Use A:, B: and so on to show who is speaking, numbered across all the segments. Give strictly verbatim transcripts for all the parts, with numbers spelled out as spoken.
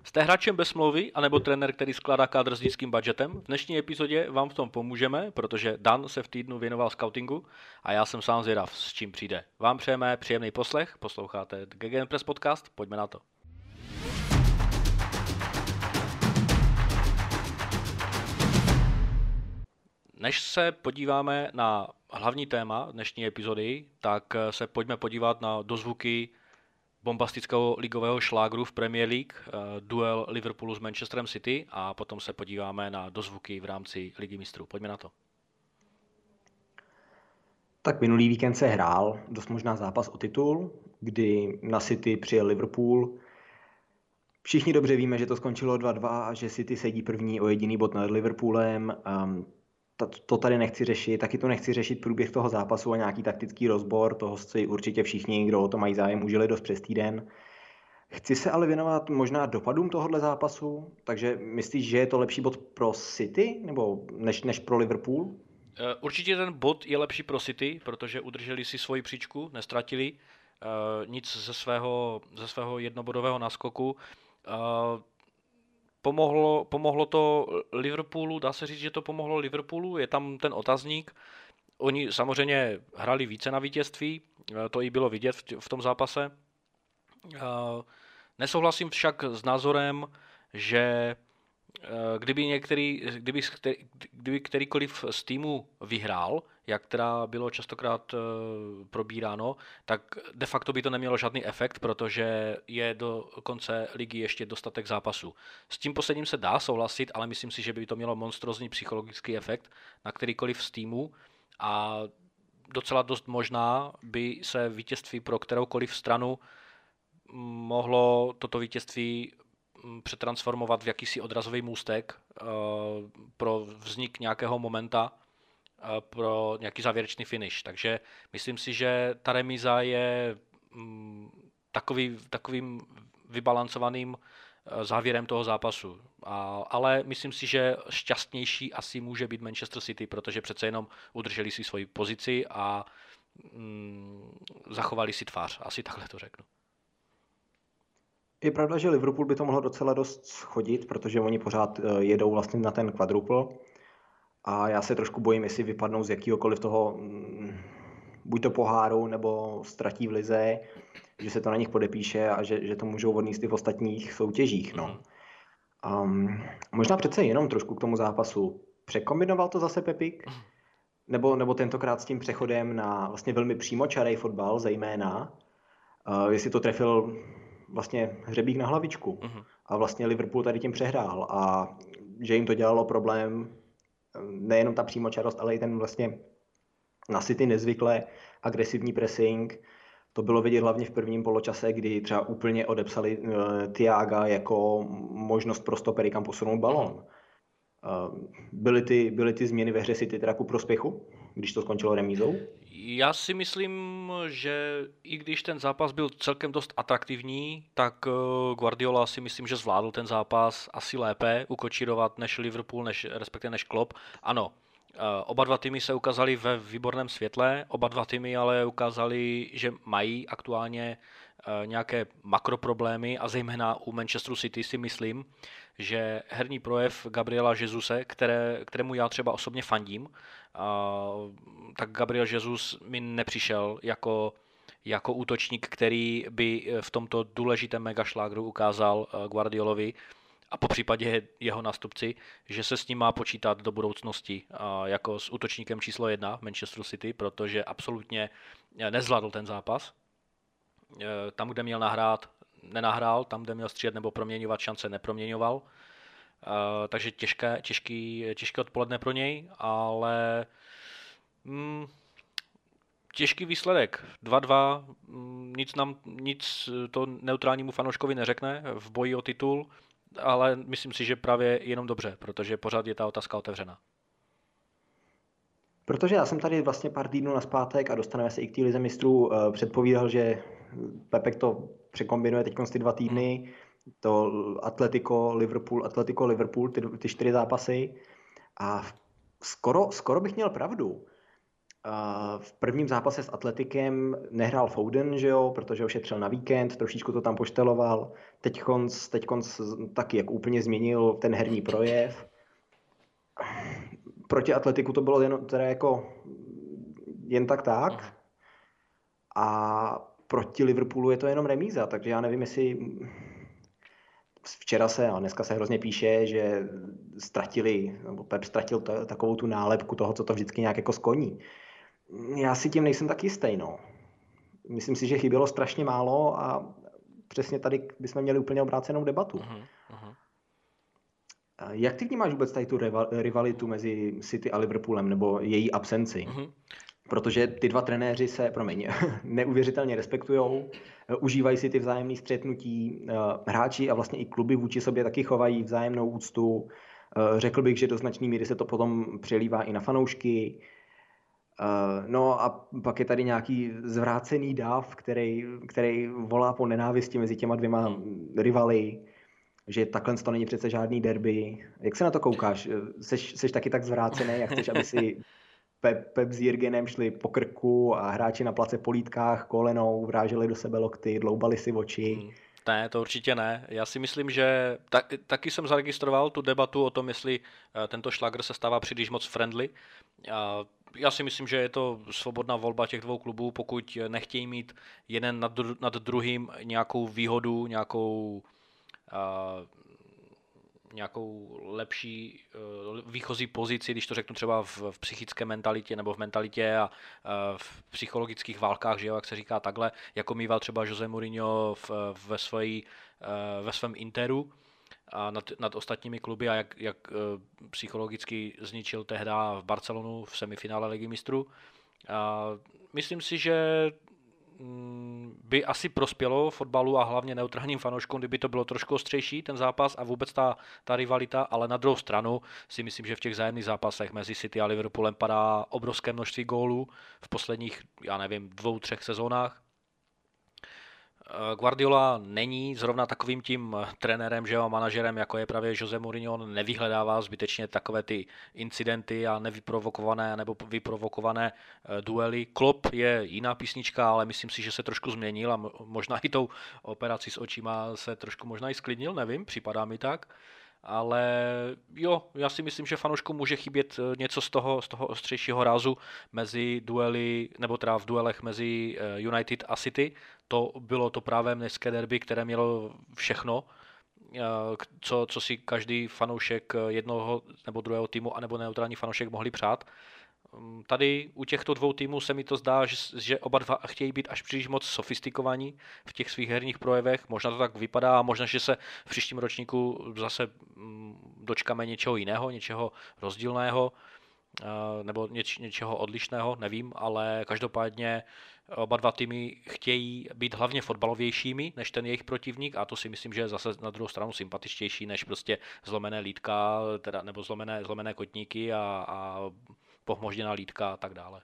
A: Jste hráčem bez smlouvy, anebo trenér, který skládá kádr s nízkým budgetem? V dnešní epizodě vám v tom pomůžeme, protože Dan se v týdnu věnoval scoutingu a já jsem sám zvědav, s čím přijde. Vám přejeme příjemný poslech, posloucháte Gegenpress podcast, pojďme na to. Než se podíváme na hlavní téma dnešní epizody, tak se pojďme podívat na dozvuky bombastického ligového šlágru v Premier League, duel Liverpoolu s Manchesterem City, a potom se podíváme na dozvuky v rámci Ligy mistrů. Pojďme na to.
B: Tak minulý víkend se hrál dost možná zápas o titul, kdy na City přijel Liverpool. Všichni dobře víme, že to skončilo dva dva a že City sedí první o jediný bod nad Liverpoolem. Um, to tady nechci řešit, taky to nechci řešit průběh toho zápasu a nějaký taktický rozbor, toho si určitě všichni, kdo o to mají zájem, užili dost přes týden. Chci se ale věnovat možná dopadům tohohle zápasu, takže myslíš, že je to lepší bod pro City nebo než, než pro Liverpool?
A: Určitě ten bod je lepší pro City, protože udrželi si svoji příčku, nestratili uh, nic ze svého, ze svého jednobodového náskoku. Uh, Pomohlo, pomohlo to Liverpoolu, dá se říct, že to pomohlo Liverpoolu, je tam ten otazník. Oni samozřejmě hrali více na vítězství, to i bylo vidět v tom zápase. Nesouhlasím však s názorem, že kdyby, některý, kdyby, kdyby kterýkoliv z týmů vyhrál, jak teda bylo častokrát probíráno, tak de facto by to nemělo žádný efekt, protože je do konce ligy ještě dostatek zápasů. S tím posledním se dá souhlasit, ale myslím si, že by to mělo monstrózní psychologický efekt na kterýkoliv z týmů a docela dost možná by se vítězství pro kteroukoliv stranu mohlo toto vítězství přetransformovat v jakýsi odrazový můstek pro vznik nějakého momenta, pro nějaký závěrečný finish. Takže myslím si, že ta remíza je takový, takovým vybalancovaným závěrem toho zápasu. A, ale myslím si, že šťastnější asi může být Manchester City, protože přece jenom udrželi si svoji pozici a mm, zachovali si tvář. Asi takhle to řeknu.
B: Je pravda, že Liverpool by to mohlo docela dost schodit, protože oni pořád jedou vlastně na ten quadruple a já se trošku bojím, jestli vypadnou z jakýhokoliv toho buď to poháru, nebo ztratí v lize, že se to na nich podepíše a že, že to můžou odníst i v ostatních soutěžích. No. Um, možná přece jenom trošku k tomu zápasu. Překombinoval to zase Pepik? Nebo, nebo tentokrát s tím přechodem na vlastně velmi přímočarý fotbal zejména, uh, jestli to trefil vlastně hřebík na hlavičku. Uh-huh. A vlastně Liverpool tady tím přehrál a že jim to dělalo problém nejenom ta přímočarost, ale i ten vlastně na City nezvykle agresivní pressing. To bylo vidět hlavně v prvním poločase, kdy třeba úplně odepsali uh, Thiaga jako možnost pro stopery, kam posunout balón. Uh, byly, ty, byly ty změny ve hře City teda ku prospěchu, když to skončilo remízou?
A: Já si myslím, že i když ten zápas byl celkem dost atraktivní, tak Guardiola si myslím, že zvládl ten zápas asi lépe ukočírovat než Liverpool, než, respektive než Klopp. Ano, oba dva týmy se ukázali ve výborném světle, oba dva týmy ale ukázali, že mají aktuálně nějaké makroproblémy a zejména u Manchesteru City si myslím, že herní projev Gabriela Jesuse, které, kterému já třeba osobně fandím, tak Gabriel Jesus mi nepřišel jako, jako útočník, který by v tomto důležitém megašlágru ukázal Guardiolovi a po případě jeho nástupci, že se s ním má počítat do budoucnosti jako s útočníkem číslo jedna Manchesteru City, protože absolutně nezvládl ten zápas. Tam, kde měl nahrát, nenahrál, tam, kde měl střílet nebo proměňovat šance, neproměňoval. Takže těžké, těžký, těžké odpoledne pro něj, ale mm, těžký výsledek. dva dva, nic, nám, nic to neutrálnímu fanouškovi neřekne v boji o titul, ale myslím si, že právě jenom dobře, protože pořád je ta otázka otevřená.
B: Protože já jsem tady vlastně pár týdnů nazpátek a dostaneme se i k té lize mistrů, předpovídal, že Pepek to překombinuje teď ty dva týdny, to Atletico, Liverpool, Atletico, Liverpool, ty, ty čtyři zápasy a skoro, skoro bych měl pravdu. v prvním zápase s Atletikem nehrál Foden, že jo, protože ho šetřil na víkend, trošičku to tam pošteloval. Teďkonc, teďkonc taky, jak úplně změnil ten herní projev. Proti Atletiku to bylo jen, teda jako jen tak tak. A proti Liverpoolu je to jenom remíza, takže já nevím, jestli včera se a dneska se hrozně píše, že ztratili, nebo Pep ztratil t- takovou tu nálepku toho, co to vždycky nějak jako skoní. Já si tím nejsem tak jistý, no. Myslím si, že chybělo strašně málo a přesně tady bychom měli úplně obrácenou debatu. Uh-huh, uh-huh. Jak ty vnímáš vůbec tady tu rivalitu mezi City a Liverpoolem, nebo její absenci? Uh-huh. Protože ty dva trenéři se, promiň, neuvěřitelně respektujou, užívají si ty vzájemné střetnutí, hráči a vlastně i kluby vůči sobě taky chovají vzájemnou úctu. Řekl bych, že do značné míry se to potom přelívá i na fanoušky. No a pak je tady nějaký zvrácený dav, který, který volá po nenávisti mezi těma dvěma rivaly, že takhle to není přece žádný derby. Jak se na to koukáš? Seš, seš taky tak zvrácený, jak chceš, aby si Pep, Pep s Jürgenem šli po krku a hráči na place po lítkách kolenou vráželi do sebe lokty, dloubali si oči? Hmm.
A: Ne, to určitě ne. Já si myslím, že tak, taky jsem zaregistroval tu debatu o tom, jestli tento šlagr se stává příliš moc friendly. A já si myslím, že je to svobodná volba těch dvou klubů, pokud nechtějí mít jeden nad, dru- nad druhým nějakou výhodu, nějakou, uh, nějakou lepší uh, výchozí pozici, když to řeknu třeba v, v psychické mentalitě nebo v mentalitě a uh, v psychologických válkách, že jo, jak se říká takhle, jako mýval třeba Jose Mourinho v, ve, svojí, uh, ve svém Interu a nad, nad ostatními kluby a jak, jak uh, psychologicky zničil tehda v Barcelonu v semifinále Ligy mistrů. A myslím si, že by asi prospělo fotbalu a hlavně neutrálním fanouškům, kdyby to bylo trošku ostřejší ten zápas a vůbec ta, ta rivalita, ale na druhou stranu si myslím, že v těch vzájemných zápasech mezi City a Liverpoolem padá obrovské množství gólů v posledních, já nevím, dvou, třech sezónách. Guardiola není zrovna takovým tím trenérem, že jo, manažerem, jako je právě Jose Mourinho, on nevyhledává zbytečně takové ty incidenty a nevyprovokované nebo vyprovokované duely. Klopp je jiná písnička, ale myslím si, že se trošku změnil a možná i tou operací s očima se trošku možná i sklidnil, nevím, připadá mi tak. Ale jo, já si myslím, že fanouškům může chybět něco z toho, z toho ostřejšího rázu mezi duely, nebo teda v duelech mezi United a City. To bylo to právě městské derby, které mělo všechno, co, co si každý fanoušek jednoho nebo druhého týmu, anebo neutrální fanoušek mohli přát. Tady u těchto dvou týmů se mi to zdá, že, že oba dva chtějí být až příliš moc sofistikovaní v těch svých herních projevech. Možná to tak vypadá a možná, že se v příštím ročníku zase dočkáme něčeho jiného, něčeho rozdílného nebo něč, něčeho odlišného, nevím, ale každopádně oba dva týmy chtějí být hlavně fotbalovějšími než ten jejich protivník a to si myslím, že je zase na druhou stranu sympatičtější než prostě zlomené lítka, teda, nebo zlomené, zlomené kotníky a, a pohmožděná lítka a tak dále.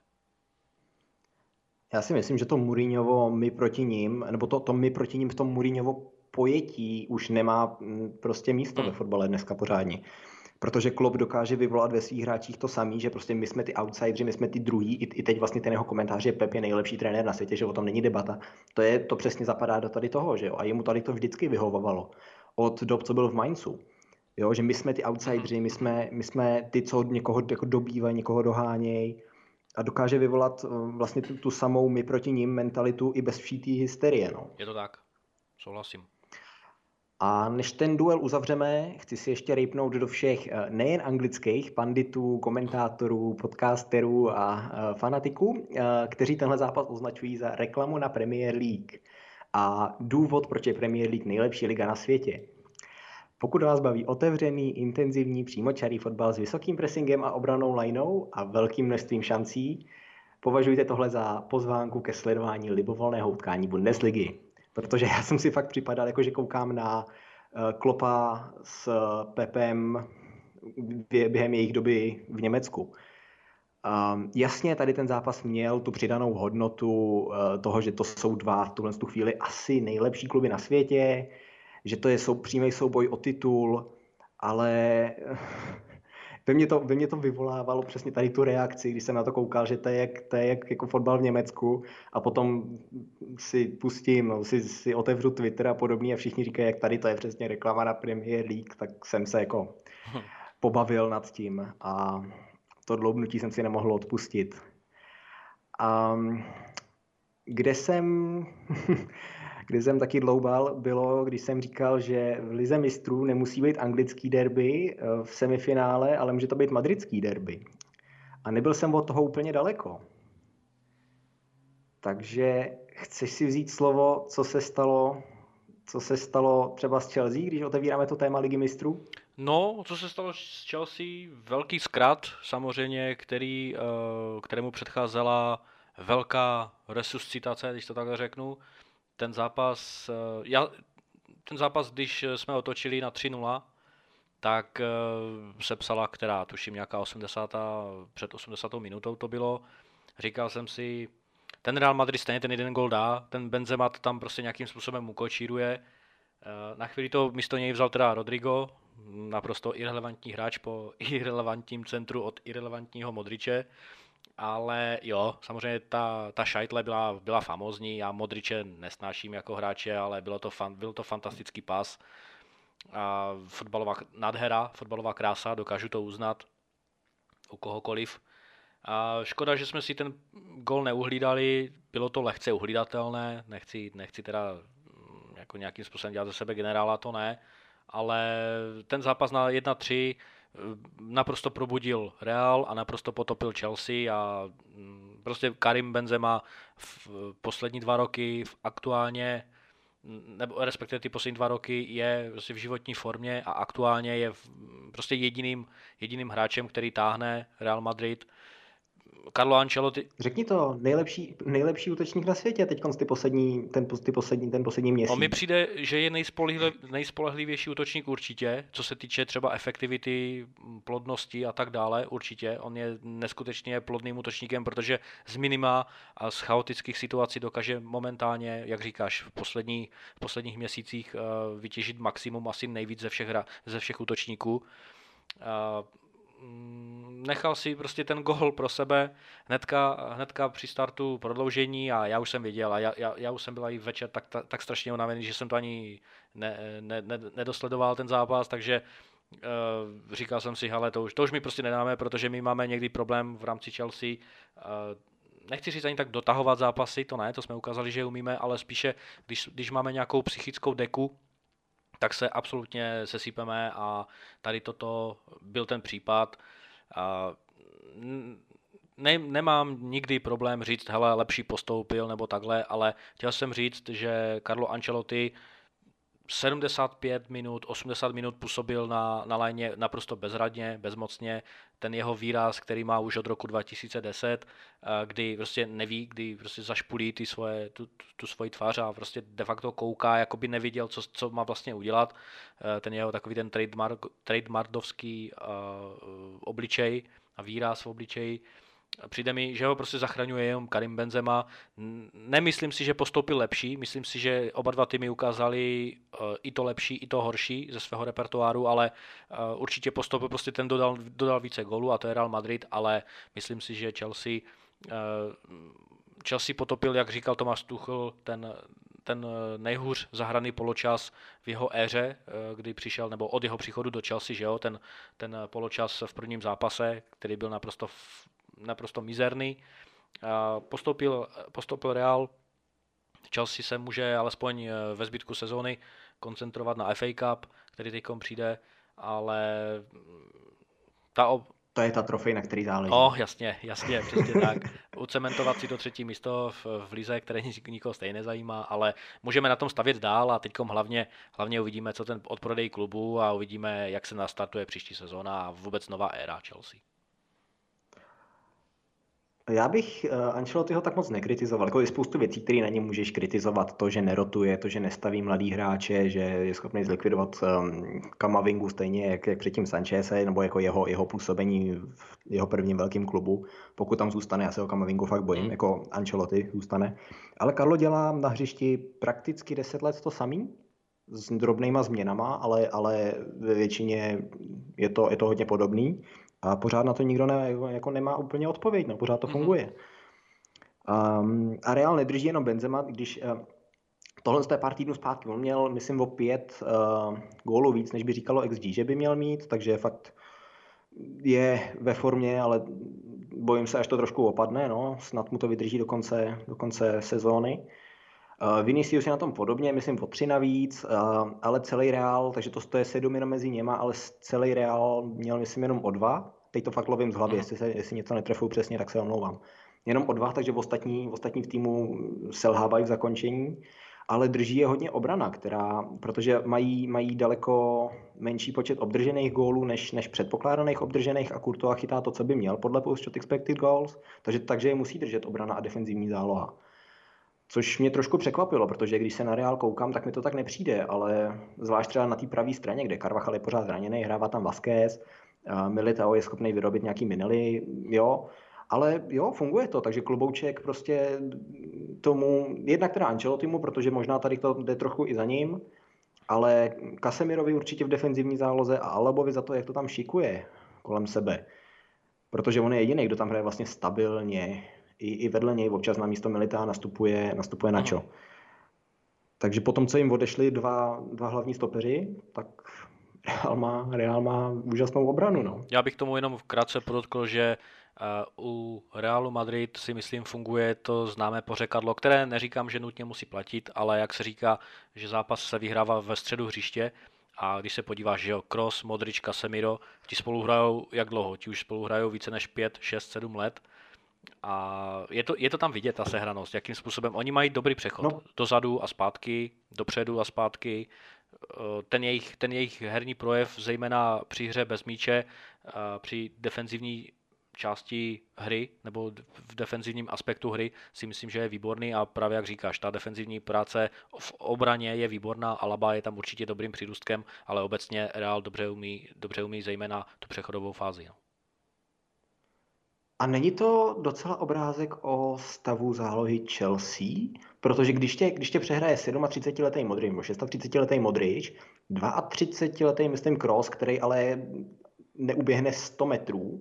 B: Já si myslím, že to Mourinhovo my proti ním, nebo to, to my proti ním v tom Mourinhovo pojetí už nemá prostě místo hmm. ve fotbale dneska pořádně. Protože Klopp dokáže vyvolat ve svých hráčích to samý, že prostě my jsme ty outsideri, my jsme ty druhý, i, i teď vlastně ten jeho komentář, že Pep je nejlepší trenér na světě, že o tom není debata. To je, to přesně zapadá do tady toho, že jo, a jemu tady to vždycky vyhovovalo. Od dob, co byl v Mainzu. Jo, že my jsme ty outsideri, my jsme, my jsme ty, co někoho jako dobývají, někoho dohánějí a dokáže vyvolat vlastně tu, tu samou my proti ním mentalitu i bez vší té hysterie. No.
A: Je to tak, souhlasím.
B: A než ten duel uzavřeme, chci si ještě rejpnout do všech nejen anglických panditů, komentátorů, podcasterů a fanatiků, kteří tenhle zápas označují za reklamu na Premier League. A důvod, proč je Premier League nejlepší liga na světě. Pokud vás baví otevřený, intenzivní, přímočarý fotbal s vysokým pressingem a obranou lineou a velkým množstvím šancí, považujte tohle za pozvánku ke sledování libovolného utkání Bundesligy. Protože já jsem si fakt připadal, jako že koukám na Kloppa s Pepem během jejich doby v Německu. Um, jasně, tady ten zápas měl tu přidanou hodnotu uh, toho, že to jsou dva v tuhle tu chvíli asi nejlepší kluby na světě, že to je sou, přímý souboj o titul, ale Ve mně to, ve mně to vyvolávalo přesně tady tu reakci, když jsem na to koukal, že to je jak, to je jak jako fotbal v Německu a potom si pustím, no, si, si otevřu Twitter a podobně a všichni říkají, jak tady to je přesně reklama na Premier League, tak jsem se jako pobavil nad tím a to dloubnutí jsem si nemohl odpustit. A kde jsem, kde jsem taky dloubal, bylo, když jsem říkal, že v Lize mistrů nemusí být anglický derby v semifinále, ale může to být madridský derby. A nebyl jsem od toho úplně daleko. Takže chceš si vzít slovo, co se stalo, co se stalo třeba s Chelsea, když otevíráme to téma Ligy mistrů?
A: No, co se stalo s Chelsea, velký zkrat samozřejmě, který, kterému předcházela velká resuscitace, když to takhle řeknu. Ten zápas, já, ten zápas, když jsme otočili na tři nula, tak se psala, která tuším nějaká osmdesátá před osmdesátou minutou to bylo. Říkal jsem si, ten Real Madrid stejně ten jeden gol dá, ten Benzema tam prostě nějakým způsobem ukočíruje. Na chvíli to místo něj vzal teda Rodrigo, naprosto irrelevantní hráč po irrelevantním centru od irrelevantního Modriče. Ale jo, samozřejmě ta, ta šajtle byla, byla famózní, já Modriče nesnáším jako hráče, ale bylo to, fan, byl to fantastický pas. A fotbalová nádhera, fotbalová krása, dokážu to uznat u kohokoliv. A škoda, že jsme si ten gol neuhlídali, bylo to lehce uhlídatelné, nechci, nechci teda jako nějakým způsobem dělat ze sebe generála, to ne, ale ten zápas na jedna tři naprosto probudil Real a naprosto potopil Chelsea a prostě Karim Benzema v poslední dva roky v aktuálně, nebo respektive ty poslední dva roky je prostě v životní formě a aktuálně je prostě jediným, jediným hráčem, který táhne Real Madrid. Carlo Ancelotti.
B: Řekni to, nejlepší, nejlepší útočník na světě teď ty poslední, ten, ty poslední, ten poslední měsíc.
A: On mi přijde, že je nejspolehlivější útočník určitě, co se týče třeba efektivity, plodnosti a tak dále, určitě. On je neskutečně plodným útočníkem, protože z minima a z chaotických situací dokáže momentálně, jak říkáš, v, poslední, v posledních měsících vytěžit maximum asi nejvíc ze všech, ze všech útočníků. Nechal si prostě ten gól pro sebe hnedka, hnedka při startu prodloužení a já už jsem věděl a já, já, já už jsem byl i večer tak, tak, tak strašně unavený, že jsem to ani ne, ne, ne, nedosledoval ten zápas, takže uh, říkal jsem si, hele, to už, to už mi prostě nedáme, protože my máme někdy problém v rámci Chelsea. Uh, nechci říct ani tak dotahovat zápasy, to ne, to jsme ukázali, že umíme, ale spíše, když, když máme nějakou psychickou deku, tak se absolutně sesypeme a tady toto byl ten případ. Ne, nemám nikdy problém říct, hele, lepší postoupil nebo takhle, ale chtěl jsem říct, že Carlo Ancelotti sedmdesát pět minut, osmdesát minut působil na, na léně naprosto bezradně, bezmocně. Ten jeho výraz, který má už od roku dva tisíce deset, kdy prostě neví, kdy prostě zašpulí ty svoje, tu, tu svoji tvář a prostě de facto kouká, jako by neviděl, co, co má vlastně udělat. Ten jeho takový ten trademark, trademarkdovský uh, obličej a výraz v obličeji. Přijde mi, že ho prostě zachraňuje jenom Karim Benzema. Nemyslím si, že postoupil lepší, myslím si, že oba dva týmy ukázali uh, i to lepší, i to horší ze svého repertoáru, ale uh, určitě postoupil, prostě ten dodal, dodal více gólů a to je Real Madrid, ale myslím si, že Chelsea, uh, Chelsea potopil, jak říkal Thomas Tuchel, ten, ten nejhůř zahraný poločas v jeho éře, kdy přišel, nebo od jeho příchodu do Chelsea, že jo, ten, ten poločas v prvním zápase, který byl naprosto naprosto mizerný. Postoupil, postoupil Real. Chelsea se může alespoň ve zbytku sezóny koncentrovat na F A Cup, který teďkom přijde, ale ta ob...
B: To je ta trofej, na který záleží.
A: Oh, jasně, jasně, přesně tak. Ucementovat si to třetí místo v, v lize, které nikoho stejně nezajímá, ale můžeme na tom stavět dál a teďkom hlavně, hlavně uvidíme, co ten odprodej klubu a uvidíme, jak se nastartuje příští sezóna a vůbec nová éra Chelsea.
B: Já bych uh, Ancelottiho tak moc nekritizoval. Jako je spoustu věcí, které na něm můžeš kritizovat. To, že nerotuje, to, že nestaví mladý hráče, že je schopný zlikvidovat um, Kamavingu stejně jak, jak předtím Sancheze, nebo jako jeho, jeho působení v jeho prvním velkým klubu. Pokud tam zůstane, já se o Kamavingu fakt bojím, mm. jako Ancelotti zůstane. Ale Carlo dělá na hřišti prakticky deset let to samý, s drobnýma změnama, ale, ale ve většině je to, je to hodně podobný. A pořád na to nikdo ne, jako nemá úplně odpověď, no, pořád to funguje. Um, a Real nedrží jenom Benzema, když uh, tohle z té pár týdnů zpátky, on měl, myslím, o pět uh, gólů víc, než by říkalo X G, že by měl mít, takže fakt je ve formě, ale bojím se, až to trošku opadne, no, snad mu to vydrží do konce, do konce sezóny. Uh, Vinicius je na tom podobně, myslím o tři navíc, uh, ale celý Real, takže to, to je sedm jenom mezi něma, ale celý Real měl, myslím, jenom o dva. Teď to fakt lovím z hlavy, jestli, se, jestli něco netrefuju přesně, tak se omlouvám. Jenom o dva, takže v ostatní, v ostatní v týmu selhávají v zakončení, ale drží je hodně obrana, která, protože mají, mají daleko menší počet obdržených gólů než, než předpokládaných obdržených a Courtois chytá to, co by měl podle post expected goals, takže, takže je musí držet obrana a defenzivní záloha. Což mě trošku překvapilo, protože když se na Real koukám, tak mi to tak nepřijde, ale zvlášť třeba na té pravé straně, kde Carvajal je pořád zraněný, hrává tam Vázquez, Militao je schopný vyrobit nějaký minely, jo, ale jo, funguje to, takže klobouček prostě tomu, jednak teda Ancelottimu, protože možná tady to jde trochu i za ním, ale Casemirovi určitě v defenzivní záloze a Alabovi za to, jak to tam šikuje kolem sebe, protože on je jediný, kdo tam hraje vlastně stabilně. I, i vedle něj občas na místo Milita nastupuje, nastupuje Nacho. Mm. Takže potom, co jim odešli dva, dva hlavní stopeři, tak Real má, Real má úžasnou obranu. No.
A: Já bych tomu jenom krátce podotkl, že uh, u Realu Madrid si myslím funguje to známé pořekadlo, které neříkám, že nutně musí platit, ale jak se říká, že zápas se vyhrává ve středu hřiště a když se podíváš, že jo, Kroos, Modrič, Casemiro, ti spolu hrajou jak dlouho? Ti už spolu hrajou více než pět, šest, sedm let. A je to, je to tam vidět, ta sehranost, jakým způsobem oni mají dobrý přechod. No. Dozadu a zpátky, dopředu a zpátky. Ten jejich, ten jejich herní projev, zejména při hře bez míče, při defenzivní části hry, nebo v defenzivním aspektu hry, si myslím, že je výborný a právě jak říkáš, ta defenzivní práce v obraně je výborná, Alaba je tam určitě dobrým přírůstkem, ale obecně Real dobře umí, dobře umí zejména tu přechodovou fázi. No.
B: A není to docela obrázek o stavu zálohy Chelsea? Protože když tě, když tě přehraje třicetisedmiletý Modrič, nebo třicetišestiletý Modrič, třicetiletý myslím Kroos, který ale neuběhne sto metrů.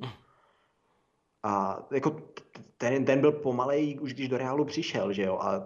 B: A jako ten, ten byl pomalej, už když do Realu přišel, že jo? A,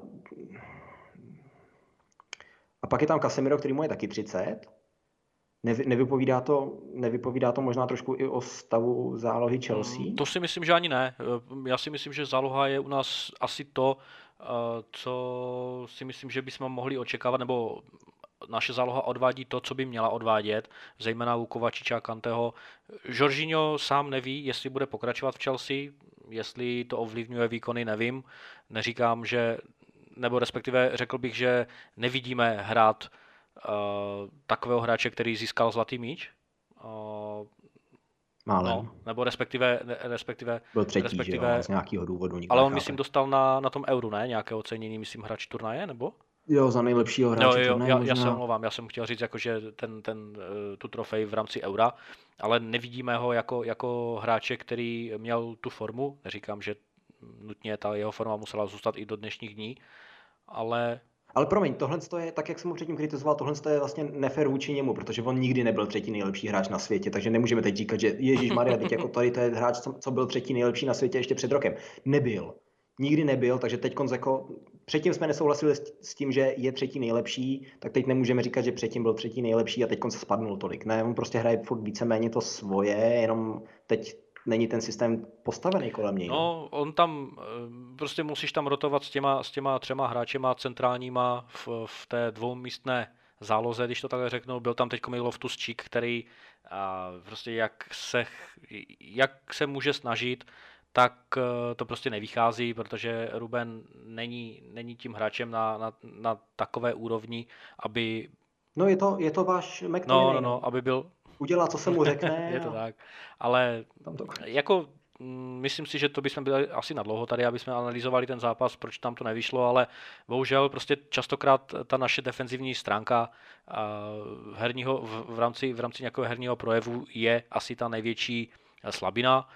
B: a pak je tam Casemiro, který mu je taky třicet. Nevypovídá to, nevypovídá to možná trošku i o stavu zálohy Chelsea?
A: To si myslím, že ani ne. Já si myslím, že záloha je u nás asi to, co si myslím, že bychom mohli očekávat, nebo naše záloha odvádí to, co by měla odvádět, zejména u Kovačiča a Kanteho. Jorginho sám neví, jestli bude pokračovat v Chelsea, jestli to ovlivňuje výkony, nevím. Neříkám, že, nebo respektive řekl bych, že nevidíme hrát Uh, takového hráče, který získal zlatý míč. Uh, no, nebo respektive... respektive
B: Byl třetí,
A: respektive,
B: že jo, z nějakého důvodu.
A: Ale on, myslím, dostal na, na tom Euru, ne? Nějaké ocenění, myslím, hráč turnaje, nebo?
B: Jo, za nejlepšího hráče
A: jo, jo,
B: turnaje.
A: Já,
B: možná.
A: já se omlouvám, já jsem chtěl říct, jako, že ten, ten, tu trofej v rámci Eura, ale nevidíme ho jako, jako hráče, který měl tu formu. Neříkám, že nutně ta jeho forma musela zůstat i do dnešních dní, ale...
B: Ale promiň, tohle je, tak jak jsem mu předtím kritizoval, tohle je vlastně nefér vůči němu, protože on nikdy nebyl třetí nejlepší hráč na světě, takže nemůžeme teď říkat, že ježišmarja, teď jako tady to je hráč, co byl třetí nejlepší na světě ještě před rokem. Nebyl. Nikdy nebyl, takže teď jako, předtím jsme nesouhlasili s tím, že je třetí nejlepší, tak teď nemůžeme říkat, že předtím byl třetí nejlepší a teď se spadnul tolik. Ne, on prostě hraje furt víceméně to svoje, jenom teď není ten systém postavený kolem něj.
A: No, on tam, prostě musíš tam rotovat s těma, s těma třema hráčema centrálníma v, v té dvoumístné záloze, když to takhle řeknu. Byl tam teď Loftus-Cheek, který a, prostě jak se, jak se může snažit, tak to prostě nevychází, protože Ruben není, není tím hráčem na, na, na takové úrovni, aby...
B: No je to, je to váš
A: No,
B: McTominay.
A: no, no, aby byl...
B: Udělá, co se mu řekne.
A: Je to tak, ale
B: to...
A: jako myslím si, že to bychom byli asi nadlouho tady, aby jsme analyzovali ten zápas, proč tam to nevyšlo, ale bohužel prostě častokrát ta naše defenzivní stránka herního, v, v, rámci, v rámci nějakého herního projevu je asi ta největší slabina.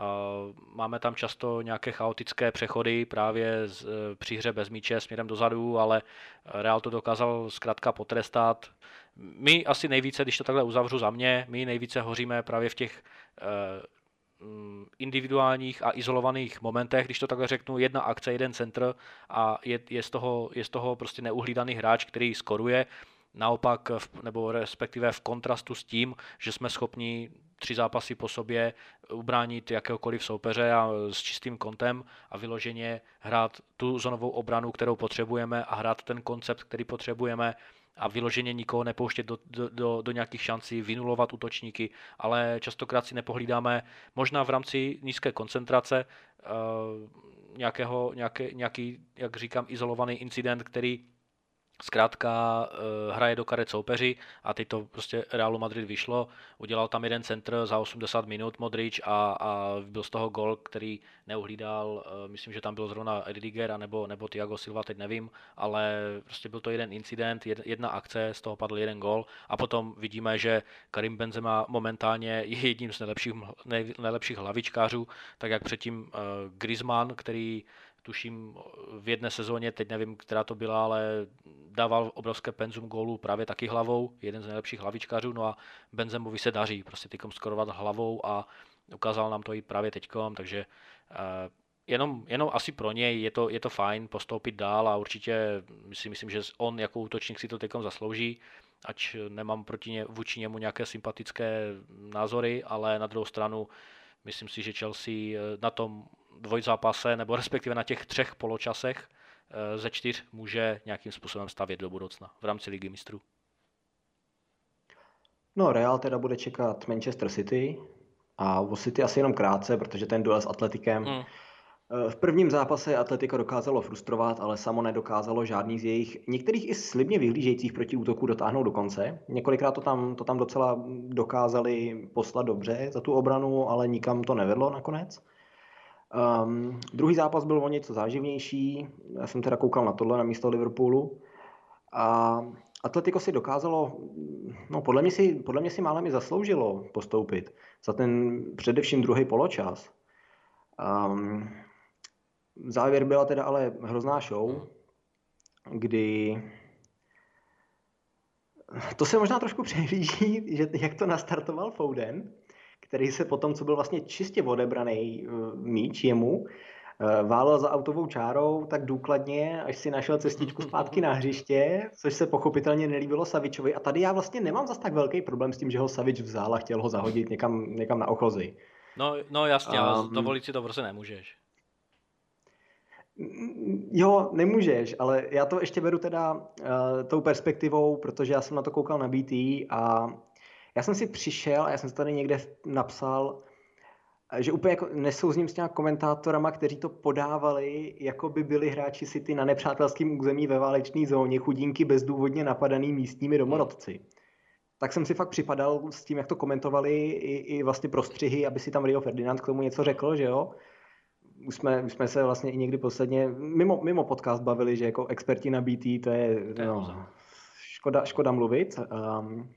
A: Máme tam často nějaké chaotické přechody právě z, při hře bez míče směrem dozadu, ale Real to dokázal zkrátka potrestat. My asi nejvíce, když to takhle uzavřu za mě, my nejvíce hoříme právě v těch individuálních a izolovaných momentech, když to takhle řeknu, jedna akce, jeden centr a je, je, z, toho, je z toho prostě neuhlídaný hráč, který skoruje. Naopak, nebo respektive v kontrastu s tím, že jsme schopni tři zápasy po sobě ubránit jakéhokoliv soupeře a s čistým kontem a vyloženě hrát tu zónovou obranu, kterou potřebujeme a hrát ten koncept, který potřebujeme a vyloženě nikoho nepouštět do, do, do, do nějakých šancí, vynulovat útočníky, ale častokrát si nepohlídáme možná v rámci nízké koncentrace uh, nějakého, nějaké, nějaký, jak říkám, izolovaný incident, který zkrátka uh, hraje do karet soupeři a teď to prostě Realu Madrid vyšlo. Udělal tam jeden centr za osmdesát minut Modrič a, a byl z toho gol, který neuhlídal. Uh, myslím, že tam byl zrovna Rüdiger nebo, nebo Thiago Silva, teď nevím, ale prostě byl to jeden incident, jedna akce, z toho padl jeden gol a potom vidíme, že Karim Benzema momentálně je jedním z nejlepších, nej, nejlepších hlavičkářů, tak jak předtím uh, Griezmann, který tuším v jedné sezóně, teď nevím, která to byla, ale dával obrovské penzum gólů právě taky hlavou, jeden z nejlepších hlavičkářů, no a Benzemovi se daří prostě tykom skorovat hlavou a ukázal nám to i právě teďkom, takže uh, jenom, jenom asi pro něj je to, je to fajn postoupit dál a určitě si myslím, že on jako útočník si to teďkom zaslouží, ač nemám proti ně, vůči němu nějaké sympatické názory, ale na druhou stranu myslím si, že Chelsea na tom dvojzápase, nebo respektive na těch třech poločasech ze čtyř může nějakým způsobem stavět do budoucna v rámci Ligy mistrů.
B: No, Real teda bude čekat Manchester City a o City asi jenom krátce, protože ten duel s Atletikem. Mm. V prvním zápase Atletico dokázalo frustrovat, ale samo nedokázalo žádný z jejich, některých i slibně vyhlížejících protiútoků dotáhnout do konce. Několikrát to tam, to tam docela dokázali poslat dobře za tu obranu, ale nikam to nevedlo nakonec. Um, druhý zápas byl o něco záživnější, já jsem teda koukal na tohle na místo Liverpoolu a Atletico si dokázalo, no podle mě si, podle mě si málem i zasloužilo postoupit za ten především druhý poločas. Um, závěr byla teda ale hrozná show, kdy to se možná trošku přehlíží, že jak to nastartoval Foden, který se potom, co byl vlastně čistě odebraný míč jemu, válel za autovou čárou tak důkladně, až si našel cestičku zpátky na hřiště, což se pochopitelně nelíbilo Savičovi. A tady já vlastně nemám zas tak velký problém s tím, že ho Savič vzal a chtěl ho zahodit někam, někam na ochozy.
A: No, no jasně, um, ale dovolit si to prostě nemůžeš.
B: Jo, nemůžeš, ale já to ještě beru teda uh, tou perspektivou, protože já jsem na to koukal na B T a já jsem si přišel a já jsem to tady někde napsal, že úplně jako nesouzním s těma komentátorama, kteří to podávali, jako by byli hráči City na nepřátelském území ve válečné zóně, chudinky bezdůvodně napadaný místními domorodci. Tak jsem si fakt připadal s tím, jak to komentovali i, i vlastně prostřihy, aby si tam Rio Ferdinand k tomu něco řekl, že jo. Už jsme, už jsme se vlastně i někdy posledně mimo, mimo podcast bavili, že jako experti na B T, to je, to je no, škoda, škoda mluvit. Um,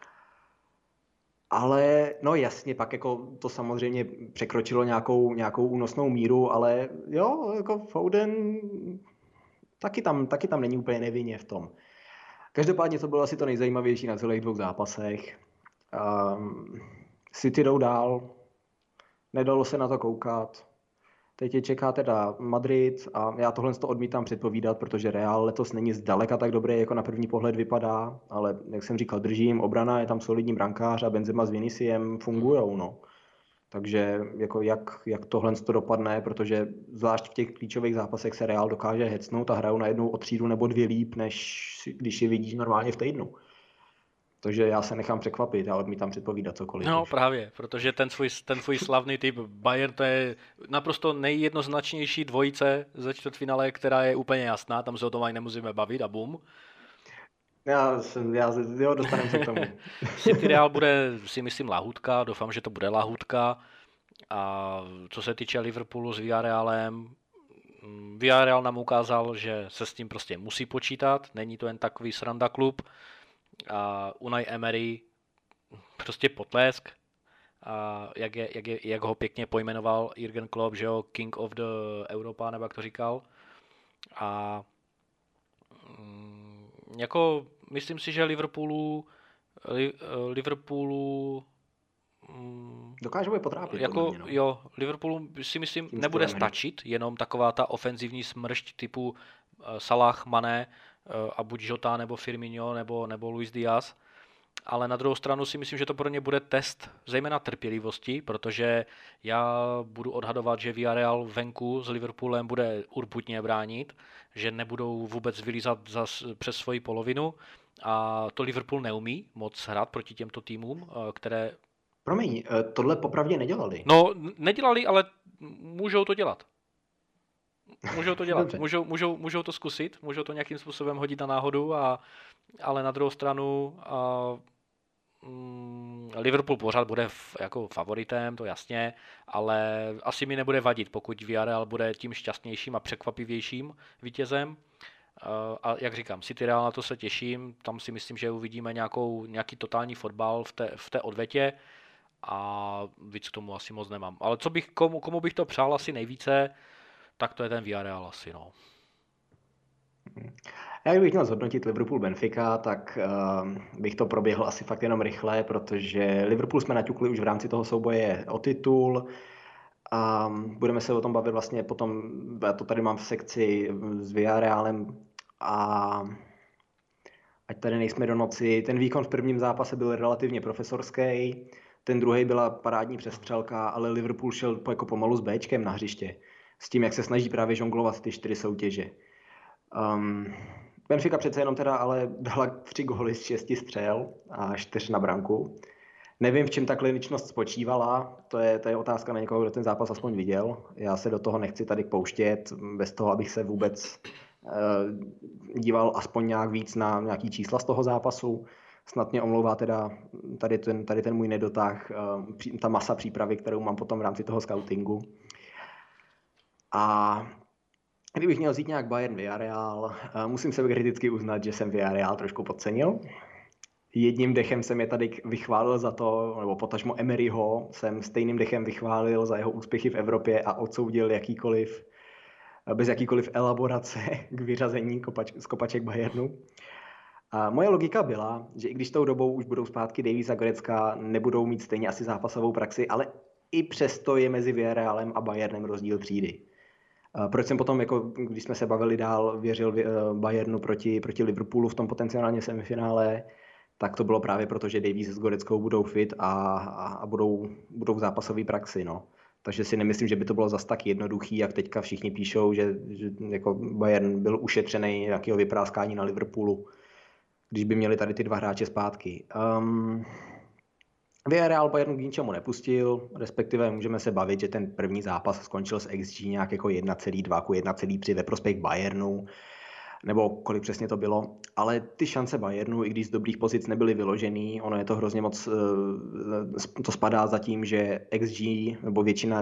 B: Ale no jasně, pak jako to samozřejmě překročilo nějakou, nějakou únosnou míru, ale jo, jako Foden taky tam, taky tam není úplně nevinně v tom. Každopádně to bylo asi to nejzajímavější na celých dvou zápasech. Um, City jdou dál, nedalo se na to koukat. Teď je čeká teda Madrid a já tohle to odmítám předpovídat, protože Real letos není zdaleka tak dobrý, jako na první pohled vypadá, ale jak jsem říkal, držím, obrana, je tam solidní brankář a Benzema s Viniciem fungujou, no. Takže jako jak, jak tohle to dopadne, protože zvlášť v těch klíčových zápasech se Real dokáže hecnout a hrajou najednou o třídu nebo dvě líp, než když je vidíš normálně v týdnu. Takže já se nechám překvapit, já odmítám předpovídat cokoliv.
A: No
B: už.
A: právě, protože ten svůj, ten svůj slavný typ Bayern, to je naprosto nejjednoznačnější dvojice ze čtvrtfinále, která je úplně jasná, tam se o tom ani nemusíme bavit a bum.
B: Já, já jo, dostaneme se k tomu.
A: City Real bude, si myslím, lahutka, doufám, že to bude lahutka. A co se týče Liverpoolu s Villarrealem, Villarreal nám ukázal, že se s tím prostě musí počítat, není to jen takový sranda klub. A Unai Emery prostě potlesk. A jak, je, jak, je, jak ho pěkně pojmenoval Jürgen Klopp, že jo, King of the Europa, nebo jak to říkal. A mm, jako myslím si, že Liverpoolu, Liverpoolu mm,
B: Dokážou je potrápit, podle
A: jako
B: mě, no.
A: jo, Liverpoolu si myslím
B: Tím
A: nebude
B: stylem hry.
A: stačit jenom taková ta ofenzivní smršť typu eh, Salah, Mané eh, a buď Jota nebo Firmino nebo, nebo Luis Diaz. Ale na druhou stranu si myslím, že to pro ně bude test zejména trpělivosti, protože já budu odhadovat, že Villarreal venku s Liverpoolem bude urputně bránit, že nebudou vůbec vylízat zas přes svoji polovinu a to Liverpool neumí moc hrát proti těmto týmům, eh, které
B: Promiň, eh, tohle popravdě nedělali.
A: no nedělali, ale můžou to dělat. Můžou to dělat,
B: Dobře.
A: můžou, můžou, můžou to zkusit, můžou to nějakým způsobem hodit na náhodu, a, ale na druhou stranu a, mm, Liverpool pořád bude v, jako favoritem, to jasně, ale asi mi nebude vadit, pokud Villarreal bude tím šťastnějším a překvapivějším vítězem. A, a jak říkám, City Real, na to se těším, tam si myslím, že uvidíme nějakou, nějaký totální fotbal v té, v té odvetě a víc k tomu asi moc nemám. Ale co bych, komu, komu bych to přál asi nejvíce, tak to je ten Villarreal asi, no.
B: Já kdybych měl zhodnotit Liverpool Benfica, tak uh, bych to proběhl asi fakt jenom rychle, protože Liverpool jsme naťukli už v rámci toho souboje o titul a budeme se o tom bavit vlastně potom, já to tady mám v sekci s Villarrealem a ať tady nejsme do noci, ten výkon v prvním zápase byl relativně profesorský, ten druhý byla parádní přestřelka, ale Liverpool šel jako pomalu s Bčkem na hřiště, s tím, jak se snaží právě žonglovat ty čtyři soutěže. Um, Benfica přece jenom teda ale dala tři góly z šesti střel a čtyř na branku. Nevím, v čem ta kliničnost spočívala, to je, to je otázka na někoho, kdo ten zápas aspoň viděl. Já se do toho nechci tady pouštět, bez toho, abych se vůbec uh, díval aspoň nějak víc na nějaký čísla z toho zápasu. Snad mě omlouvá teda tady ten, tady ten můj nedotah, uh, ta masa přípravy, kterou mám potom v rámci toho scoutingu. A kdybych měl vzít nějak Bayern Villarreal, musím se kriticky uznat, že jsem Villarreal trošku podcenil. Jedním dechem jsem je tady vychválil za to, nebo potažmo Emeryho jsem stejným dechem vychválil za jeho úspěchy v Evropě a odsoudil jakýkoliv, bez jakýkoliv elaborace k vyřazení kopač, z kopaček Bayernu. A moje logika byla, že i když tou dobou už budou zpátky Davies a Goretzka, nebudou mít stejně asi zápasovou praxi, ale i přesto je mezi Villarrealem a Bayernem rozdíl třídy. Proč jsem potom, jako, když jsme se bavili dál, věřil Bayernu proti, proti Liverpoolu v tom potenciálně semifinále, tak to bylo právě proto, že Davies s Goreckou budou fit a, a budou, budou v zápasové praxi. No. Takže si nemyslím, že by to bylo zas tak jednoduchý, jak teďka všichni píšou, že, že jako Bayern byl ušetřený nějakého vypráskání na Liverpoolu, když by měli tady ty dva hráče zpátky. Um, Villarreal Bayernu k ničemu nepustil, respektive můžeme se bavit, že ten první zápas skončil s X G nějak jako jedna celá dva ku jedna celá tři ve prospěch Bayernu, nebo kolik přesně to bylo, ale ty šance Bayernu, i když z dobrých pozic nebyly vyložený, ono je to hrozně moc, to spadá za tím, že X G, nebo většina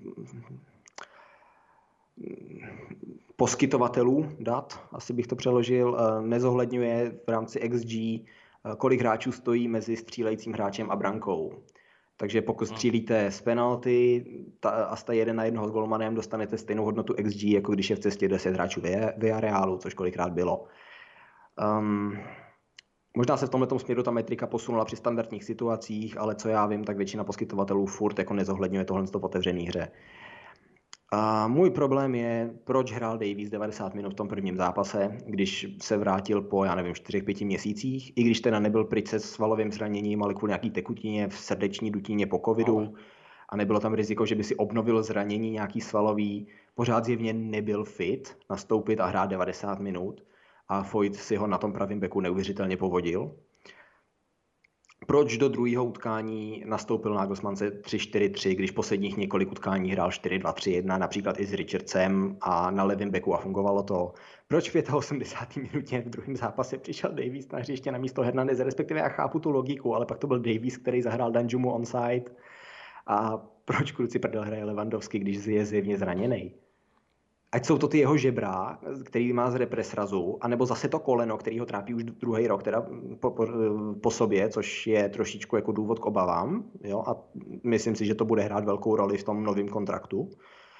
B: poskytovatelů dat, asi bych to přeložil, nezohledňuje v rámci X G, kolik hráčů stojí mezi střílejícím hráčem a brankou. Takže pokud střílíte z penalty a jste jeden na jednoho s golmanem, dostanete stejnou hodnotu X G, jako když je v cestě deset hráčů Villarrealu, což kolikrát bylo. Um, možná se v tomto směru ta metrika posunula při standardních situacích, ale co já vím, tak většina poskytovatelů furt jako nezohledňuje tohle v otevřené hře. A můj problém je, proč hrál Davies devadesát minut v tom prvním zápase, když se vrátil po, já nevím, čtyřech, pěti měsících, i když teda nebyl pryč se svalovým zraněním, ale kvůli nějaký tekutině v srdeční dutině po covidu a nebylo tam riziko, že by si obnovil zranění nějaký svalový, pořád zjevně nebyl fit nastoupit a hrát devadesát minut a Foyt si ho na tom pravém beku neuvěřitelně povodil. Proč do druhého utkání nastoupil Nagelsmann se tři čtyři tři, když posledních několik utkání hrál čtyři dva tři jedna, například i s Richardsem a na levém beku a fungovalo to? Proč v osmdesáté minutě v druhém zápase přišel Davies na hřiště na místo Hernandez, respektive já chápu tu logiku, ale pak to byl Davies, který zahrál Danjumu onside. A proč kluci prdel hraje Lewandowski, když je zjevně zraněný? Ať jsou to ty jeho žebra, který má z represrazu, anebo zase to koleno, který ho trápí už druhý rok teda po, po, po sobě, což je trošičku jako důvod k obavám. Jo? A myslím si, že to bude hrát velkou roli v tom novém kontraktu.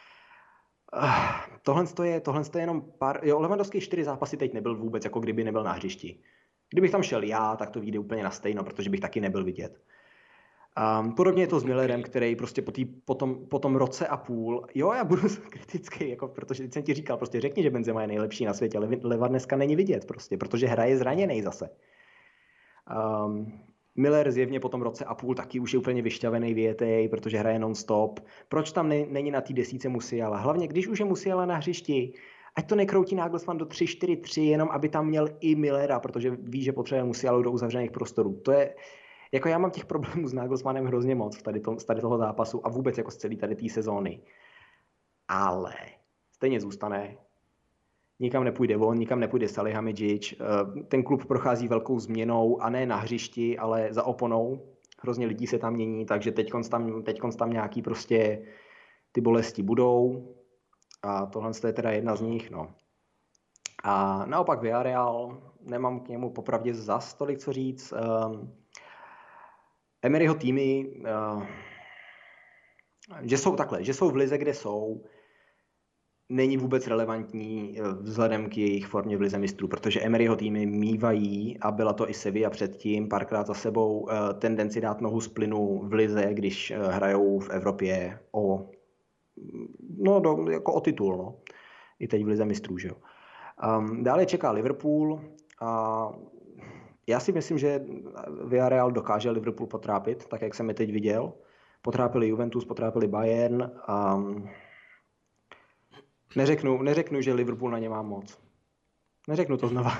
B: Tohle je, tohle je jenom pár... Jo, Lewandowski čtyři zápasy teď nebyl vůbec, jako kdyby nebyl na hřišti. Kdybych tam šel já, tak to vyjde úplně na stejno, protože bych taky nebyl vidět. Um, podobně je to s Millerem, který prostě po, tý, po, tom, po tom roce a půl, jo, já budu kritický, jako, protože teď jsem ti říkal, prostě řekni, že Benzema je nejlepší na světě, ale Leva dneska není vidět prostě, protože hraje zraněný zase. Um, Miller zjevně po tom roce a půl taky už je úplně vyšťavený, vyjetej, protože hraje non-stop. Proč tam ne, není na té desíce Musiala? Hlavně, když už je Musiala na hřišti, ať to nekroutí Nagelsmann do tři čtyři tři, jenom aby tam měl i Millera, protože ví, že potřebuje Musialu do uzavřených prostorů. To je, jako já mám těch problémů s Nagelsmannem hrozně moc tady, to, tady toho zápasu a vůbec jako z celé tady té sezóny. Ale stejně zůstane. Nikam nepůjde on, nikam nepůjde Salihamidzic. Ten klub prochází velkou změnou a ne na hřišti, ale za oponou. Hrozně lidí se tam mění, takže teď tam, teďkonc tam nějaký prostě ty bolesti budou. A tohle je teda jedna z nich. No. A naopak Villarreal, nemám k němu popravdě zas tolik co říct. Um, Emeryho týmy, uh, že jsou takhle, že jsou v lize, kde jsou, není vůbec relevantní vzhledem k jejich formě v lize mistrů, protože Emeryho týmy mívají, a byla to i Sevilla předtím, párkrát za sebou, tendenci dát nohu z plynu v lize, když hrajou v Evropě o, no, do, jako o titul. No. I teď v lize mistrů. Že jo. Um, dále čeká Liverpool. A já si myslím, že Villarreal dokáže Liverpool potrápit, tak jak jsem je teď viděl. Potrápili Juventus, potrápili Bayern. Um, Neřeknu, neřeknu, že Liverpool na ně má moc. Neřeknu to znova.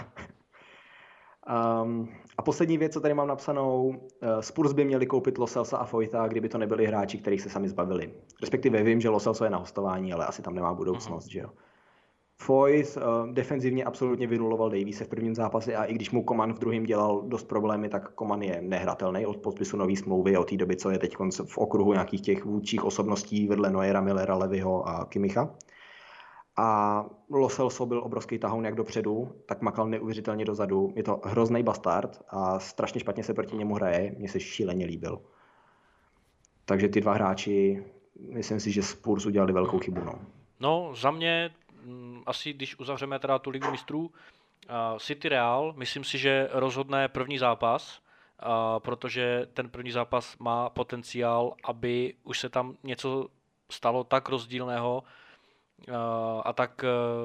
B: um, a poslední věc, co tady mám napsanou, uh, Spurs by měli koupit Lo Celsa a Foyta, kdyby to nebyli hráči, kterých se sami zbavili. Respektive vím, že Lo Celso je na hostování, ale asi tam nemá budoucnost, uh-huh. že jo. Foyt uh, defenzivně absolutně vynuloval Daviese v prvním zápase a i když mu Coman v druhém dělal dost problémy, tak Coman je nehratelný od podpisu nové smlouvy od té doby, co je teď v okruhu nějakých těch vůdčích osobností vedle Neuera, Millera, Levyho a Kimmicha. A Lo Celso byl obrovský tahoun jak dopředu, tak makal neuvěřitelně dozadu. Je to hrozný bastard a strašně špatně se proti němu hraje. Mně se šíleně líbil. Takže ty dva hráči, myslím si, že Spurs udělali velkou chybu. No,
A: no za mě, asi když uzavřeme teda tu ligu mistrů, City Real, myslím si, že rozhodne první zápas, protože ten první zápas má potenciál, aby už se tam něco stalo tak rozdílného, a tak,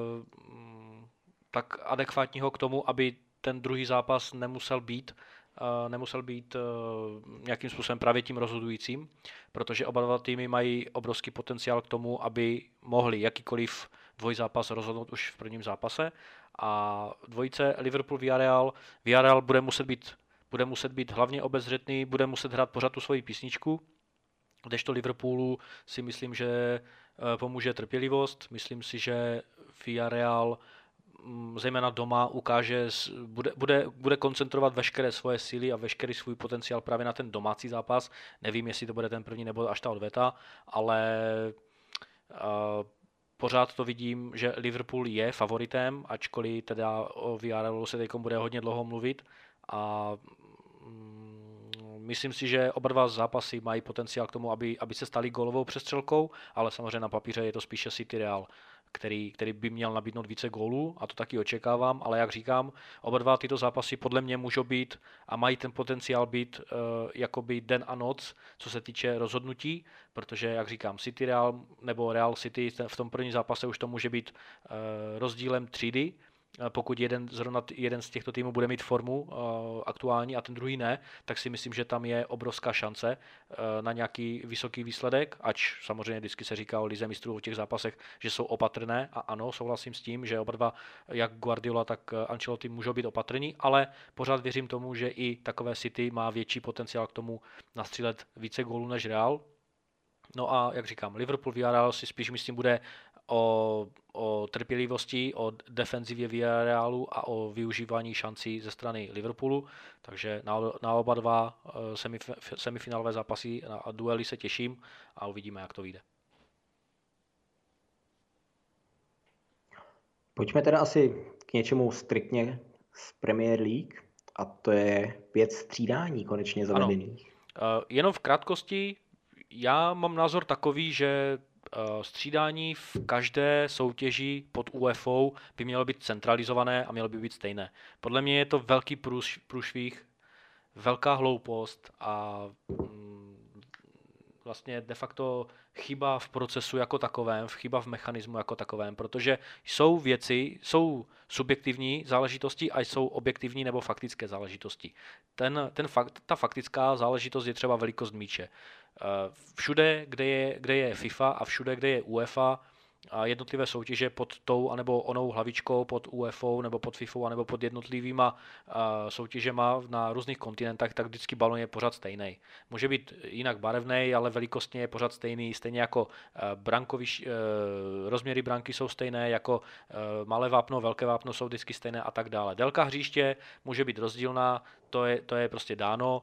A: tak adekvátního k tomu, aby ten druhý zápas nemusel být, nemusel být nějakým způsobem právě tím rozhodujícím, protože oba dva týmy mají obrovský potenciál k tomu, aby mohli jakýkoliv dvojzápas rozhodnout už v prvním zápase. A dvojice Liverpool-Villarreal, Villarreal bude muset být, bude muset být hlavně obezřetný, bude muset hrát pořád tu svoji písničku, kdežto Liverpoolu si myslím, že pomůže trpělivost. Myslím si, že Villarreal zejména doma ukáže, bude, bude, bude koncentrovat veškeré svoje síly a veškerý svůj potenciál právě na ten domácí zápas. Nevím, jestli to bude ten první nebo až ta odveta, ale uh, pořád to vidím, že Liverpool je favoritem, ačkoliv teda o Villarrealu se teď bude hodně dlouho mluvit a myslím si, že oba dva zápasy mají potenciál k tomu, aby, aby se stali gólovou přestřelkou, ale samozřejmě na papíře je to spíše City Real, který, který by měl nabídnout více gólů a to taky očekávám, ale jak říkám, oba dva tyto zápasy podle mě můžou být a mají ten potenciál být uh, jakoby den a noc, co se týče rozhodnutí, protože jak říkám, City Real nebo Real City v tom prvním zápase už to může být uh, rozdílem třídy, pokud jeden, zrovna jeden z těchto týmů bude mít formu uh, aktuální a ten druhý ne, tak si myslím, že tam je obrovská šance uh, na nějaký vysoký výsledek, ač samozřejmě vždycky se říká o lize mistrů v těch zápasech, že jsou opatrné a ano, souhlasím s tím, že oba dva, jak Guardiola, tak Ancelotti můžou být opatrní, ale pořád věřím tomu, že i takové City má větší potenciál k tomu nastřílet více gólů než Real. No a jak říkám, Liverpool Villarreal si spíš myslím bude o, o trpělivosti, o defenzivě Villarrealu a o využívání šancí ze strany Liverpoolu, takže na, na oba dva semif, semifinálové zápasy a duely se těším a uvidíme, jak to vyjde.
B: Pojďme teda asi k něčemu striktně z Premier League a to je pět střídání konečně zavedených.
A: Uh, jenom v krátkosti, já mám názor takový, že střídání v každé soutěži pod U E F A by mělo být centralizované a mělo by být stejné. Podle mě je to velký průšvih, velká hloupost a vlastně de facto chyba v procesu jako takovém, chyba v mechanismu jako takovém, protože jsou věci, jsou subjektivní záležitosti a jsou objektivní nebo faktické záležitosti. Ten, ten fakt, ta faktická záležitost je třeba velikost míče. Všude, kde je, kde je FIFA a všude, kde je UEFA, a jednotlivé soutěže pod tou anebo onou hlavičkou, pod UEFou nebo pod FIFou anebo pod jednotlivýma soutěžema na různých kontinentech, tak vždycky balon je pořád stejný. Může být jinak barevný, ale velikostně je pořád stejný, stejně jako brankový, rozměry branky jsou stejné, jako malé vápno, velké vápno jsou vždycky stejné a tak dále. Délka hřiště může být rozdílná, to je, to je prostě dáno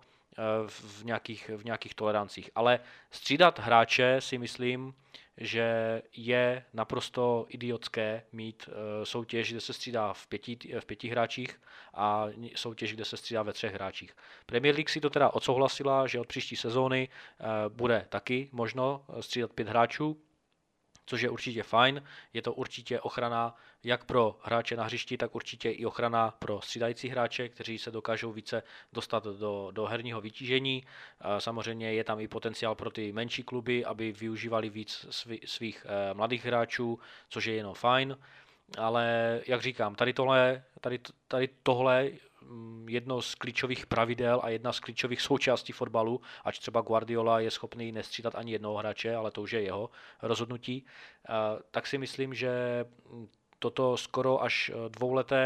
A: v nějakých, v nějakých tolerancích. Ale střídat hráče si myslím, že je naprosto idiotské mít soutěž, kde se střídá v pěti, v pěti hráčích a soutěž, kde se střídá ve třech hráčích. Premier League si to teda odsouhlasila, že od příští sezóny bude taky možno střídat pět hráčů, což je určitě fajn. Je to určitě ochrana jak pro hráče na hřišti, tak určitě i ochrana pro střídající hráče, kteří se dokážou více dostat do, do herního vytížení. Samozřejmě je tam i potenciál pro ty menší kluby, aby využívali víc svý, svých eh, mladých hráčů, což je jenom fajn. Ale jak říkám, tady tohle, tady, tady tohle jedno z klíčových pravidel a jedna z klíčových součástí fotbalu, ač třeba Guardiola je schopný nestřídat ani jednoho hráče, ale to už je jeho rozhodnutí, tak si myslím, že toto skoro až dvouleté,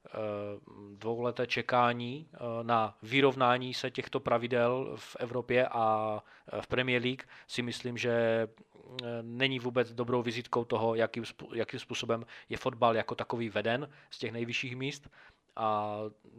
A: dvouleté čekání na vyrovnání se těchto pravidel v Evropě a v Premier League si myslím, že není vůbec dobrou vizitkou toho, jakým, jakým způsobem je fotbal jako takový veden z těch nejvyšších míst. A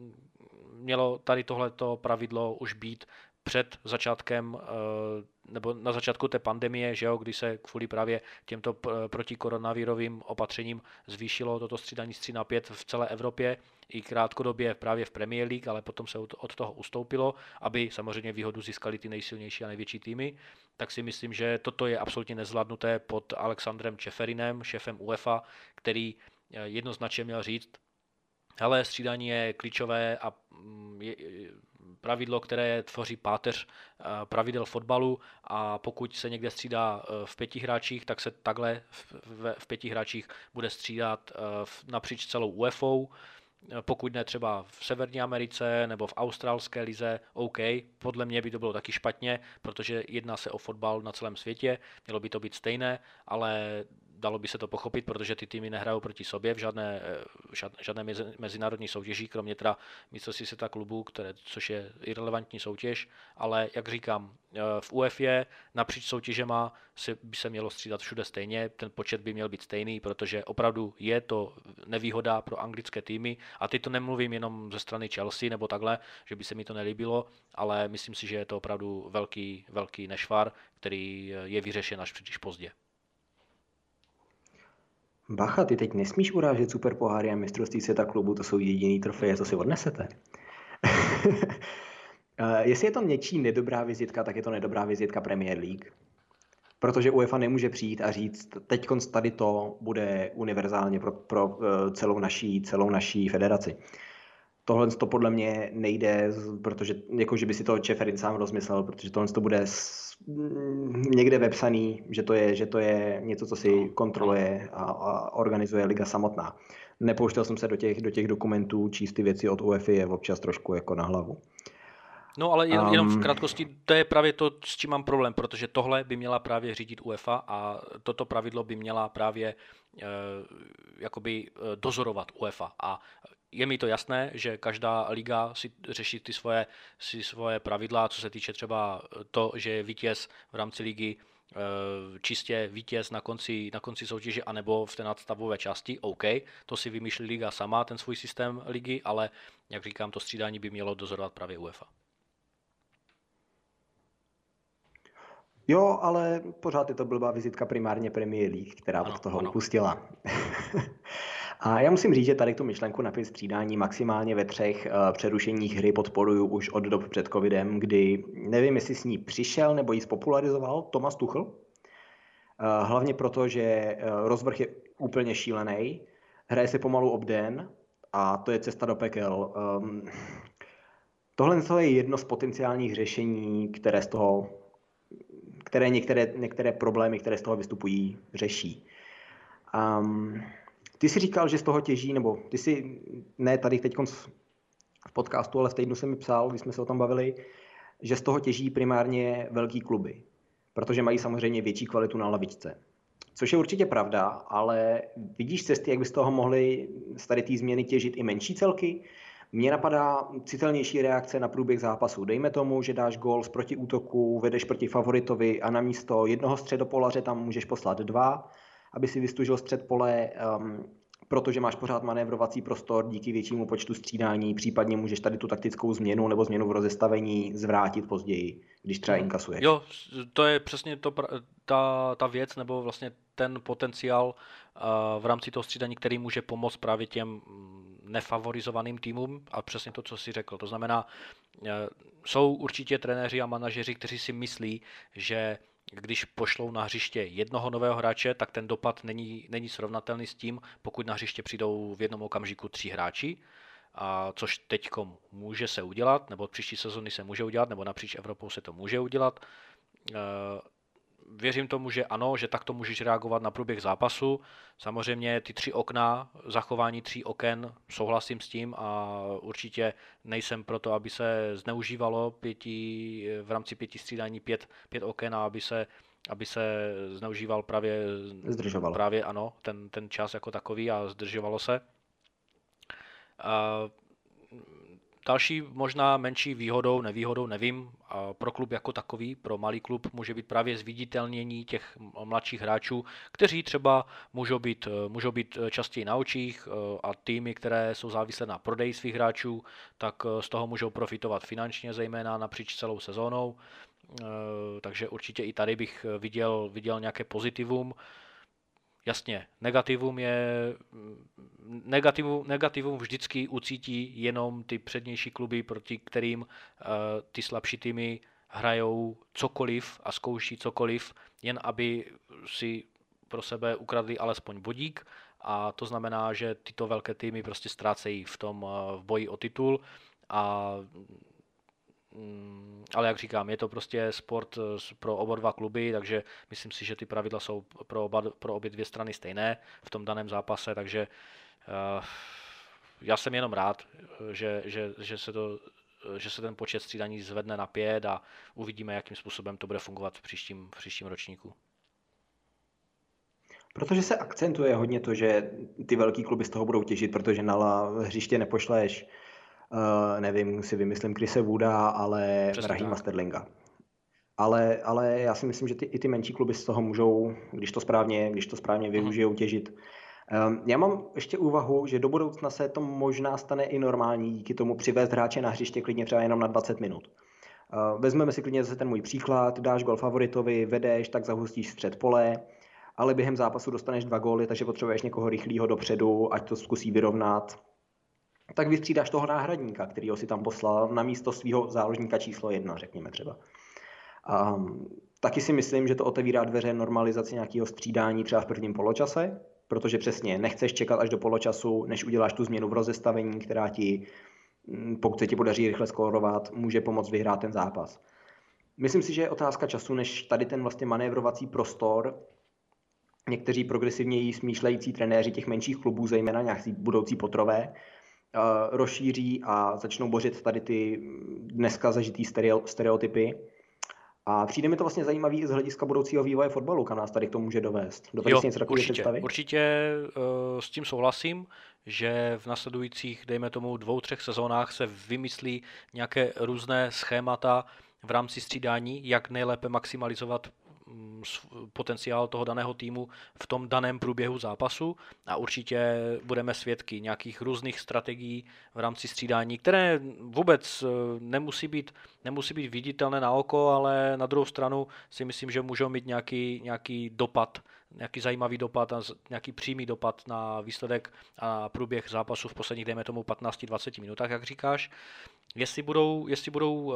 A: mělo tady tohleto pravidlo už být před začátkem, nebo na začátku té pandemie, že jo, kdy se kvůli právě těmto protikoronavirovým opatřením zvýšilo toto střídání z tří na pět v celé Evropě, i krátkodobě právě v Premier League, ale potom se od toho ustoupilo, aby samozřejmě výhodu získali ty nejsilnější a největší týmy, tak si myslím, že toto je absolutně nezvládnuté pod Alexandrem Čeferinem, šéfem UEFA, který jednoznačně měl říct, hele, střídání je klíčové a je pravidlo, které tvoří páteř pravidel fotbalu a pokud se někde střídá v pěti hráčích, tak se takhle v pěti hráčích bude střídat napříč celou UEFou. Pokud ne třeba v Severní Americe nebo v australské lize, OK, podle mě by to bylo taky špatně, protože jedná se o fotbal na celém světě, mělo by to být stejné, ale dalo by se to pochopit, protože ty týmy nehrajou proti sobě v žádné, žádné mezinárodní soutěži, kromě teda mistrovství světa klubů, které, což je irelevantní soutěž, ale jak říkám, v UEFA napříč soutěžema se, by se mělo střídat všude stejně, ten počet by měl být stejný, protože opravdu je to nevýhoda pro anglické týmy a teď to nemluvím jenom ze strany Chelsea nebo takhle, že by se mi to nelíbilo, ale myslím si, že je to opravdu velký, velký nešvar, který je vyřešen až příliš pozdě.
B: Bacha, ty teď nesmíš urážet superpoháry a mistrovství světa klubu, to jsou jediný trofeje, co si odnesete. Jestli je to něčí nedobrá vizitka, tak je to nedobrá vizitka Premier League. Protože UEFA nemůže přijít a říct, teď tady to bude univerzálně pro, pro celou naší, celou naší federaci. Tohle to podle mě nejde, protože jako, že by si to Čeferin sám rozmyslel, protože tohle to bude někde vepsaný, že to je, že to je něco, co si kontroluje a, a organizuje liga samotná. Nepouštěl jsem se do těch, do těch dokumentů, číst ty věci od UEFA je občas trošku jako na hlavu.
A: No ale jen, jenom v krátkosti, to je právě to, s čím mám problém, protože tohle by měla právě řídit UEFA a toto pravidlo by měla právě e, jakoby dozorovat UEFA. A je mi to jasné, že každá liga si řeší ty svoje, si svoje pravidla, co se týče třeba to, že je vítěz v rámci ligy čistě vítěz na konci, na konci soutěže anebo v té nadstavové části, OK, to si vymýšlí liga sama, ten svůj systém ligy, ale jak říkám, to střídání by mělo dozorovat právě UEFA.
B: Jo, ale pořád je to blbá vizitka primárně Premier League, která
A: ano,
B: od toho
A: ano.
B: upustila. A já musím říct, že tady tu myšlenku na pět střídání maximálně ve třech uh, přerušeních hry podporuju už od dob před covidem, kdy nevím, jestli s ní přišel nebo ji spopularizoval Thomas Tuchel. Uh, hlavně proto, že uh, rozvrh je úplně šílený, hraje se pomalu obden a to je cesta do pekel. Um, tohle je jedno z potenciálních řešení, které z toho které některé, některé problémy, které z toho vystupují, řeší. Um, ty jsi říkal, že z toho těží, nebo ty jsi, ne tady teď v podcastu, ale v týdnu jsem mi psal, když jsme se o tom bavili, že z toho těží primárně velký kluby, protože mají samozřejmě větší kvalitu na lavičce. Což je určitě pravda, ale vidíš cesty, jak by z toho mohly z tady té změny těžit i menší celky? Mně napadá citelnější reakce na průběh zápasu. Dejme tomu, že dáš gól z protiútoku, vedeš proti favoritovi a na místo jednoho středopolaře tam můžeš poslat dva, aby si vystužil střed pole, um, protože máš pořád manévrovací prostor díky většímu počtu střídání, případně můžeš tady tu taktickou změnu nebo změnu v rozestavení zvrátit později, když třeba inkasuješ.
A: Jo, to je přesně to, ta, ta věc, nebo vlastně ten potenciál uh, v rámci toho střídání, který může pomoct právě těm nefavorizovaným týmům a přesně to, co jsi řekl. To znamená, uh, jsou určitě trenéři a manažeři, kteří si myslí, že když pošlou na hřiště jednoho nového hráče, tak ten dopad není, není srovnatelný s tím, pokud na hřiště přijdou v jednom okamžiku tři hráči, a což teďkom může se udělat, nebo od příští sezóny se může udělat, nebo napříč Evropou se to může udělat. Věřím tomu, že ano, že takto můžeš reagovat na průběh zápasu. Samozřejmě ty tři okna, zachování tří oken, souhlasím s tím a určitě nejsem proto, aby se zneužívalo pěti, v rámci pěti střídání pět, pět oken a aby se, aby se zneužíval právě,
B: Zdržovalo.
A: právě ano, ten, ten čas jako takový a zdržovalo se. A další možná menší výhodou, nevýhodou, nevím, a pro klub jako takový, pro malý klub může být právě zviditelnění těch mladších hráčů, kteří třeba můžou být, můžou být častěji na očích a týmy, které jsou závislé na prodeji svých hráčů, tak z toho můžou profitovat finančně, zejména napříč celou sezónou. Takže určitě i tady bych viděl, viděl nějaké pozitivum. Jasně, negativum je, negativum, negativum vždycky ucítí jenom ty přednější kluby, proti kterým uh, ty slabší týmy hrajou cokoliv a zkouší cokoliv, jen aby si pro sebe ukradli alespoň bodík, a to znamená, že tyto velké týmy prostě ztrácejí v tom uh, v boji o titul. A ale jak říkám, je to prostě sport pro oba dva kluby, takže myslím si, že ty pravidla jsou pro, oba, pro obě dvě strany stejné v tom daném zápase, takže uh, já jsem jenom rád, že, že, že, se to, že se ten počet střídání zvedne na pět a uvidíme, jakým způsobem to bude fungovat v příštím, v příštím ročníku.
B: Protože se akcentuje hodně to, že ty velký kluby z toho budou těžit, protože na hřiště nepošleš Uh, nevím, si vymyslím Chrise Wooda, ale Raheema Sterlinga. Ale, ale já si myslím, že ty, i ty menší kluby z toho můžou, když to správně, když to správně využijou, těžit. Um, já mám ještě úvahu, že do budoucna se to možná stane i normální díky tomu přivést hráče na hřiště klidně třeba jenom na dvacet minut. Uh, vezmeme si klidně zase ten můj příklad, dáš gol favoritovi, vedeš, tak zahustíš střed pole, ale během zápasu dostaneš dva góly, takže potřebuješ někoho rychlého dopředu, ať to zkusí vyrovnat. Tak vystřídáš toho náhradníka, kterýho si tam poslal na místo svého záložníka číslo jedna, řekněme třeba. A taky si myslím, že to otevírá dveře normalizaci nějakého střídání třeba v prvním poločase, protože přesně nechceš čekat až do poločasu, než uděláš tu změnu v rozestavení, která ti, pokud se ti podaří rychle skórovat, může pomoct vyhrát ten zápas. Myslím si, že je otázka času, než tady ten vlastně manévrovací prostor někteří progresivněji smýšlející trenéři těch menších klubů, zejména nějaký budoucí potrové, rozšíří a začnou bořit tady ty dneska zažitý stereotypy. A přijde mi to vlastně zajímavý i z hlediska budoucího vývoje fotbalu, kam nás tady k tomu může dovést. Dovedeš si něco takového představit?
A: Určitě uh, s tím souhlasím, že v nasledujících, dejme tomu, dvou, třech sezónách se vymyslí nějaké různé schémata v rámci střídání, jak nejlépe maximalizovat potenciál toho daného týmu v tom daném průběhu zápasu, a určitě budeme svědky nějakých různých strategií v rámci střídání, které vůbec nemusí být, nemusí být viditelné na oko, ale na druhou stranu si myslím, že můžou mít nějaký, nějaký dopad, nějaký zajímavý dopad a nějaký přímý dopad na výsledek a průběh zápasu v posledních, dejme tomu, patnáct dvacet minutách, jak říkáš. Jestli budou, jestli budou uh,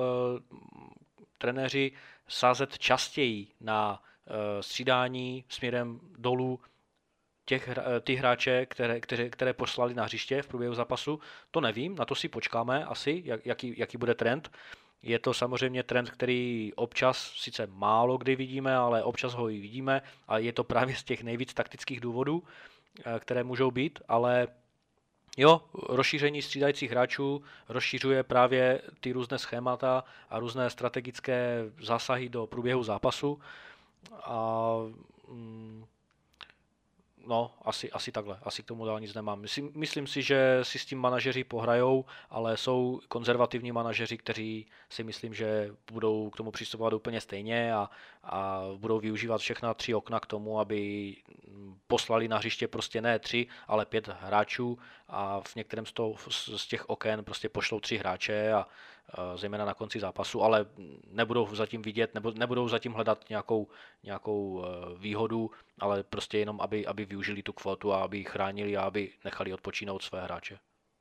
A: trenéři sázet častěji na uh, střídání směrem dolů těch, ty hráče, které, které, které poslali na hřiště v průběhu zápasu, to nevím, na to si počkáme asi, jak, jaký, jaký bude trend. Je to samozřejmě trend, který občas, sice málo kdy vidíme, ale občas ho i vidíme a je to právě z těch nejvíc taktických důvodů, eh, které můžou být, ale jo, rozšíření střídajících hráčů rozšiřuje právě ty různé schémata a různé strategické zásahy do průběhu zápasu a mm, no, asi, asi takhle, asi k tomu dál nic nemám. Myslím, myslím si, že si s tím manažeři pohrajou, ale jsou konzervativní manažeři, kteří si myslím, že budou k tomu přistupovat úplně stejně a, a budou využívat všechna tři okna k tomu, aby poslali na hřiště prostě ne tři, ale pět hráčů a v některém z, toho, z těch oken prostě pošlou tři hráče a, a zejména na konci zápasu, ale nebudou zatím vidět, nebo nebudou zatím hledat nějakou, nějakou výhodu, ale prostě jenom, aby, aby využili tu kvotu a aby ji chránili a aby nechali odpočinout své hráče.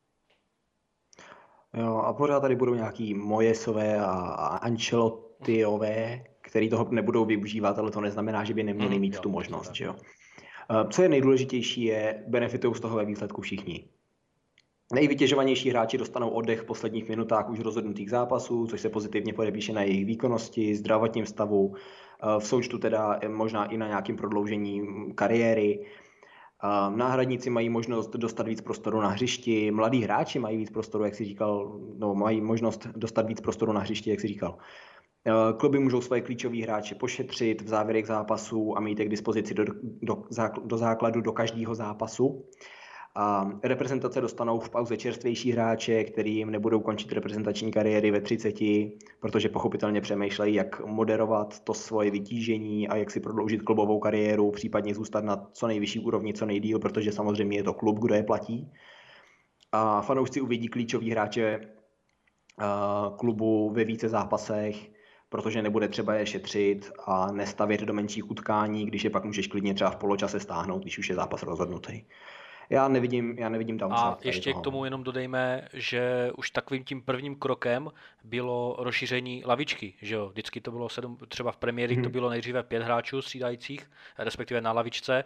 B: Jo, a pořád tady budou nějaký Moyesové a Ancelottiové, který toho nebudou využívat, ale to neznamená, že by neměli
A: Mm,
B: mít
A: jo,
B: tu možnost,
A: tak.
B: že jo. Co je nejdůležitější, je benefitují z toho ve výsledku všichni. Nejvytěžovanější hráči dostanou oddech v posledních minutách už rozhodnutých zápasů, což se pozitivně podepíše na jejich výkonnosti, zdravotním stavu, v součtu teda možná i na nějakém prodloužení kariéry. Náhradníci mají možnost dostat víc prostoru na hřišti, mladí hráči mají víc prostoru, jak si říkal, no, mají možnost dostat víc prostoru na hřišti, jak si říkal. Kluby můžou svoje klíčové hráče pošetřit v závěrech zápasů a mít je k dispozici do, do, do základu do každého zápasu. A reprezentace dostanou v pauze čerstvější hráče, který jim nebudou končit reprezentační kariéry ve třiceti, protože pochopitelně přemýšlejí, jak moderovat to svoje vytížení a jak si prodloužit klubovou kariéru, případně zůstat na co nejvyšší úrovni, co nejdýl, protože samozřejmě je to klub, kdo je platí. A fanoušci uvidí klíčový hráče klubu ve více zápasech, protože nebude třeba je šetřit a nestavět do menších utkání, když je pak můžeš klidně třeba v poločase stáhnout, když už je zápas rozhodnutý. Já nevidím, já nevidím downside.
A: A ještě
B: toho.
A: k tomu jenom dodejme, že už takovým tím prvním krokem bylo rozšíření lavičky, že jo? Vždycky to bylo sedm, třeba v Premier League to bylo nejdříve pět hráčů střídajících, respektive na lavičce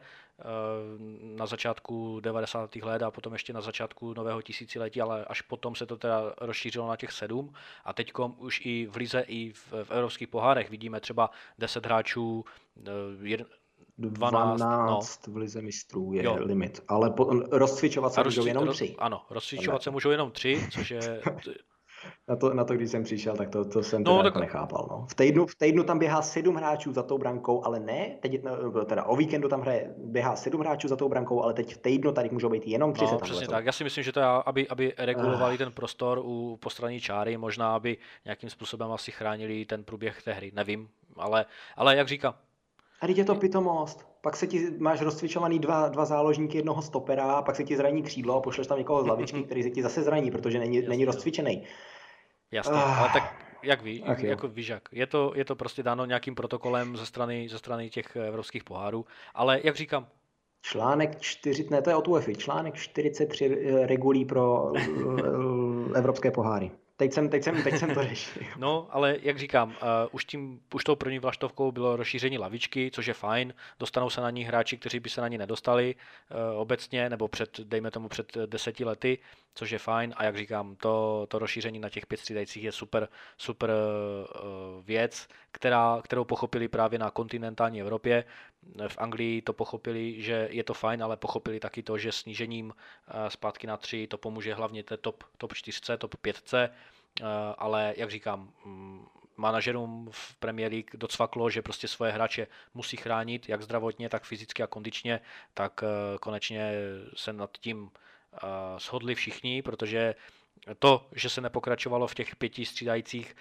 A: na začátku devadesátých let a potom ještě na začátku nového tisíciletí, ale až potom se to teda rozšířilo na těch sedm a teďkom už i v lize, i v, v evropských pohárech vidíme třeba deset hráčů, jeden,
B: dvanáct, dvanáct no. V lize mistrů je jo. limit, ale po, rozcvičovat se rozcvi, můžou jenom tři.
A: Ano, rozcvičovat se můžou jenom tři, což je...
B: na, to, na to, když jsem přišel, tak to, to jsem no, teda tak... jako nechápal. No. V, týdnu, v týdnu tam běhá sedm hráčů za tou brankou, ale ne, teď teda o víkendu tam hraje, běhá sedm hráčů za tou brankou, ale teď v týdnu tady můžou být jenom tři.
A: No, přesně tak. Já si myslím, že to je, aby, aby regulovali ten prostor u postranní čáry, možná aby nějakým způsobem asi chránili ten průběh té hry, nevím, ale, ale jak říkám,
B: a teď je to pitomost. Pak se ti máš rozcvičovaný dva, dva záložníky, jednoho stopera, pak se ti zraní křídlo a pošleš tam někoho z lavičky, který se ti zase zraní, protože není, není rozcvičený.
A: Jasně, ah. ale tak jak ví, okay. jako víš jak, je to, je to prostě dáno nějakým protokolem ze strany, ze strany těch evropských pohárů, ale jak říkám,
B: Článek čtyři, ne, to je od UEFA, článek čtyřicet tři regulí pro evropské poháry. Teď jsem, teď jsem, teď jsem to řešil.
A: No, ale jak říkám, uh, už, tím, už tou první vlaštovkou bylo rozšíření lavičky, což je fajn. Dostanou se na ní hráči, kteří by se na ní nedostali uh, obecně, nebo před, dejme tomu před deseti lety, což je fajn. A jak říkám, to, to rozšíření na těch pět střídajících je super, super uh, věc, která, kterou pochopili právě na kontinentální Evropě. V Anglii to pochopili, že je to fajn, ale pochopili taky to, že snížením uh, zpátky na tři to pomůže hlavně té top, top čtyřce, top pětce. Uh, ale jak říkám, um, manažerům v Premier League docvaklo, že prostě svoje hráče musí chránit, jak zdravotně, tak fyzicky a kondičně, tak uh, konečně se nad tím uh, shodli všichni, protože to, že se nepokračovalo v těch pěti střídajících,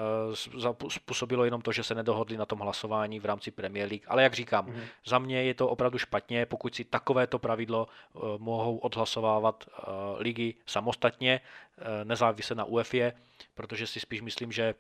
A: způsobilo jenom to, že se nedohodli na tom hlasování v rámci Premier League. Ale jak říkám, mm. za mě je to opravdu špatně, pokud si takovéto pravidlo mohou odhlasovávat ligy samostatně, nezávisle na UEFA, protože si spíš myslím, že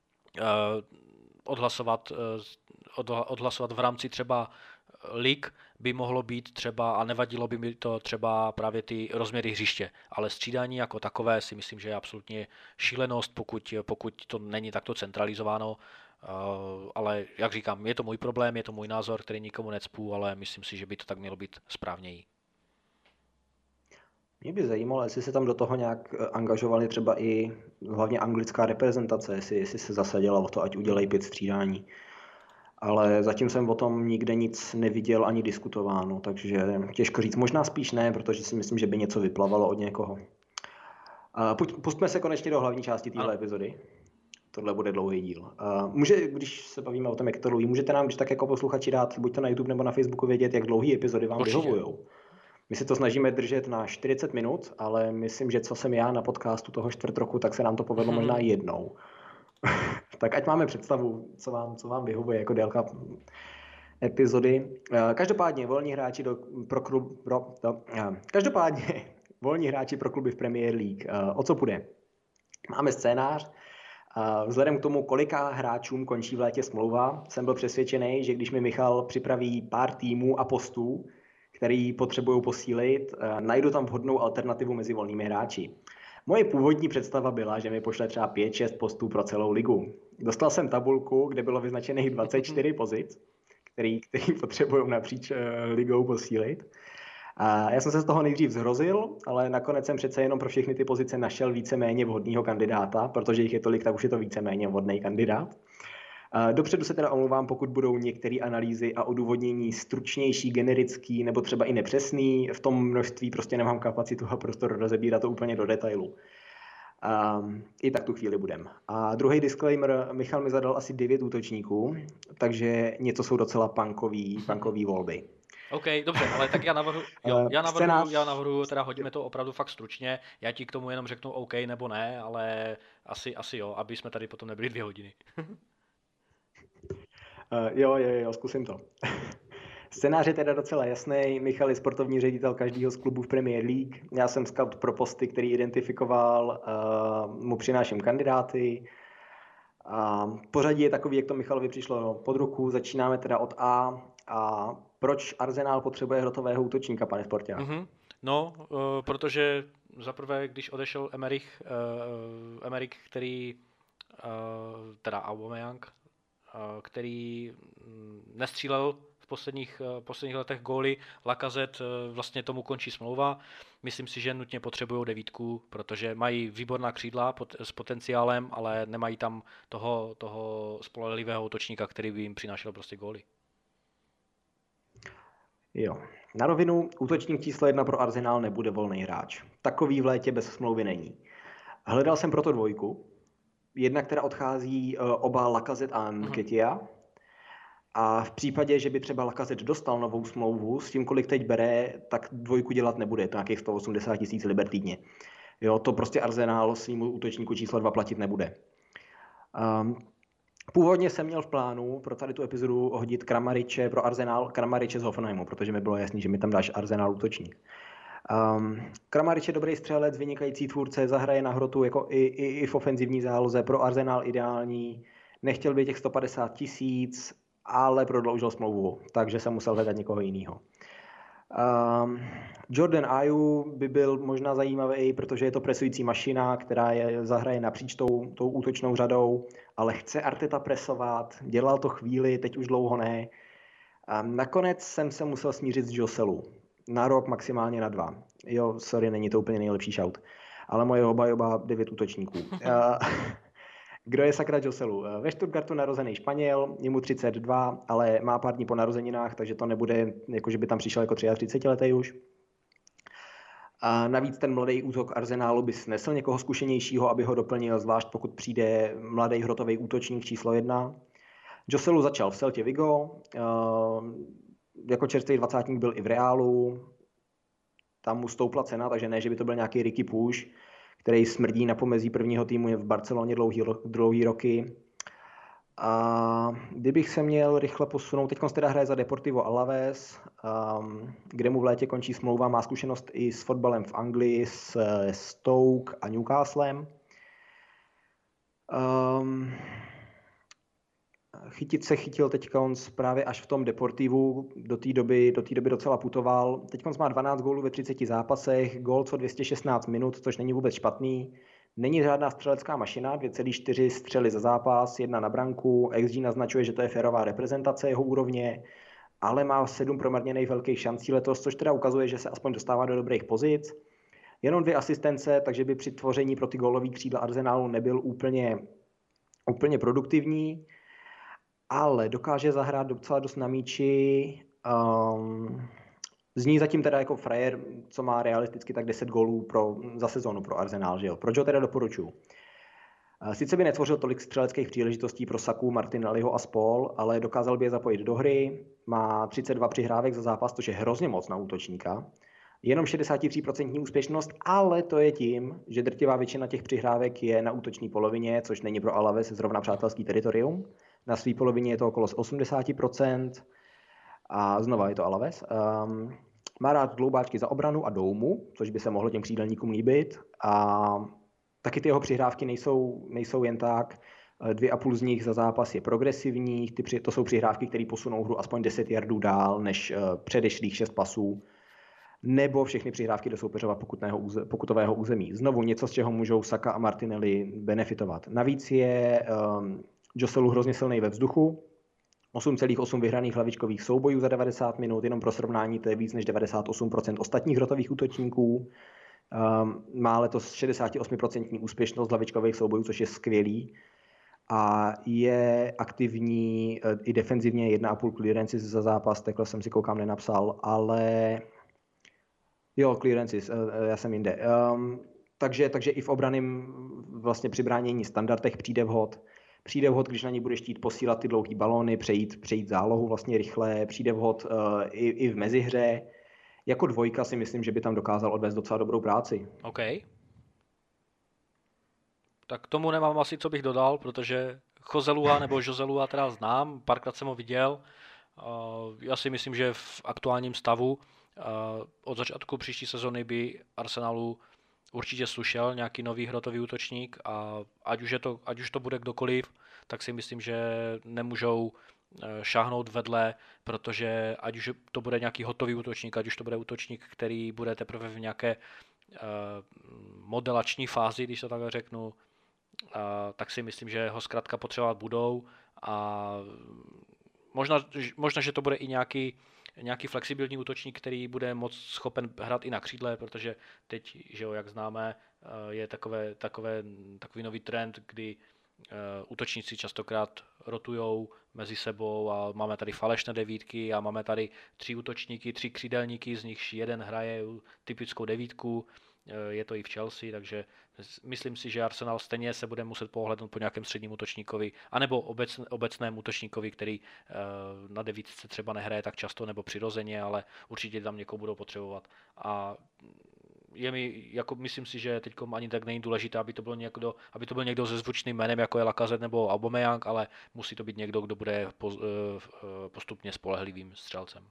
A: odhlasovat, odhlasovat v rámci třeba lig by mohlo být třeba, a nevadilo by mi to třeba právě ty rozměry hřiště, ale střídání jako takové si myslím, že je absolutně šílenost, pokud, pokud to není takto centralizováno, ale jak říkám, je to můj problém, je to můj názor, který nikomu necpu, ale myslím si, že by to tak mělo být správněji.
B: Mě by zajímalo, jestli se tam do toho nějak eh, angažovali třeba i hlavně anglická reprezentace, jestli, jestli se zasadila o to, ať udělají pět střídání. Ale zatím jsem o tom nikde nic neviděl ani diskutováno, takže těžko říct. Možná spíš ne, protože si myslím, že by něco vyplavalo od někoho. A pojď- pustme se konečně do hlavní části téhle
A: Ano.
B: epizody. Tohle bude dlouhý díl. A může, když se bavíme o tom, jak je to dlouhý, můžete nám, když tak jako posluchači dát, buď to na YouTube nebo na Facebooku vědět, jak dlouhý epizody vám
A: Určitě.
B: vyhovujou. My se to snažíme držet na čtyřicet minut, ale myslím, že co jsem já na podcastu toho čtvrt roku, tak se nám to povedlo možná jednou. Tak ať máme představu, co vám, co vám vyhovuje jako délka epizody. Eh, Každopádně volní hráči do, pro klub, pro, do, eh, každopádně volní hráči pro kluby v Premier League. Eh, O co půjde? Máme scénář. A vzhledem k tomu, kolika hráčům končí v létě smlouva, jsem byl přesvědčený, že když mi Michal připraví pár týmů a postů, který potřebují posílit, eh, najdu tam vhodnou alternativu mezi volnými hráči. Moje původní představa byla, že mi pošle třeba pět šest postů pro celou ligu. Dostal jsem tabulku, kde bylo vyznačených dvacet čtyři pozic, který, který potřebují napříč eh, ligou posílit. A já jsem se z toho nejdřív zhrozil, ale nakonec jsem přece jenom pro všechny ty pozice našel víceméně vhodného kandidáta, protože jich je tolik, tak už je to víceméně vhodný kandidát. A dopředu se teda omlouvám, pokud budou některé analýzy a odůvodnění stručnější, generický nebo třeba i nepřesný. V tom množství prostě nemám kapacitu a prostor rozebírat to úplně do detailu. A i tak tu chvíli budem. A druhý disclaimer, Michal mi zadal asi devět útočníků, takže něco jsou docela punkový, punkový volby.
A: OK, dobře, ale tak já navrhu, jo,
B: Eh,
A: já navrhu,
B: scénář-
A: já navrhu, teda hodíme to opravdu fakt stručně, já ti k tomu jenom řeknu OK nebo ne, ale asi, asi jo, aby jsme tady potom nebyli dvě hodiny.
B: Uh, jo, jo, jo, zkusím to. Scénář je teda docela jasný. Michal je sportovní ředitel každého z klubů v Premier League. Já jsem scout pro posty, který identifikoval, uh, mu přináším kandidáty. A pořadí je takový, jak to Michalovi přišlo pod ruku. Začínáme teda od A. A proč Arsenal potřebuje hrotového útočníka, pane Sporťák?
A: Mhm. No, uh, protože zaprvé, když odešel Emerich, uh, Emerich, který, uh, teda Aubameyang, uh, který mm, nestřílel v posledních, uh, posledních letech góly, Lacazette uh, vlastně tomu končí smlouva. Myslím si, že nutně potřebují devítku, protože mají výborná křídla pot, s potenciálem, ale nemají tam toho, toho spolehlivého útočníka, který by jim přinášel prostě góly.
B: Jo. Na rovinu, útočník číslo jedna pro Arsenal nebude volný hráč. Takový v létě bez smlouvy není. Hledal jsem proto dvojku. Jedna, která odchází uh, oba Lacazette a Nketiah. A v případě, že by třeba Lacazette dostal novou smlouvu s tím, kolik teď bere, tak dvojku dělat nebude. Je to nějakých sto osmdesát tisíc liber týdně. Jo, to prostě Arsenal svýmu útočníku číslo dva platit nebude. Um, Původně jsem měl v plánu pro tady tu epizodu hodit Kramariče pro Arsenal, Kramariče z Hoffenheimu, protože mi bylo jasný, že mi tam dáš Arsenal útočník. Um, Kramarič je dobrý střelec, vynikající tvůrce, zahraje na hrotu jako i, i, i v ofenzivní záloze, pro Arsenal ideální. Nechtěl by těch sto padesát tisíc, ale prodloužil smlouvu, takže jsem musel hledat někoho jiného. Um, Jordan Ayew by byl možná zajímavý, protože je to presující mašina, která je, zahraje napříč tou, tou útočnou řadou, ale chce Arteta presovat, dělal to chvíli, teď už dlouho ne. Um, nakonec jsem se musel smířit s Joselu. Na rok, maximálně na dva. Jo, sorry, není to úplně nejlepší shout. Ale moje oba devět útočníků. Uh, Kdo je sakra Joselu? Ve Stuttgartu narozený Španěl, je mu třicet dva, ale má pár dní po narozeninách, takže to nebude, jako že by tam přišel jako třicetiletý už. A navíc ten mladý útok Arsenálu by snesl někoho zkušenějšího, aby ho doplnil, zvlášť pokud přijde mladý hrotový útočník číslo jedna. Joselu začal v Celtě Vigo, jako čerstvý dvacátník byl i v Reálu, tam mu stoupla cena, takže ne, že by to byl nějaký Ricky Puš, který smrdí na pomezí prvního týmu, je v Barceloně dlouhý, dlouhý roky. A kdybych se měl rychle posunout, teď teda hraje za Deportivo Alaves, um, kde mu v létě končí smlouva, má zkušenost i s fotbalem v Anglii, s Stoke a Newcastlem. Um, chytit se chytil teď právě až v tom Deportivu, do té doby, do té doby docela putoval. Teď má dvanáct gólů ve třiceti zápasech, gól co dvě stě šestnáct minut, což není vůbec špatný. Není žádná střelecká mašina, dvě celé čtyři střely za zápas, jedna na branku, X G naznačuje, že to je férová reprezentace jeho úrovně, ale má sedm promarněných velkých šancí letos, což teda ukazuje, že se aspoň dostává do dobrých pozic. Jenom dvě asistence, takže by při tvoření pro ty gólový křídla Arsenálu nebyl úplně, úplně produktivní, ale dokáže zahrát docela dost na míči. Um, zní zatím teda jako frajer, co má realisticky tak deset gólů pro, za sezónu pro Arsenal, že jo? Proč ho teda doporučuji? Sice by netvořil tolik střeleckých příležitostí pro Saku, Martinelliho a spol, ale dokázal by je zapojit do hry, má třicet dva přihrávek za zápas, což je hrozně moc na útočníka. Jenom šedesát tři procent úspěšnost, ale to je tím, že drtivá většina těch přihrávek je na útoční polovině, což není pro Alaves zrovna přátelský teritorium. Na své polovině je to okolo osmdesát procent a znova je to Alaves. Um, má rád dloubáčky za obranu a doumu, což by se mohlo těm křídelníkům líbit. A taky ty jeho přihrávky nejsou, nejsou jen tak. Dvě a půl z nich za zápas je progresivních. Ty při, to jsou přihrávky, které posunou hru aspoň deset yardů dál než uh, předešlých šest pasů. Nebo všechny přihrávky do soupeřova pokutného, pokutového území. Znovu něco, z čeho můžou Saka a Martinelli benefitovat. Navíc je um, Joselu hrozně silný ve vzduchu. osm celá osm vyhraných hlavičkových soubojů za devadesát minut, jenom pro srovnání to je víc než devadesát osm procent ostatních hrotových útočníků. Um, má letos šedesát osm procent úspěšnost hlavičkových soubojů, což je skvělý. A je aktivní uh, i defenzivně jedna a půl clearances za zápas, takhle jsem si koukám nenapsal, ale jo, clearances, uh, já jsem jinde. Um, takže, takže i v obraném vlastně při bránění standardech přijde vhod. Přijde vhod, když na ní budeš chtít posílat ty dlouhý balóny, přejít, přejít zálohu vlastně rychle, přijde vhod uh, i, i v mezihře. Jako dvojka si myslím, že by tam dokázal odvést docela dobrou práci.
A: OK. Tak tomu nemám asi, co bych dodal, protože Joselua nebo Joselua teda znám, párkrát jsem ho viděl. Uh, já si myslím, že v aktuálním stavu uh, od začátku příští sezony by Arsenalu určitě slušel nějaký nový hrotový útočník a ať už, je to, ať už to bude kdokoliv, tak si myslím, že nemůžou šáhnout vedle, protože ať už to bude nějaký hotový útočník, ať už to bude útočník, který bude teprve v nějaké uh, modelační fázi, když to takhle řeknu, uh, tak si myslím, že ho zkrátka potřebovat budou a možná, možná že to bude i nějaký nějaký flexibilní útočník, který bude moc schopen hrát i na křídle, protože teď, že jo, jak známe, je takové, takové, takový nový trend, kdy útočníci častokrát rotujou mezi sebou a máme tady falešné devítky a máme tady tři útočníky, tři křídelníky, z nichž jeden hraje typickou devítku, je to i v Chelsea, takže myslím si, že Arsenal stejně se bude muset pohlednout po nějakém středním útočníkovi, anebo obecn, obecném útočníkovi, který uh, na devítce třeba nehraje tak často nebo přirozeně, ale určitě tam někoho budou potřebovat. A je mi, jako myslím si, že teď ani tak není důležité, aby to byl někdo, aby to byl někdo se zvučným jménem, jako je Lacazette nebo Aubameyang, ale musí to být někdo, kdo bude postupně spolehlivým střelcem.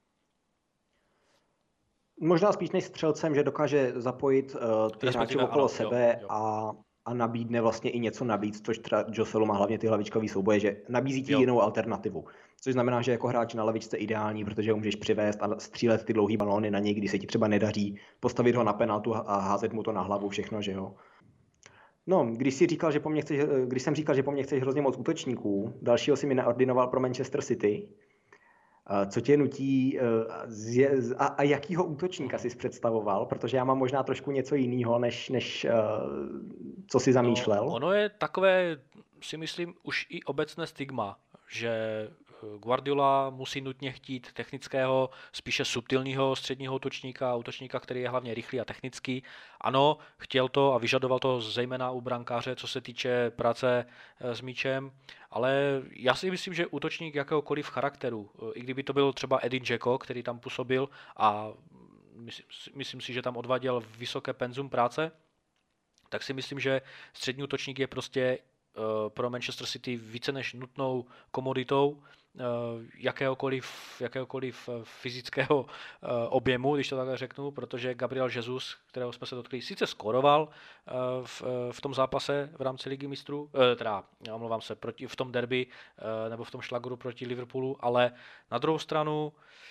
B: Možná spíš než střelcem, že dokáže zapojit uh, ty hráče okolo ano, sebe jo, jo. A, a nabídne vlastně i něco navíc, což třeba Joselu má hlavně ty hlavičkový souboje, že nabízí ti jo. jinou alternativu. Což znamená, že jako hráč na lavičce ideální, protože ho můžeš přivést a střílet ty dlouhý balóny na něj, když se ti třeba nedaří, postavit ho na penaltu a házet mu to na hlavu, všechno, že jo. No, když, si říkal, že po mně chceš, když jsem říkal, že po mně chceš hrozně moc útočníků, dalšího si mi naordinoval pro Manchester City. Co tě nutí a, a jakýho útočníka jsi představoval? Protože já mám možná trošku něco jiného, než, než co si zamýšlel.
A: No, ono je takové, si myslím, už i obecné stigma, že Guardiola musí nutně chtít technického, spíše subtilního středního útočníka, útočníka, který je hlavně rychlý a technický. Ano, chtěl to a vyžadoval to zejména u brankáře, co se týče práce s míčem, ale já si myslím, že útočník jakéhokoliv charakteru, i kdyby to byl třeba Edin Dzeko, který tam působil a myslím, myslím si, že tam odváděl vysoké penzum práce, tak si myslím, že střední útočník je prostě pro Manchester City více než nutnou komoditou jakéhokoliv, jakéhokoliv fyzického objemu, když to takhle řeknu, protože Gabriel Jesus, kterého jsme se dotkli, sice skoroval v, v tom zápase v rámci Ligy mistrů, teda, omlouvám se, proti, v tom derby nebo v tom šlagru proti Liverpoolu, ale na druhou stranu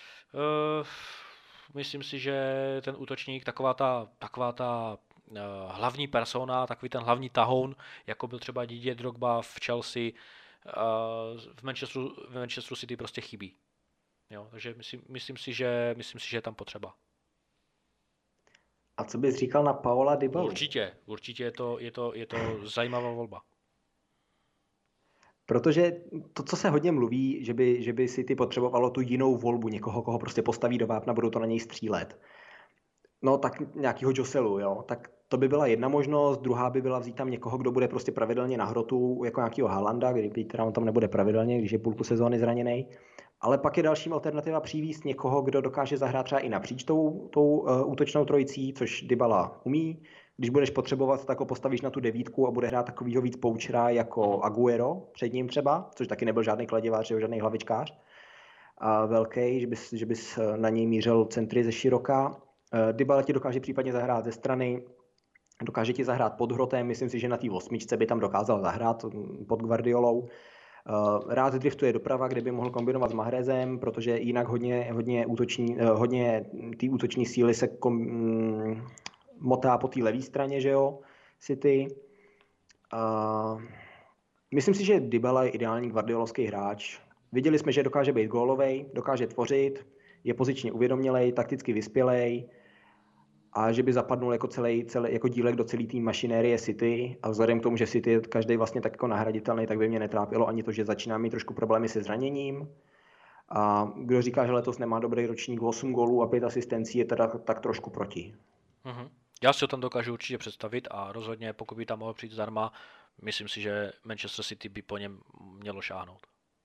A: myslím si, že ten útočník, taková ta, taková ta hlavní persona, takový ten hlavní tahoun, jako byl třeba Didier Drogba v Chelsea, v Manchesteru, v Manchesteru City prostě chybí. Jo, takže myslím, myslím, si, že, myslím si, že je tam potřeba.
B: A co bys říkal na Paola Dybalu?
A: Určitě, určitě je to, je to, je to zajímavá volba.
B: Protože to, co se hodně mluví, že by, že by si ty potřebovalo tu jinou volbu, někoho, koho prostě postaví do vápna, budou to na něj střílet. No tak nějakýho Joselu, jo. Tak to by byla jedna možnost, druhá by byla vzít tam někoho, kdo bude prostě pravidelně na hrotu, jako nějakýho Haalanda, kdyby teda on tam nebude pravidelně, když je půlku sezóny zraněný. Ale pak je dalším alternativa přivízt někoho, kdo dokáže zahrát třeba i napříč tou, tou uh, útočnou trojicí, což Dybala umí. Když budeš potřebovat, tak ho postavíš na tu devítku a bude hrát takovýho víc poučera jako Aguero před ním třeba, což taky nebyl žádný kladivář, žádný hlavičkář. A velký, že bys, že bys na něj mířil centry ze široka. Dybala ti dokáže případně zahrát ze strany, dokáže ti zahrát pod hrotem, myslím si, že na té osmičce by tam dokázal zahrát pod Guardiolou. Rád driftuje doprava, kde by mohl kombinovat s Mahrezem, protože jinak hodně, hodně, útoční, hodně té útoční síly se kom, motá po té levé straně, že jo, City. Uh, myslím si, že Dybala je ideální guardiolovský hráč. Viděli jsme, že dokáže být gólovej, dokáže tvořit, je pozičně uvědomělej, takticky vyspělej a že by zapadnul jako, celý, celý, jako dílek do celé té mašinérie City a vzhledem k tomu, že City je každý vlastně tak jako nahraditelný, tak by mě netrápilo ani to, že začíná mít trošku problémy se zraněním. A kdo říká, že letos nemá dobrý ročník, osm gólů a pět asistencí, je teda tak trošku proti.
A: Mm-hmm. Já si ho tam dokážu určitě představit a rozhodně, pokud by tam mohl přijít zdarma, myslím si, že Manchester City by po něm mělo šáhnout.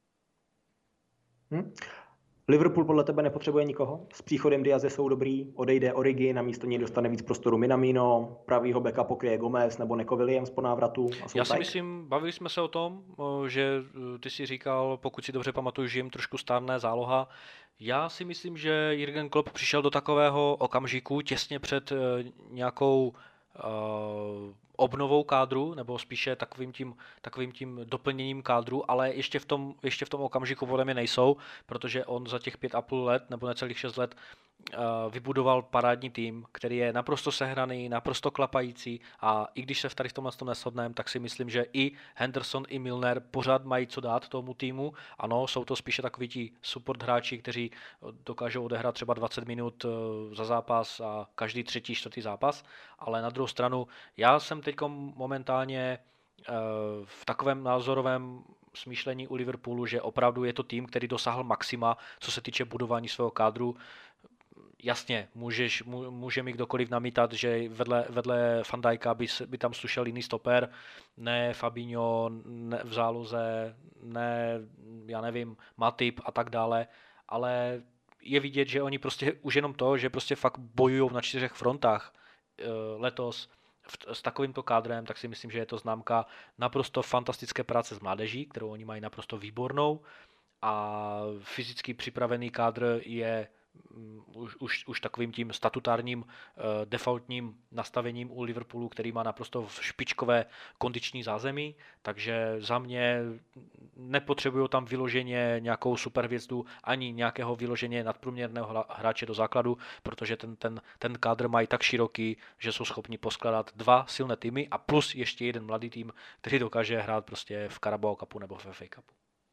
B: Hm? Liverpool podle tebe nepotřebuje nikoho? S příchodem Diaze jsou dobrý, odejde Origi, na místo něj dostane víc prostoru Minamino, pravýho beka pokryje Gomez nebo Neco Williams po návratu. A
A: Já si tak? myslím, bavili jsme se o tom, že ty si říkal, pokud si dobře pamatuju, že jim trošku stárne záloha. Já si myslím, že Jürgen Klopp přišel do takového okamžiku těsně před nějakou uh, obnovou kádru, nebo spíše takovým tím, takovým tím doplněním kádru, ale ještě v tom, ještě v tom okamžiku podle mě nejsou, protože on za těch pět a půl let, nebo necelých šest let uh, vybudoval parádní tým, který je naprosto sehraný, naprosto klapající a i když se v tady v tomhle tom neshodneme, tak si myslím, že i Henderson, i Milner pořád mají co dát tomu týmu. Ano, jsou to spíše takoví ti support hráči, kteří dokážou odehrát třeba dvacet minut za zápas a každý třetí, čtvrtý zápas, ale na druhou stranu já jsem teď momentálně v takovém názorovém smýšlení u Liverpoolu, že opravdu je to tým, který dosáhl maxima, co se týče budování svého kádru. Jasně, můžeš, může mi kdokoliv namítat, že vedle, vedle Van Dijka by, by tam slušel jiný stoper, ne Fabinho, ne v záloze, ne, já nevím, Matip a tak dále, ale je vidět, že oni prostě už jenom to, že prostě fakt bojují na čtyřech frontách letos s takovýmto kádrem, tak si myslím, že je to známka naprosto fantastické práce s mládeží, kterou oni mají naprosto výbornou a fyzicky připravený kádr je už, už, už takovým tím statutárním uh, defaultním nastavením u Liverpoolu, který má naprosto špičkové kondiční zázemí, takže za mě nepotřebují tam vyloženě nějakou superhvězdu ani nějakého vyloženě nadprůměrného hráče do základu, protože ten, ten, ten kádr mají tak široký, že jsou schopni poskladat dva silné týmy a plus ještě jeden mladý tým, který dokáže hrát prostě v Carabao Cupu nebo v F A Cupu.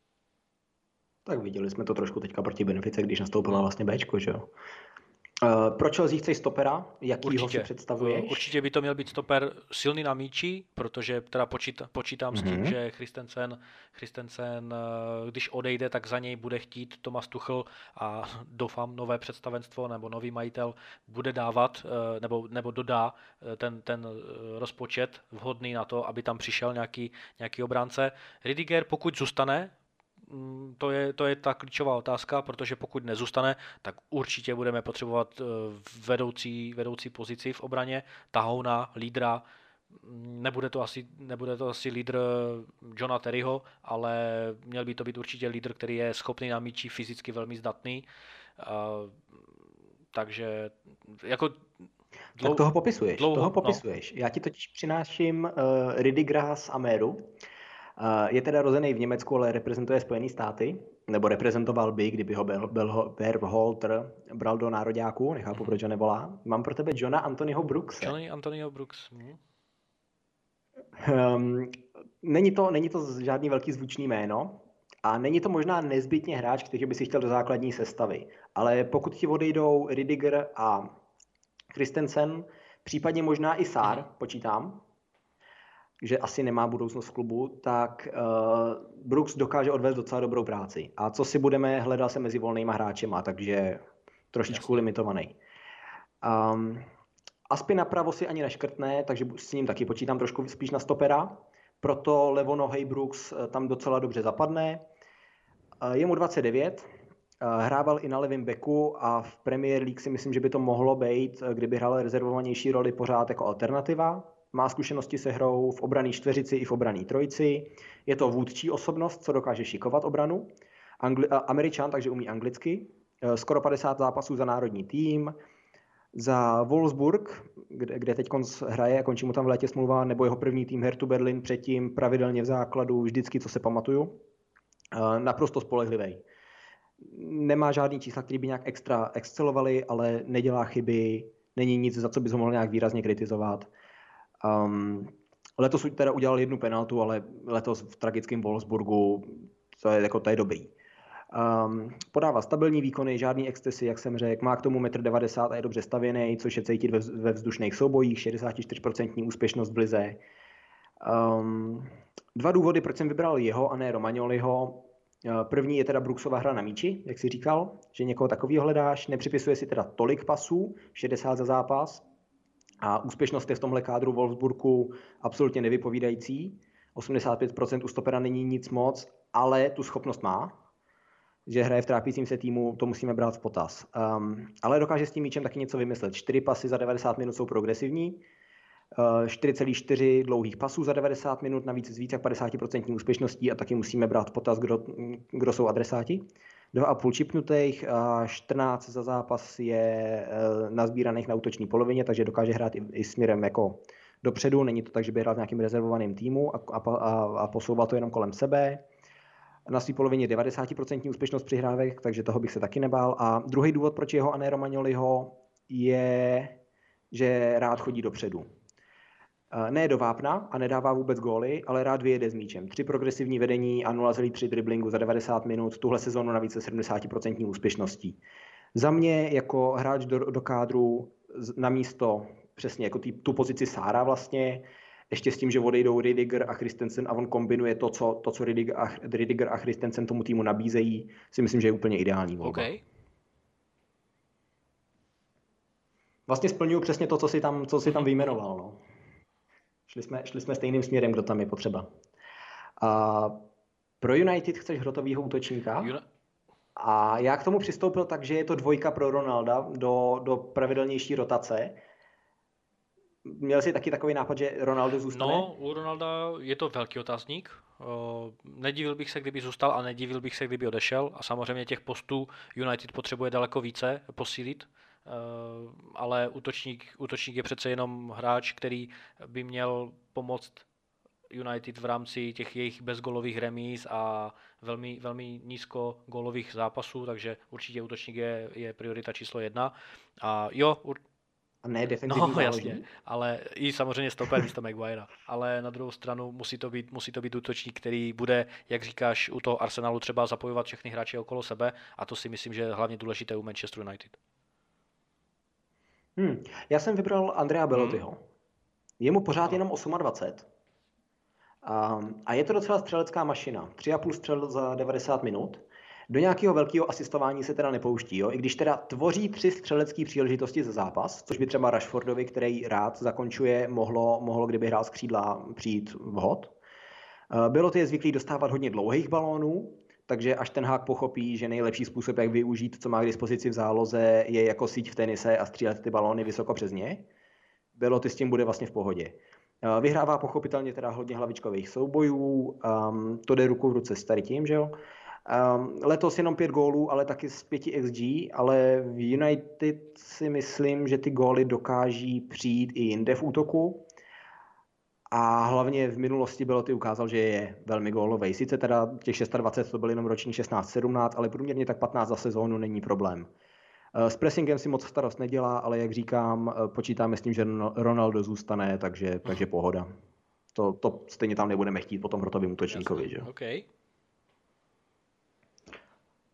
B: Tak viděli jsme to trošku teďka proti Benfice, když nastoupila vlastně Bčko, že jo. Uh, pro Chelsea chceš stopera? Jakýho si představuješ?
A: Určitě by to měl být stoper silný na míči, protože teda počítám, počítám mm-hmm. s tím, že Christensen, Christensen, když odejde, tak za něj bude chtít Thomas Tuchel a doufám nové představenstvo nebo nový majitel bude dávat nebo, nebo dodá ten, ten rozpočet vhodný na to, aby tam přišel nějaký, nějaký obránce. Rüdiger, pokud zůstane, To je, to je ta klíčová otázka, protože pokud nezůstane, tak určitě budeme potřebovat vedoucí, vedoucí pozici v obraně, tahouna, lídra. Nebude to asi, nebude to asi lídr Johna Terryho, ale měl by to být určitě lídr, který je schopný na míči, fyzicky velmi zdatný. Uh, takže jako
B: dlou... Tak toho popisuješ, dlouho, toho popisuješ. No. Já ti totiž přináším uh, Rüdigera z Améru. Je teda rozený v Německu, ale reprezentuje Spojené státy, nebo reprezentoval by, kdyby ho Berhalter bral do nároďáků, nechápu, proč ho nevolá. Mám pro tebe Johna Anthonyho Brookse.
A: Johnny Anthonyho Brooks. Hm.
B: Um, není, to, není to žádný velký zvučný jméno a není to možná nezbytně hráč, který by si chtěl do základní sestavy. Ale pokud ti odejdou Rüdiger a Christensen, případně možná i Sár, počítám, že asi nemá budoucnost v klubu, tak uh, Brooks dokáže odvést docela dobrou práci. A co si budeme, hledal se mezi volnýma hráčema, takže trošičku
A: Jasně.
B: limitovaný. Um, Aspi napravo si ani neškrtne, takže s ním taky počítám trošku spíš na stopera. Proto levonohej Brooks tam docela dobře zapadne. Je mu dvacet devět, hrával i na levém beku a v Premier League si myslím, že by to mohlo být, kdyby hrál rezervovanější roli pořád jako alternativa. Má zkušenosti se hrou v obraný čtveřici i v obraný trojici. Je to vůdčí osobnost, co dokáže šikovat obranu. Angli- Američan, takže umí anglicky. Skoro padesát zápasů za národní tým. Za Wolfsburg, kde, kde teď hraje a končí mu tam v létě smlouva, nebo jeho první tým Hertha Berlin předtím pravidelně v základu, vždycky, co se pamatuju. Naprosto spolehlivý. Nemá žádný čísla, který by nějak extra excelovali, ale nedělá chyby, není nic, za co bys ho mohl nějak výrazně kritizovat. Um, letos teda udělal jednu penaltu, ale letos v tragickém Wolfsburgu to je, jako, to je dobrý. Um, podává stabilní výkony, žádný excesy, jak jsem řekl, má k tomu metr devadesát m a je dobře stavěný, což je cítit ve, ve vzdušných soubojích, šedesát čtyři procent úspěšnost v lize. Um, dva důvody, proč jsem vybral jeho a ne Romagnoliho. První je teda Brooksova hra na míči, jak jsi říkal, že někoho takového hledáš, nepřipisuje si teda tolik pasů, šedesát za zápas, a úspěšnost je v tomhle kádru Wolfsburgu absolutně nevypovídající. osmdesát pět procent u stopera není nic moc, ale tu schopnost má, že hraje v trápícím se týmu, to musíme brát v potaz. Um, ale dokáže s tím míčem taky něco vymyslet. Čtyři pasy za devadesát minut jsou progresivní, čtyři celá čtyři dlouhých pasů za devadesát minut, navíc s víc jak padesát procent úspěšností a taky musíme brát v potaz, kdo, kdo jsou adresáti. dva a půl čipnutých a čtrnáct za zápas je nazbíraných na útoční polovině, takže dokáže hrát i, i směrem jako dopředu. Není to tak, že by hrál v nějakým rezervovaným týmu a, a, a, a posouvá to jenom kolem sebe. Na své polovině devadesát procent úspěšnost přihrávek, takže toho bych se taky nebál. A druhý důvod, proč jeho a ne Romagnoliho, je, že rád chodí dopředu. Ne do vápna a nedává vůbec góly, ale rád vyjede s míčem. Tři progresivní vedení a nula celá tři driblingu za devadesát minut, tuhle sezónu navíc se sedmdesát procent úspěšností. Za mě jako hráč do, do kádru na místo přesně jako tý, tu pozici Sára vlastně, ještě s tím, že odejdou Ridiger a Christensen a on kombinuje to, co, to, co Ridiger, a, Ridiger a Christensen tomu týmu nabízejí, si myslím, že je úplně ideální volba.
A: Okay.
B: Vlastně splňuju přesně to, co si tam, co si tam vyjmenoval. No. Šli jsme, šli jsme stejným směrem, kdo tam je potřeba. A pro United chceš hrotovýho útočníka? Uni- a já k tomu přistoupil tak, že je to dvojka pro Ronalda do, do pravidelnější rotace. Měl jsi taky takový nápad, že Ronaldo zůstane?
A: No, u Ronalda je to velký otázník. Uh, nedivil bych se, kdyby zůstal a nedivil bych se, kdyby odešel. A samozřejmě těch postů United potřebuje daleko více posílit. Uh, ale útočník, útočník je přece jenom hráč, který by měl pomoct United v rámci těch jejich bezgolových remíz a velmi, velmi nízko gólových zápasů, takže určitě útočník je, je priorita číslo jedna. A jo, ur...
B: a ne defenzivní
A: no, jasně, ale i samozřejmě stoper místo Maguirea. Ale na druhou stranu musí to být, musí to být útočník, který bude, jak říkáš, u toho Arsenalu třeba zapojovat všechny hráče okolo sebe a to si myslím, že je hlavně důležité u Manchester United.
B: Hmm. Já jsem vybral Andrea Belottiho. Hmm. Je mu pořád jenom dvacet osm. Um, a je to docela střelecká mašina. tři a půl střel za devadesát minut. Do nějakého velkého asistování se teda nepouští. Jo? I když teda tvoří tři střelecké příležitosti za zápas, což by třeba Rashfordovi, který rád zakončuje, mohlo, mohlo kdyby hrál z křídla, přijít vhod. Uh, Belotti je zvyklý dostávat hodně dlouhých balónů, takže až ten hák pochopí, že nejlepší způsob, jak využít, co má k dispozici v záloze, je jako síť v tenise a střílet ty balóny vysoko přes ně. Belotti s tím bude vlastně v pohodě. Vyhrává pochopitelně teda hodně hlavičkových soubojů, um, to jde ruku v ruce s tady tím, že jo. Um, letos jenom pět gólů, ale taky z pěti X G, ale v United si myslím, že ty góly dokáží přijít i jinde v útoku. A hlavně v minulosti Belotti ukázal, že je velmi gólovej. Sice teda těch dvacet šest to byl jenom roční šestnáct sedmnáct, ale průměrně tak patnáct za sezónu není problém. S pressingem si moc starost nedělá, ale jak říkám, počítáme s tím, že Ronaldo zůstane, takže, takže pohoda. To, to stejně tam nebudeme chtít po tom hrotovým útočníkovi. Že?
A: Okay.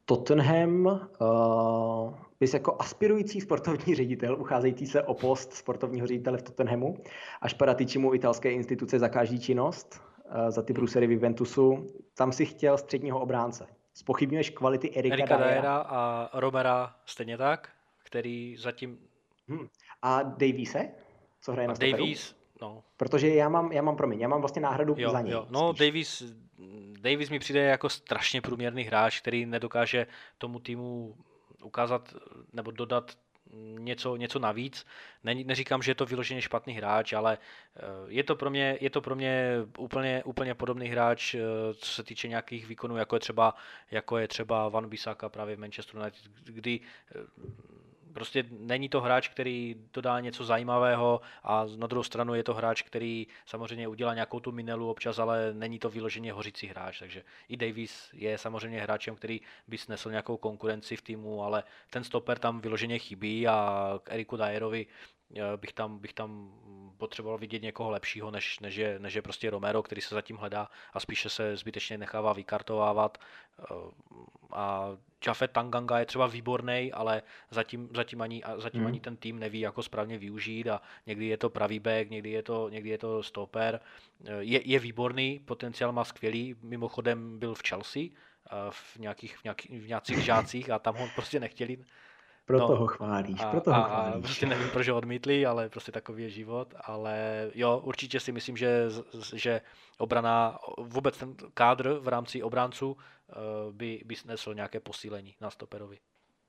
B: Tottenham uh, bys jako aspirující sportovní ředitel, ucházející se o post sportovního ředitele v Tottenhamu, až Paratici mu italské instituce zakáží činnost uh, za ty průsery v Juventusu, tam si chtěl středního obránce. Zpochybňuješ kvality Erika,
A: Erika
B: Dyera.
A: Dyera a Romera stejně tak, který zatím...
B: Hmm. A Daviese? Co hraje
A: A
B: na stoperu?
A: Davies, no.
B: Protože já mám, já mám, promiň, já mám vlastně náhradu
A: Jo,
B: za něj.
A: jo. No,
B: spíš.
A: Davies, Davies mi přijde jako strašně průměrný hráč, který nedokáže tomu týmu ukázat nebo dodat něco, něco navíc. Ne, neříkám, že je to vyloženě špatný hráč, ale eh, je to pro mě, je to pro mě úplně, úplně podobný hráč, eh, co se týče nějakých výkonů, jako je třeba, jako je třeba Van Bissaka právě v Manchesteru United, kdy eh, prostě není to hráč, který dodá něco zajímavého a na druhou stranu je to hráč, který samozřejmě udělá nějakou tu minelu občas, ale není to vyloženě hořící hráč, takže i Davies je samozřejmě hráčem, který by snesl nějakou konkurenci v týmu, ale ten stoper tam vyloženě chybí a k Eriku Dyerovi bych tam, bych tam potřeboval vidět někoho lepšího, než, než, je, než je prostě Romero, který se zatím hledá a spíše se zbytečně nechává vykartovávat. A Japhet Tanganga je třeba výborný, ale zatím, zatím, ani, zatím hmm. ani ten tým neví, jako správně využít a někdy je to pravý back, někdy je to, někdy je to stoper. Je, je výborný, potenciál má skvělý, mimochodem byl v Chelsea, v nějakých, v nějakých, v nějakých žácích a tam ho prostě nechtěli.
B: Proto
A: no,
B: ho chválíš,
A: a,
B: proto
A: a,
B: ho chválíš.
A: A prostě nevím, proč ho odmítli, ale prostě takový je život. Ale jo, určitě si myslím, že, že obrana, vůbec ten kádr v rámci obránců by, by snesl nějaké posílení na stoperovi.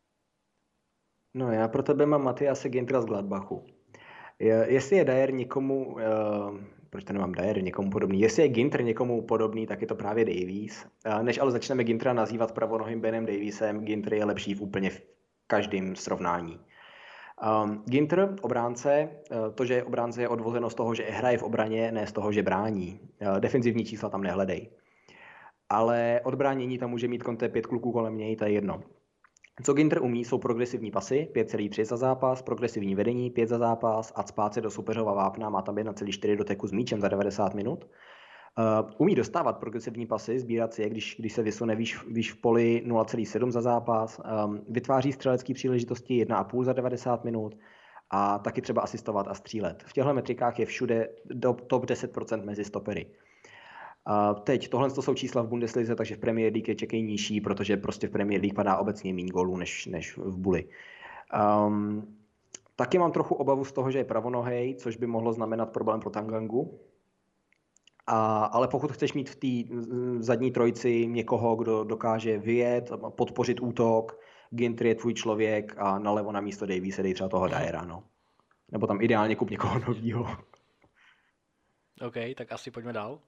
B: No já pro tebe mám Matyase Gintra z Gladbachu. Je, jestli je Dyer někomu, uh, proč to nemám Dyer, někomu podobný, jestli je Ginter někomu podobný, tak je to právě Davies. Uh, než ale začneme Gintra nazývat pravonohým Benem Daviesem, Ginter je lepší v úplně v každém srovnání. Um, Ginter, obránce, uh, to, že je obránce, je odvozeno z toho, že hraje v obraně, ne z toho, že brání. Uh, defenzivní čísla tam nehledej. Ale od bránění tam může mít Conte pět kluků kolem něj, to je jedno. Co Ginter umí, jsou progresivní pasy, pět celá tři za zápas, progresivní vedení, pět za zápas a cpát se do soupeřova vápna, má tam jedna celá čtyři doteku s míčem za devadesát minut. Uh, umí dostávat progresivní pasy, sbírat si je, když, když se vysune výš, výš v poli nula celá sedm za zápas, um, vytváří střelecké příležitosti jedna celá pět za devadesát minut a taky třeba asistovat a střílet. V těchto metrikách je všude do top deset procent mezi stopery. Uh, teď, tohle to jsou čísla v Bundeslize, takže v Premier League je čekej nižší, protože prostě v Premier League padá obecně méně gólů než, než v Bulli. Um, taky mám trochu obavu z toho, že je pravonohej, což by mohlo znamenat problém pro Tangangu. A, ale pokud chceš mít v té zadní trojici někoho, kdo dokáže vyjet, podpořit útok, Ginter je tvůj člověk a nalevo na místo Daviese dej třeba toho Dyera, no. Nebo tam ideálně kup někoho novýho.
A: OK, tak asi pojďme dál.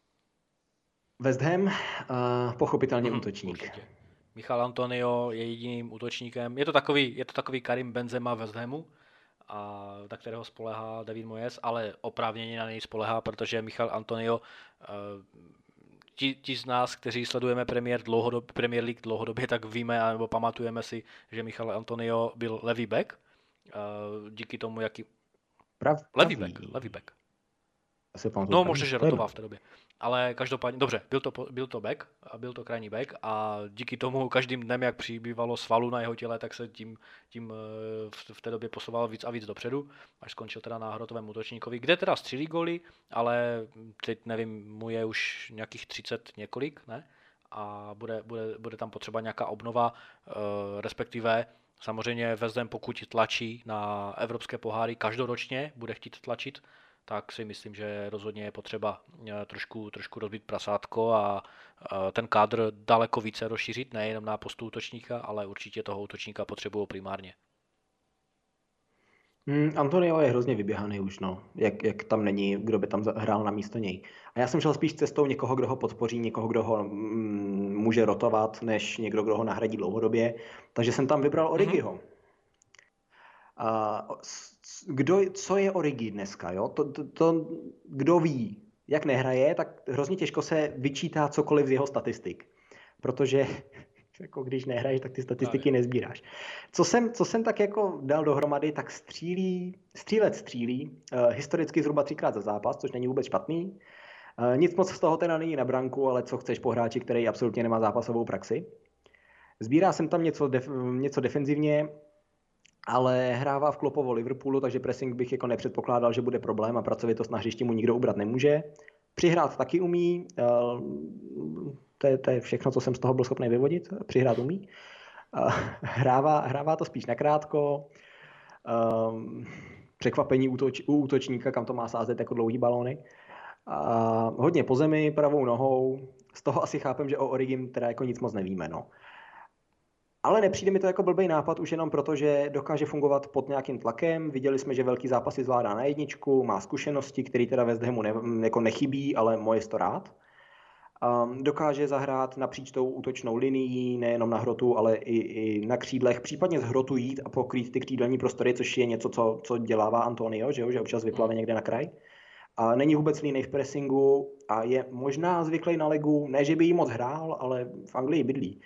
B: West Ham, uh, pochopitelně hmm, útočník.
A: Určitě. Michal Antonio je jediným útočníkem. Je to takový, je to takový Karim Benzema West Hamu, a na kterého spolehá David Moyes, ale oprávněně na něj spolehá, protože Michal Antonio, ti, ti z nás, kteří sledujeme Premier, dlouhodob, Premier League dlouhodobě, tak víme nebo pamatujeme si, že Michal Antonio byl levý back. Díky tomu, jaký...
B: Prav,
A: levý back, levý back. No, možná, že rotoval v té době. Ale každopádně, dobře, byl to, byl to back, byl to krajní back a díky tomu každým dnem, jak přibývalo svalů na jeho těle, tak se tím, tím v té době posouval víc a víc dopředu, až skončil teda na hrotovém útočníkovi, kde teda střílí góly, ale teď nevím, mu je už nějakých třicet několik, ne? A bude, bude, bude tam potřeba nějaká obnova, respektive samozřejmě West Ham, pokud tlačí na evropské poháry každoročně, bude chtít tlačit, tak si myslím, že rozhodně je potřeba trošku, trošku rozbít prasátko a ten kádr daleko více rozšířit, nejenom na postu útočníka, ale určitě toho útočníka potřebují primárně.
B: Hmm, Antonio je hrozně vyběhaný už, no. Jak, jak tam není, kdo by tam hrál na místo něj. A já jsem šel spíš cestou někoho, kdo ho podpoří, někoho, kdo ho mm, může rotovat, než někdo, kdo ho nahradí dlouhodobě. Takže jsem tam vybral Origiho. Mm-hmm. A kdo, co je Origi dneska, jo? To, to, to, kdo ví, jak nehraje, tak hrozně těžko se vyčítá cokoliv z jeho statistik. Protože jako když nehraješ, tak ty statistiky nezbíráš. Co jsem, co jsem tak jako dal dohromady, tak střílí, střílec střílí, uh, historicky zhruba třikrát za zápas, což není vůbec špatný. Uh, nic moc z toho teda není na branku, ale co chceš po hráči, který absolutně nemá zápasovou praxi. Sbírá sem tam něco, def, něco defenzivně, ale hrává v Kloppovo Liverpoolu, takže pressing bych jako nepředpokládal, že bude problém a pracovitost na hřišti mu nikdo ubrat nemůže. Přihrát taky umí, to je, to je všechno, co jsem z toho byl schopný vyvodit, přihrát umí. Hrává, hrává to spíš nakrátko, překvapení útoč, u útočníka, kam to má sázet jako dlouhý balóny. A hodně po zemi, pravou nohou, z toho asi chápem, že o Origim teda jako nic moc nevíme, no. Ale nepřijde mi to jako blbý nápad už jenom proto, že dokáže fungovat pod nějakým tlakem. Viděli jsme, že velký zápasy zvládá na jedničku, má zkušenosti, které teda West Hamu ne, jako nechybí, ale moje to rád. Um, dokáže zahrát napříč tou útočnou linií, nejenom na hrotu, ale i, i na křídlech, případně z hrotu jít a pokrýt ty křídelní prostory, což je něco, co, co dělává Antonio, že, jo? Že občas vyplave někde na kraj. A není vůbec línej v pressingu a je možná zvyklý na ligu, ne, že by jí moc hrál, ale v Anglii bydlí.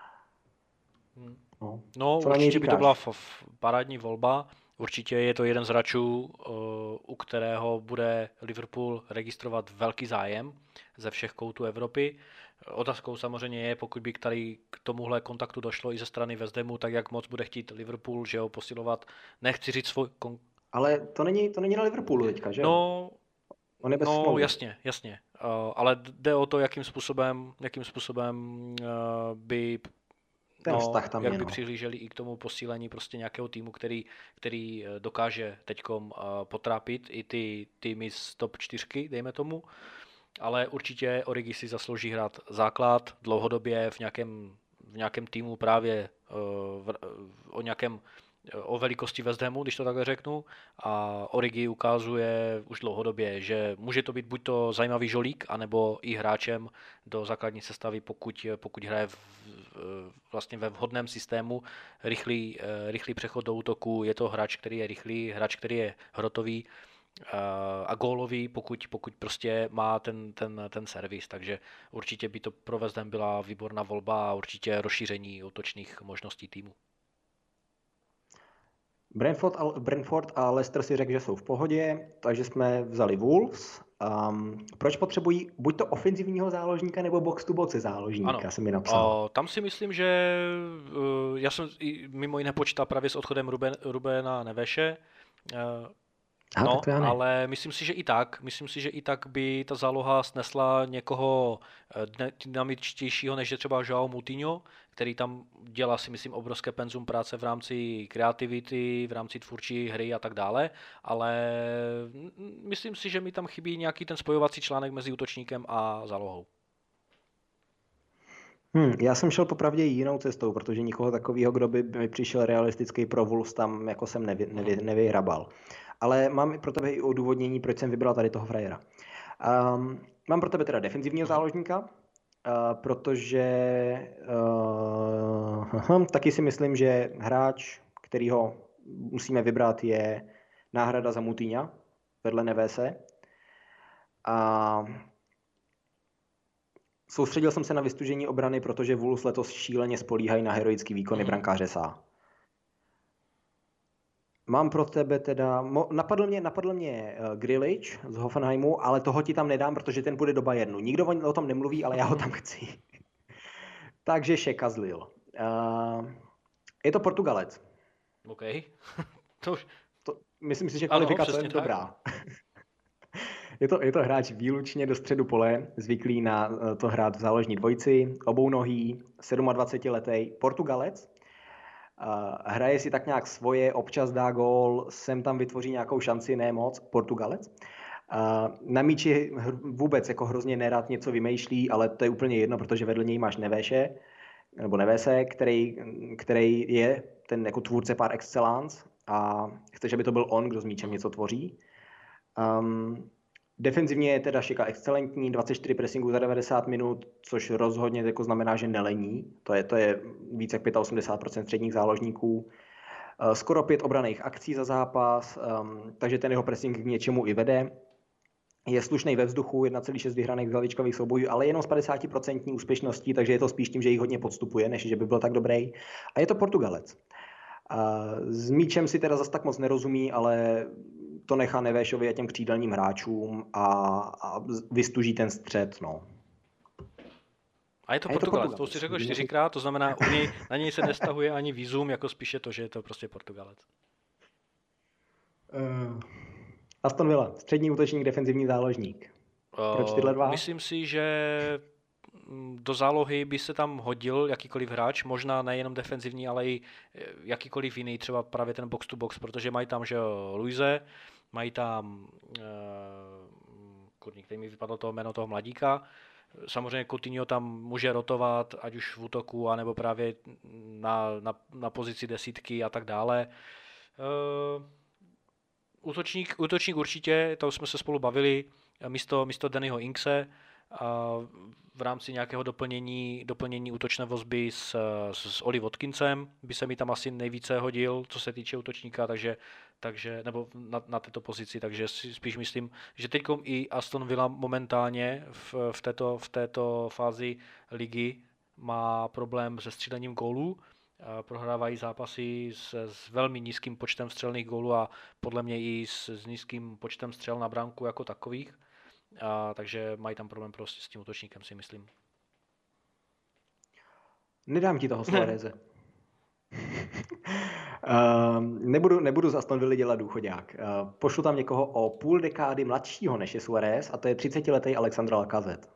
A: No, no určitě by to byla f- f- parádní volba. Určitě je to jeden z hráčů, u kterého bude Liverpool registrovat velký zájem ze všech koutů Evropy. Otázkou samozřejmě je, pokud by tady k tomuhle kontaktu došlo i ze strany West Hamu, tak jak moc bude chtít Liverpool, že ho posilovat. Nechci říct svůj... Kon...
B: Ale to není, to není na Liverpoolu teďka, že jo?
A: No,
B: On je bez
A: no
B: smlouvy.
A: jasně, jasně. Uh, ale jde o to, jakým způsobem, jakým způsobem uh, by
B: ten
A: no,
B: vztah tam
A: jak
B: je,
A: by
B: no.
A: přihlíželi i k tomu posílení prostě nějakého týmu, který, který dokáže teďkom uh, potrápit i ty týmy z top čtyřky, dejme tomu. Ale určitě Origi si zaslouží hrát základ dlouhodobě v nějakém, v nějakém týmu právě uh, v, o nějakém o velikosti West Hamu, když to takhle řeknu. A Origi ukazuje už dlouhodobě, že může to být buď to zajímavý žolík, anebo i hráčem do základní sestavy, pokud, pokud hraje v, vlastně ve vhodném systému. Rychlý, rychlý přechod do útoku, je to hráč, který je rychlý, hráč, který je hrotový a gólový, pokud, pokud prostě má ten, ten, ten servis. Takže určitě by to pro West Ham byla výborná volba a určitě rozšíření útočných možností týmu.
B: Brentford a, Brentford a Leicester si řekl, že jsou v pohodě, takže jsme vzali Wolves. Um, proč potřebují buď to ofenzivního záložníka nebo box-to-box záložníka, ano. Jsem mi napsal.
A: O, tam si myslím, že uh, já jsem mimo jiné počítal právě s odchodem Ruben, Rubena Neveše. Uh,
B: Aha,
A: no,
B: to já ne.
A: ale myslím si, že i tak, myslím si, že i tak by ta záloha snesla někoho dynamičtějšího, než je třeba João Moutinho, který tam dělá, si myslím, obrovské penzum práce v rámci kreativity, v rámci tvůrčí hry a tak dále, ale myslím si, že mi tam chybí nějaký ten spojovací článek mezi útočníkem a zálohou.
B: Hmm, já jsem šel popravdě jinou cestou, protože nikoho takového, kdo by mi přišel realistický pro Wolves, tam jako jsem nevy, nevy, nevyhrabal. Ale mám pro tebe i odůvodnění, proč jsem vybral tady toho frajera. Um, mám pro tebe teda defenzivního záložníka, uh, protože uh, taky si myslím, že hráč, kterýho musíme vybrat, je náhrada za Moutinha vedle Nevese. A soustředil jsem se na vystužení obrany, protože Wolves letos šíleně spolíhají na heroický výkony mm. brankáře Sá. Mám pro tebe teda, mo, napadl mě, napadl mě uh, Grealish z Hoffenheimu, ale toho ti tam nedám, protože ten půjde do Bayernu. Nikdo o tom nemluví, ale já ho tam chci. Takže Šeka z Lille. Uh, je to Portugalec.
A: OK. to už...
B: to, myslím si, že kvalifikace je dobrá. je, to, je to hráč výlučně do středu pole, zvyklý na to hrát v záložní dvojci, obounohý, sedmadvacetiletý Portugalec. Uh, hraje si tak nějak svoje, občas dá gól, sem tam vytvoří nějakou šanci, ne moc, Portugalec. Uh, na míči vůbec jako hrozně nerad něco vymýšlí, ale to je úplně jedno, protože vedle něj máš Neveše, nebo Nevese, který, který je ten jako tvůrce par excellence a chceš, aby to byl on, kdo s míčem něco tvoří. Um, Defenzivně je teda Šeka excelentní, dvacet čtyři pressingů za devadesát minut, což rozhodně jako znamená, že nelení. To je, to je víc jak osmdesát pět procent středních záložníků. Skoro pět obranných akcí za zápas, um, takže ten jeho pressing k něčemu i vede. Je slušný ve vzduchu, jedna celá šest vyhraných hlavičkových soubojů, ale jenom s padesát procent úspěšností, takže je to spíš tím, že jich hodně podstupuje, než že by byl tak dobrý. A je to Portugalec. S míčem si teda zas tak moc nerozumí, ale to nechá Nevešovi a těm křídelním hráčům a, a vystuží ten střed. No.
A: A je to
B: A je to
A: Portugalec, to
B: Portugalec.
A: si řekl
B: Víme, že-
A: čtyřikrát, to znamená, u něj, na něj se nestahuje ani vízum, jako spíše to, že je to prostě Portugalec.
B: Uh, Aston Villa, střední útočník, defenzivní záložník. Proč tyhle
A: Uh,
B: dva?
A: myslím si, že mm, do zálohy by se tam hodil jakýkoliv hráč, možná nejenom defenzivní, ale i eh, jakýkoliv jiný, třeba právě ten box to box, protože mají tam, že jo, Luise, mají tam, uh, kurník, který mi vypadlo toho jméno toho mladíka, samozřejmě Coutinho tam může rotovat, ať už v útoku, anebo právě na, na, na pozici desítky a tak dále. Uh, útočník, útočník určitě, to už jsme se spolu bavili, místo, místo Dannyho Inkse a v rámci nějakého doplnění, doplnění útočné vazby s, s, s Oli Watkinsem by se mi tam asi nejvíce hodil, co se týče útočníka, takže, takže nebo na, na této pozici, takže si spíš myslím, že teď i Aston Villa momentálně v, v, této, v této fázi ligy má problém se střílením gólů. Prohrávají zápasy s, s velmi nízkým počtem střelných gólů a podle mě i s, s nízkým počtem střel na bránku jako takových. A, takže mají tam problém prostě s tím útočníkem, si myslím.
B: Nedám ti toho Suareze. uh, nebudu, nebudu z Aston Villa dělat důchodák. Uh, pošlu tam někoho o půl dekády mladšího než je Suarez a to je třicetiletý Alexandra Lacazette.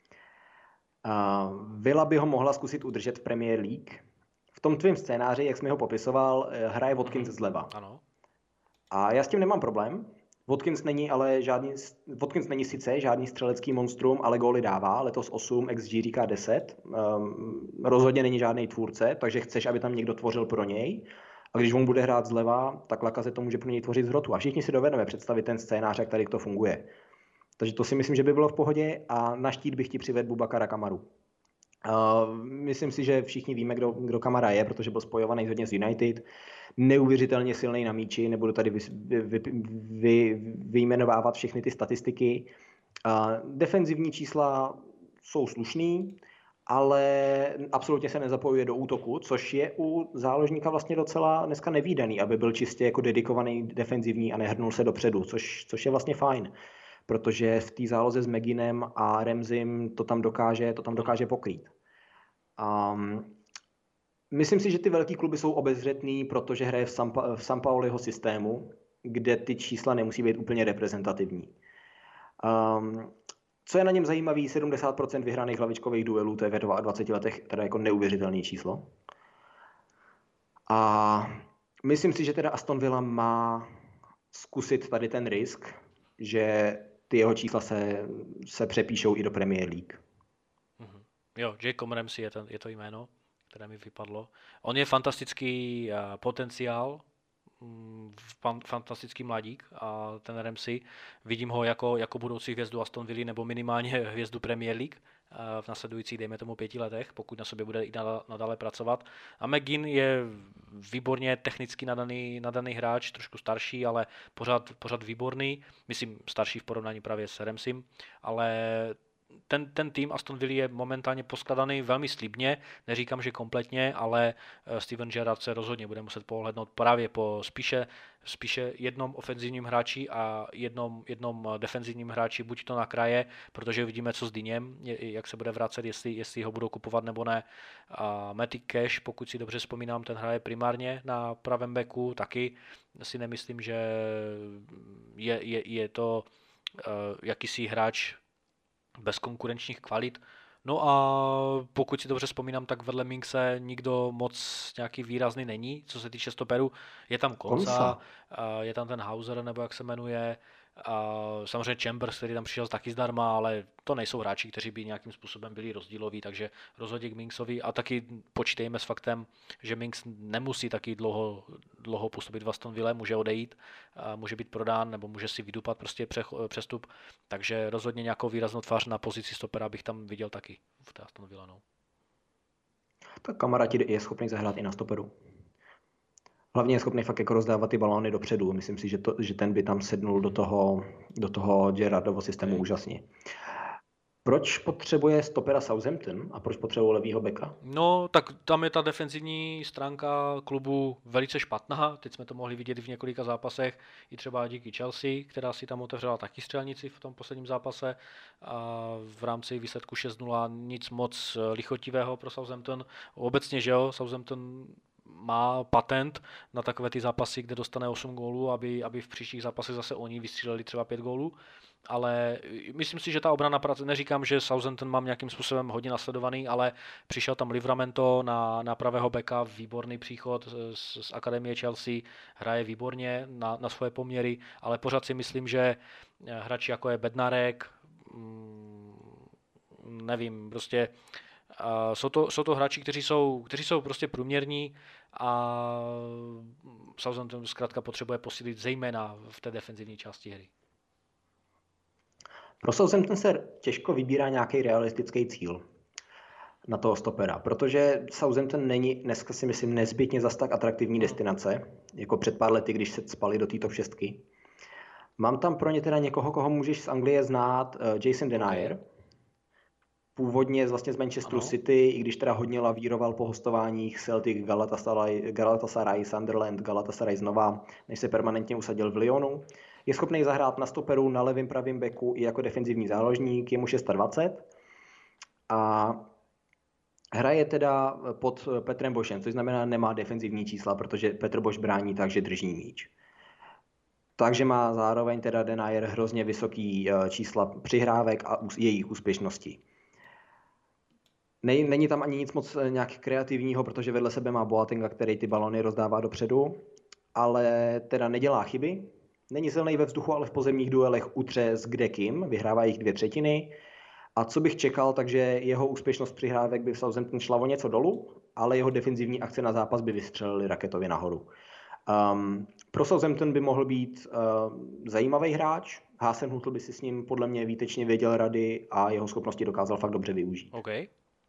B: Uh, Villa by ho mohla zkusit udržet v Premier League. V tom tvém scénáři, jak jsi mi ho popisoval, hraje Watkins mm-hmm. zleva.
A: Ano.
B: A já s tím nemám problém. Watkins není ale žádný, Watkins není sice žádný střelecký monstrum, ale góly dává. Letos osm, X G říká deset. Um, rozhodně není žádný tvůrce, takže chceš, aby tam někdo tvořil pro něj. A když on bude hrát zleva, tak Lacazette to může pro něj tvořit z hrotu. A všichni si dovedeme představit ten scénář, jak tady to funguje. Takže to si myslím, že by bylo v pohodě a na štít bych ti přivedl Bubakara Kamaru. Uh, myslím si, že všichni víme, kdo, kdo Kamara je, protože byl spojovaný hodně z United. Neuvěřitelně silný na míči, nebudu tady vy, vy, vy, vyjmenovávat všechny ty statistiky. Uh, defenzivní čísla jsou slušný, ale absolutně se nezapojuje do útoku, což je u záložníka vlastně docela dneska nevídaný, aby byl čistě jako dedikovaný defenzivní a nehrnul se dopředu, což, což je vlastně fajn. Protože v té záloze s Meginem a Ramseym to tam dokáže, to tam dokáže pokrýt. Um, myslím si, že ty velký kluby jsou obezřetný, protože hraje v, Sampa, v Sampaoliho systému, kde ty čísla nemusí být úplně reprezentativní. Um, co je na něm zajímavý, sedmdesát procent vyhraných hlavičkových duelů, to je ve dvaceti letech teda jako neuvěřitelné číslo. A myslím si, že teda Aston Villa má zkusit tady ten risk, že ty jeho čísla se, se přepíšou i do Premier League.
A: Mm-hmm. Jo, Jacob Ramsey je, ten, je to jméno, které mi vypadlo. On je fantastický uh, potenciál, um, fan, fantastický mladík a ten Ramsey, vidím ho jako, jako budoucí hvězdu Aston Villa nebo minimálně hvězdu Premier League uh, v nasledujících, dejme tomu, pěti letech, pokud na sobě bude i nadále pracovat. A McGinn je výborně technicky nadaný, nadaný hráč, trošku starší, ale pořád, pořád výborný. Myslím starší v porovnání právě s Ramseym, ale ten, ten tým Aston Villa je momentálně poskladaný velmi slibně, neříkám, že kompletně, ale Steven Gerrard se rozhodně bude muset pohlednout právě po spíše, spíše jednom ofenzivním hráči a jednom, jednom defenzivním hráči, buď to na kraje, protože vidíme, co s Dyněm, jak se bude vracet, jestli, jestli ho budou kupovat nebo ne. A Matty Cash, pokud si dobře vzpomínám, ten hraje primárně na pravém beku, taky si nemyslím, že je, je, je to uh, jakýsi hráč bez konkurenčních kvalit. No a pokud si dobře vzpomínám, tak vedle Minkse nikdo moc nějaký výrazný není, co se týče stoperu. Je tam Konsa, je tam ten Hauser, nebo jak se jmenuje, a samozřejmě Chambers, který tam přišel taky zdarma, ale to nejsou hráči, kteří by nějakým způsobem byli rozdíloví, takže rozhodně k Minksovi a taky počítejme s faktem, že Minks nemusí taky dlouho, dlouho působit v Aston Ville, může odejít, může být prodán nebo může si vydupat prostě přestup, takže rozhodně nějakou výraznou tvář na pozici stopera bych tam viděl taky v té Aston Ville. No.
B: Tak kamaráti je schopný zahrát i na stoperu. Hlavně je schopný fakt jako rozdávat ty balóny dopředu. Myslím si, že, to, že ten by tam sednul do toho, do toho Gerrardovo systému okay. úžasně. Proč potřebuje stopera Southampton a proč potřebuje levýho beka?
A: No, tak tam je ta defenzivní stránka klubu velice špatná. Teď jsme to mohli vidět v několika zápasech, i třeba díky Chelsea, která si tam otevřela taky střelnici v tom posledním zápase. A v rámci výsledku šest nula nic moc lichotivého pro Southampton. Obecně, že jo, Southampton má patent na takové ty zápasy, kde dostane osm gólů, aby, aby v příštích zápasech zase oni vystříleli třeba pět gólů. Ale myslím si, že ta obrana práce, neříkám, že Southampton mám nějakým způsobem hodně nasledovaný, ale přišel tam Livramento na, na pravého beka, výborný příchod z, z akademie Chelsea, hraje výborně na, na svoje poměry, ale pořád si myslím, že hráči jako je Bednarek, nevím, prostě uh, jsou, to, jsou to hráči, kteří jsou, kteří jsou prostě průměrní a Southampton zkrátka potřebuje posílit zejména v té defenzivní části hry.
B: Pro Southampton se těžko vybírá nějaký realistický cíl na toho stopera, protože Southampton není dneska si myslím nezbytně zas tak atraktivní destinace, jako před pár lety, když se spali do té top šestky. Mám tam pro ně teda někoho, koho můžeš z Anglie znát, Jason Denayer. Původně vlastně z Manchesteru ano. City, i když teda hodně lavíroval po hostováních Celtic, Galatasaray, Galatasaray, Sunderland, Galatasaray znova, než se permanentně usadil v Lyonu. Je schopný zahrát na stoperu, na levém pravém beku i jako defenzivní záložník, je mu dvacet šest a hraje teda pod Petrem Bošem, což znamená nemá defenzivní čísla, protože Petr Boš brání tak, že drží míč. Takže má zároveň teda Denayer hrozně vysoký čísla přihrávek a jejich úspěšnosti. Není tam ani nic moc nějak kreativního, protože vedle sebe má Boatenga, který ty balony rozdává dopředu, ale teda nedělá chyby. Není silný ve vzduchu, ale v pozemních duelech utře s kdekým, vyhrává jich dvě třetiny. A co bych čekal, takže jeho úspěšnost přihrávek by v Southampton šla o něco dolů, ale jeho defenzivní akce na zápas by vystřelily raketově nahoru. Um, pro Southampton by mohl být uh, zajímavý hráč. Hasenhüttl by si s ním podle mě výtečně věděl rady a jeho schopnosti dokázal fakt dobře využít.
A: Okay.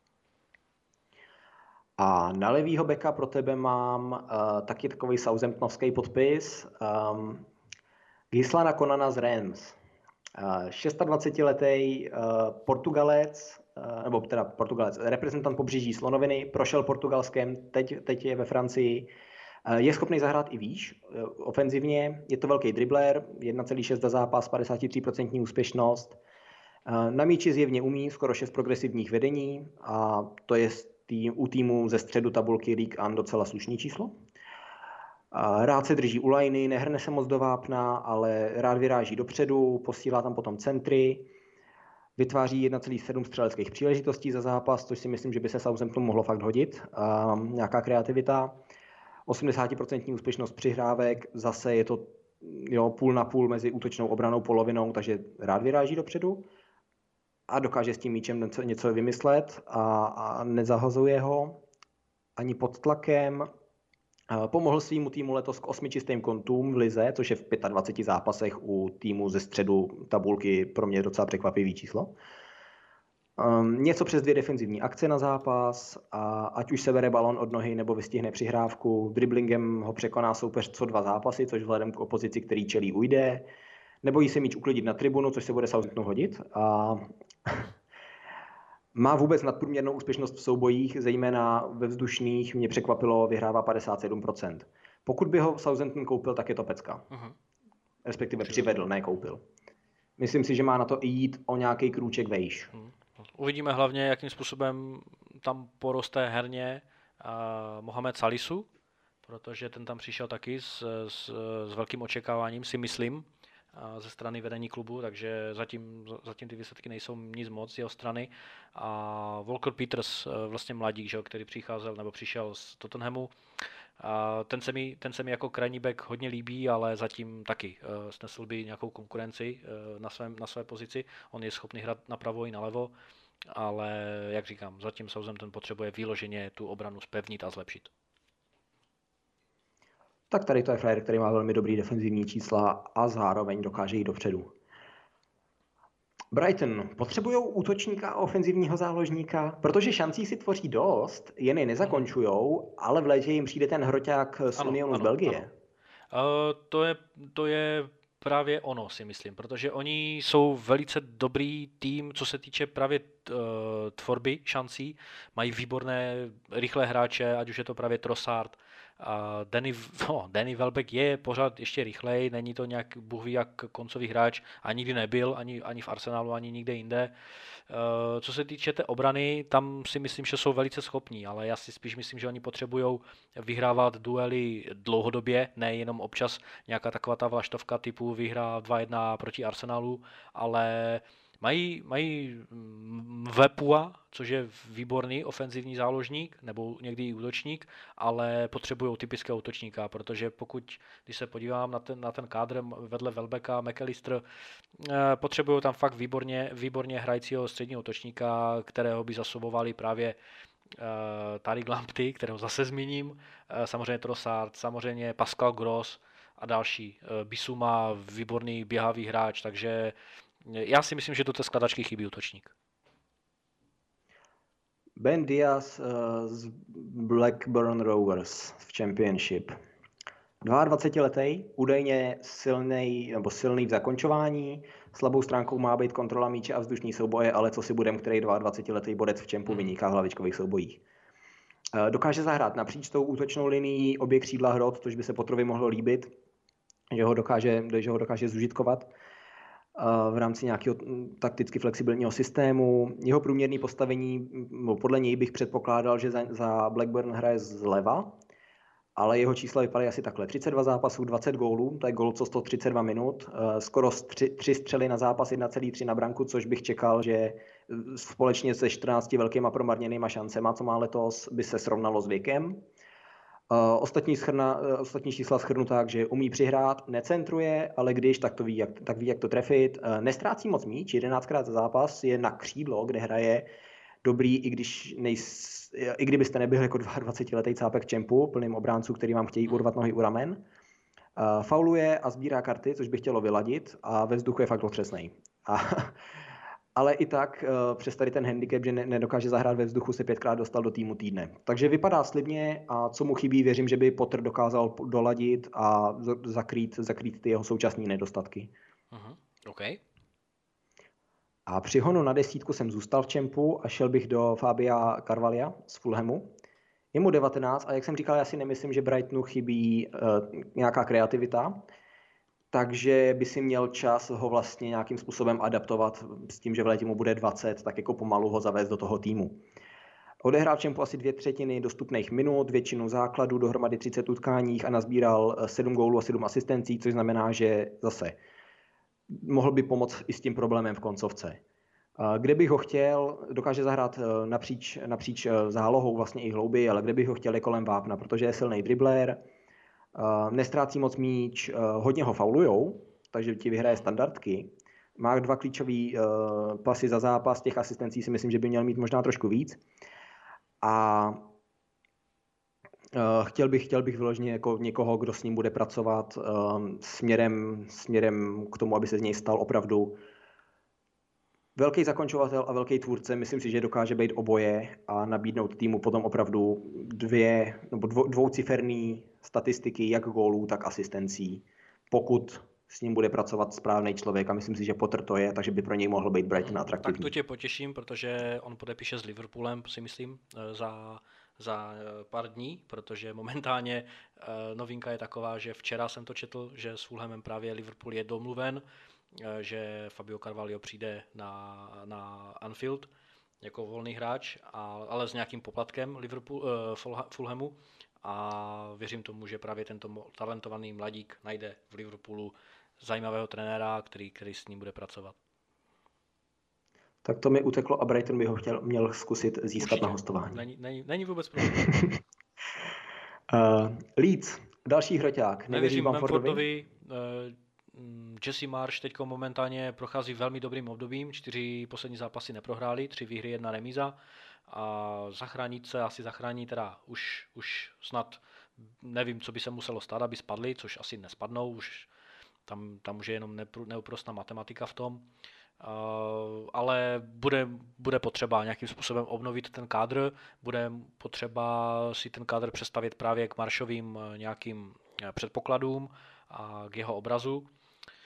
B: A na levýho beka pro tebe mám uh, taky takový southamptonovský podpis. Um, Gislana Konana z Reims. Uh, dvacetišestiletý uh, Portugalec, uh, nebo teda Portugalec, reprezentant pobřeží Slonoviny, prošel Portugalskem, teď, teď je ve Francii. Uh, je schopný zahrát i výš, uh, ofenzivně, je to velký dribler, jedna celá šest za zápas, padesát tři procent úspěšnost. Uh, na míči zjevně umí skoro šest progresivních vedení a to je tým, u týmu ze středu tabulky League One docela slušný číslo. Rád se drží u lajny, nehrne se moc do vápna, ale rád vyráží dopředu, posílá tam potom centry, vytváří jedna celá sedm střeleckých příležitostí za zápas, což si myslím, že by se Southamptonu mohlo fakt hodit. Um, nějaká kreativita, osmdesát procent úspěšnost přihrávek, zase je to jo, půl na půl mezi útočnou obranou polovinou, takže rád vyráží dopředu a dokáže s tím míčem něco, něco vymyslet a, a nezahazuje ho ani pod tlakem. Pomohl svýmu týmu letos k osmi čistým kontům v lize, což je v dvaceti pěti zápasech u týmu ze středu tabulky pro mě docela překvapivý číslo. Um, něco přes dvě defenzivní akce na zápas a ať už se bere balon od nohy nebo vystihne přihrávku, driblingem ho překoná soupeř co dva zápasy, což vzhledem k opozici, který čelí, ujde. Nebojí se míč uklidit na tribunu, což se bude Southamptonu hodit. A má vůbec nadprůměrnou úspěšnost v soubojích, zejména ve vzdušných, mě překvapilo, vyhrává padesát sedm procent. Pokud by ho Southampton koupil, tak je to pecka. Uh-huh. Respektive přivedl, ne koupil. Myslím si, že má na to i jít o nějaký krůček vejš. Uh-huh.
A: Uvidíme hlavně, jakým způsobem tam poroste herně uh, Mohamed Salisu, protože ten tam přišel taky s, s, s velkým očekáváním, si myslím, ze strany vedení klubu, takže zatím, zatím ty výsledky nejsou nic moc z jeho strany. A Walker Peters, vlastně mladík, že, který přicházel nebo přišel z Tottenhamu, a ten, se mi, ten se mi jako krajní back hodně líbí, ale zatím taky uh, snesl by nějakou konkurenci uh, na, svém, na své pozici. On je schopný hrát napravo i nalevo, ale jak říkám, zatím Southampton potřebuje výloženě tu obranu zpevnit a zlepšit.
B: Tak tady to je frajer, který má velmi dobrý defenzivní čísla a zároveň dokáže jít dopředu. Brighton potřebují útočníka a ofenzivního záložníka, protože šancí si tvoří dost, jen je nezakončujou, ale v létě jim přijde ten hroťák z Unionu z Belgie.
A: Ano. Uh, to, je, to je právě ono, si myslím, protože oni jsou velice dobrý tým, co se týče právě uh, tvorby šancí. Mají výborné rychlé hráče, ať už je to právě Trossard. A Danny, no, Danny Welbeck je pořád ještě rychlej, není to nějak bůh ví jak koncový hráč a nikdy nebyl, ani, ani v Arsenalu, ani nikde jinde. Uh, co se týče té obrany, tam si myslím, že jsou velice schopní, ale já si spíš myslím, že oni potřebují vyhrávat duely dlouhodobě, ne jenom občas nějaká taková ta vlaštovka typu vyhrá dva jedna proti Arsenalu, ale mají, mají Vepua, což je výborný ofenzivní záložník, nebo někdy i útočník, ale potřebují typického útočníka, protože pokud, když se podívám na ten, na ten kádr vedle Welbecka, McAllister, potřebují tam fakt výborně, výborně hrajícího středního útočníka, kterého by zasobovali právě uh, Tariq Lamptey, kterého zase zmíním, uh, samozřejmě Trossard, samozřejmě Pascal Gross a další. Uh, Bissouma, výborný běhavý hráč, takže já si myslím, že do té skladačky chybí útočník.
B: Ben Diaz uh, z Blackburn Rovers v Championship. dvacetiletý, údajně silný nebo silný v zakončování, slabou stránkou má být kontrola míče a vzdušní souboje, ale co si budem, který dvacetiletý bodec v čempu vyniká v hlavičkových soubojích. Dokáže zahrát napříč tou útočnou linií obě křídla hrot, což by se Potterovi mohlo líbit, že ho dokáže, že ho dokáže zužitkovat v rámci nějakého takticky flexibilního systému. Jeho průměrné postavení, podle něj bych předpokládal, že za, za Blackburn hraje zleva, ale jeho čísla vypadají asi takhle. třicet dva zápasů, dvacet gólů, to je gól co sto třicet dva minut, skoro tři střely na zápas, jedna celá tři na branku, což bych čekal, že společně se čtrnácti velkýma promarněnýma šancema, co má letos, by se srovnalo s věkem. Ostatní, schrna, ostatní čísla shrnu tak, že umí přihrát, necentruje, ale když, tak to ví, jak, tak ví, jak to trefit. Nestrácí moc míč, jedenáctkrát za zápas, je na křídlo, kde hraje dobrý, i když nejs, i kdybyste nebyl jako dvacetiletý cápek čempu, plným obránců, který vám chtějí urvat nohy u ramen. Uh, fauluje a sbírá karty, což by chtělo vyladit, a ve vzduchu je fakt otřesnej. A, ale i tak uh, přes tady ten handicap, že ne, nedokáže zahrát ve vzduchu, se pětkrát dostal do týmu týdne. Takže vypadá slibně a co mu chybí, věřím, že by Potter dokázal doladit a zakrýt, zakrýt ty jeho současné nedostatky.
A: Uh-huh. Okay.
B: A při honu na desítku jsem zůstal v čempu a šel bych do Fabia Carvalha z Fulhamu. Je mu devatenáct a jak jsem říkal, já si nemyslím, že Brightonu chybí uh, nějaká kreativita, takže by si měl čas ho vlastně nějakým způsobem adaptovat s tím, že v létě mu bude dvacet, tak jako pomalu ho zavést do toho týmu. Odehrál v čempu asi dvě třetiny dostupných minut, většinu základů, dohromady třicet utkáních a nazbíral sedm gólů a sedm asistencí, což znamená, že zase mohl by pomoct i s tím problémem v koncovce. Kde bych ho chtěl, dokáže zahrát napříč, napříč zálohou vlastně i hlouby, ale kde bych ho chtěl je kolem vápna, protože je silný dribler, nestrácí moc míč, hodně ho faulujou, takže ti vyhraje standardky. Má dva klíčové pasy za zápas, těch asistencí si myslím, že by měl mít možná trošku víc. A Chtěl bych, chtěl bych vyloženě jako někoho, kdo s ním bude pracovat um, směrem, směrem k tomu, aby se z něj stal opravdu velký zakončovatel a velký tvůrce. Myslím si, že dokáže být oboje a nabídnout týmu potom opravdu dvě nebo dvou, dvouciferný statistiky, jak gólů, tak asistencí, pokud s ním bude pracovat správný člověk a myslím si, že Potter to je, takže by pro něj mohl být Brighton atraktivní.
A: Tak to tě potěším, protože on podepíše s Liverpoolem, si myslím, za... za pár dní, protože momentálně novinka je taková, že včera jsem to četl, že s Fulhamem právě Liverpool je domluven, že Fabio Carvalho přijde na, na Anfield jako volný hráč, a, ale s nějakým poplatkem Liverpool, uh, Fulhamu, a věřím tomu, že právě tento talentovaný mladík najde v Liverpoolu zajímavého trenéra, který, který s ním bude pracovat.
B: Tak to mi uteklo a Brighton by ho chtěl, měl zkusit získat
A: Určitě.
B: Na hostování.
A: Není, není, není vůbec problém.
B: uh, Leeds, další hroťák.
A: Nevěřím Bamfordovi. Uh, Jesse Marsh teď momentálně prochází velmi dobrým obdobím. Čtyři poslední zápasy neprohráli, tři výhry, jedna remíza. A zachránit se asi zachrání teda už, už snad, nevím, co by se muselo stát, aby spadli, což asi nespadnou. Už tam, tam už je jenom neúprostná matematika v tom. Uh, ale bude, bude potřeba nějakým způsobem obnovit ten kádr, bude potřeba si ten kádr přestavět právě k Marshovým nějakým předpokladům a k jeho obrazu.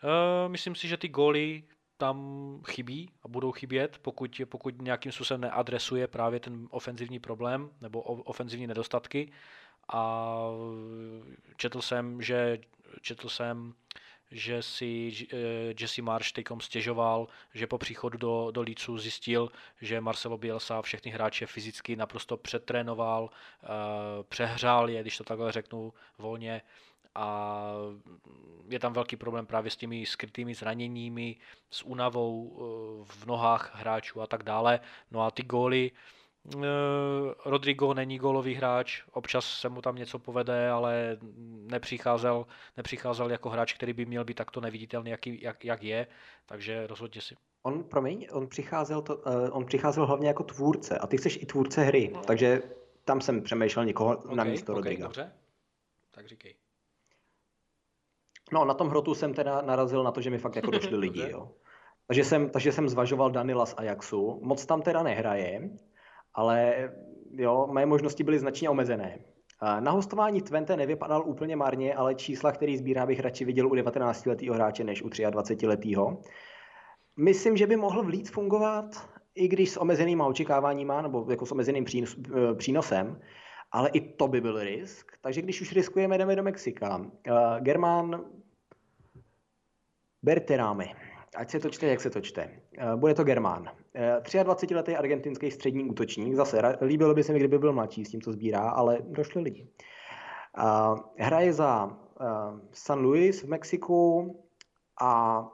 A: Uh, myslím si, že ty góly tam chybí a budou chybět, pokud, pokud nějakým způsobem neadresuje právě ten ofenzivní problém nebo ofenzivní nedostatky. A četl jsem, že četl jsem, že si Jesse Marsch teďkom stěžoval, že po příchodu do, do Leedsu zjistil, že Marcelo Bielsa všechny hráče fyzicky naprosto přetrénoval, přehrál je, když to takhle řeknu volně, a je tam velký problém právě s těmi skrytými zraněními, s únavou v nohách hráčů a tak dále. No a ty góly, Rodrigo není gólový hráč, občas se mu tam něco povede, ale nepřicházel, nepřicházel jako hráč, který by měl být takto neviditelný, jak, jak, jak je, takže rozhodně si.
B: On, promiň, on přicházel, to, uh, on přicházel hlavně jako tvůrce a ty jsi i tvůrce hry, no. Takže tam jsem přemýšlel někoho okay, na místo okay, Rodriga.
A: Dobře, tak říkej.
B: No, na tom hrotu jsem teda narazil na to, že mi fakt jako došli lidi, jo. Takže jsem, takže jsem zvažoval Danila z Ajaxu, moc tam teda nehraje, ale jo, moje možnosti byly značně omezené. Na hostování Twente nevypadal úplně marně, ale čísla, který sbírá, bych radši viděl u devatenáctiletého hráče než u dvacetiletého. Myslím, že by mohl v Leeds fungovat, i když s omezenýma očekáváníma, nebo jako s omezeným přínos, přínosem, ale i to by byl risk. Takže když už riskujeme, jdeme do Mexika. Uh, Germán Berterame. Ať se to čte, jak se to čte. Uh, bude to Germán. Uh, dvacetiletý argentinský střední útočník. Zase líbilo by se mi, kdyby byl mladší s tím, co sbírá, ale došli lidi. Uh, hraje za uh, San Luis v Mexiku a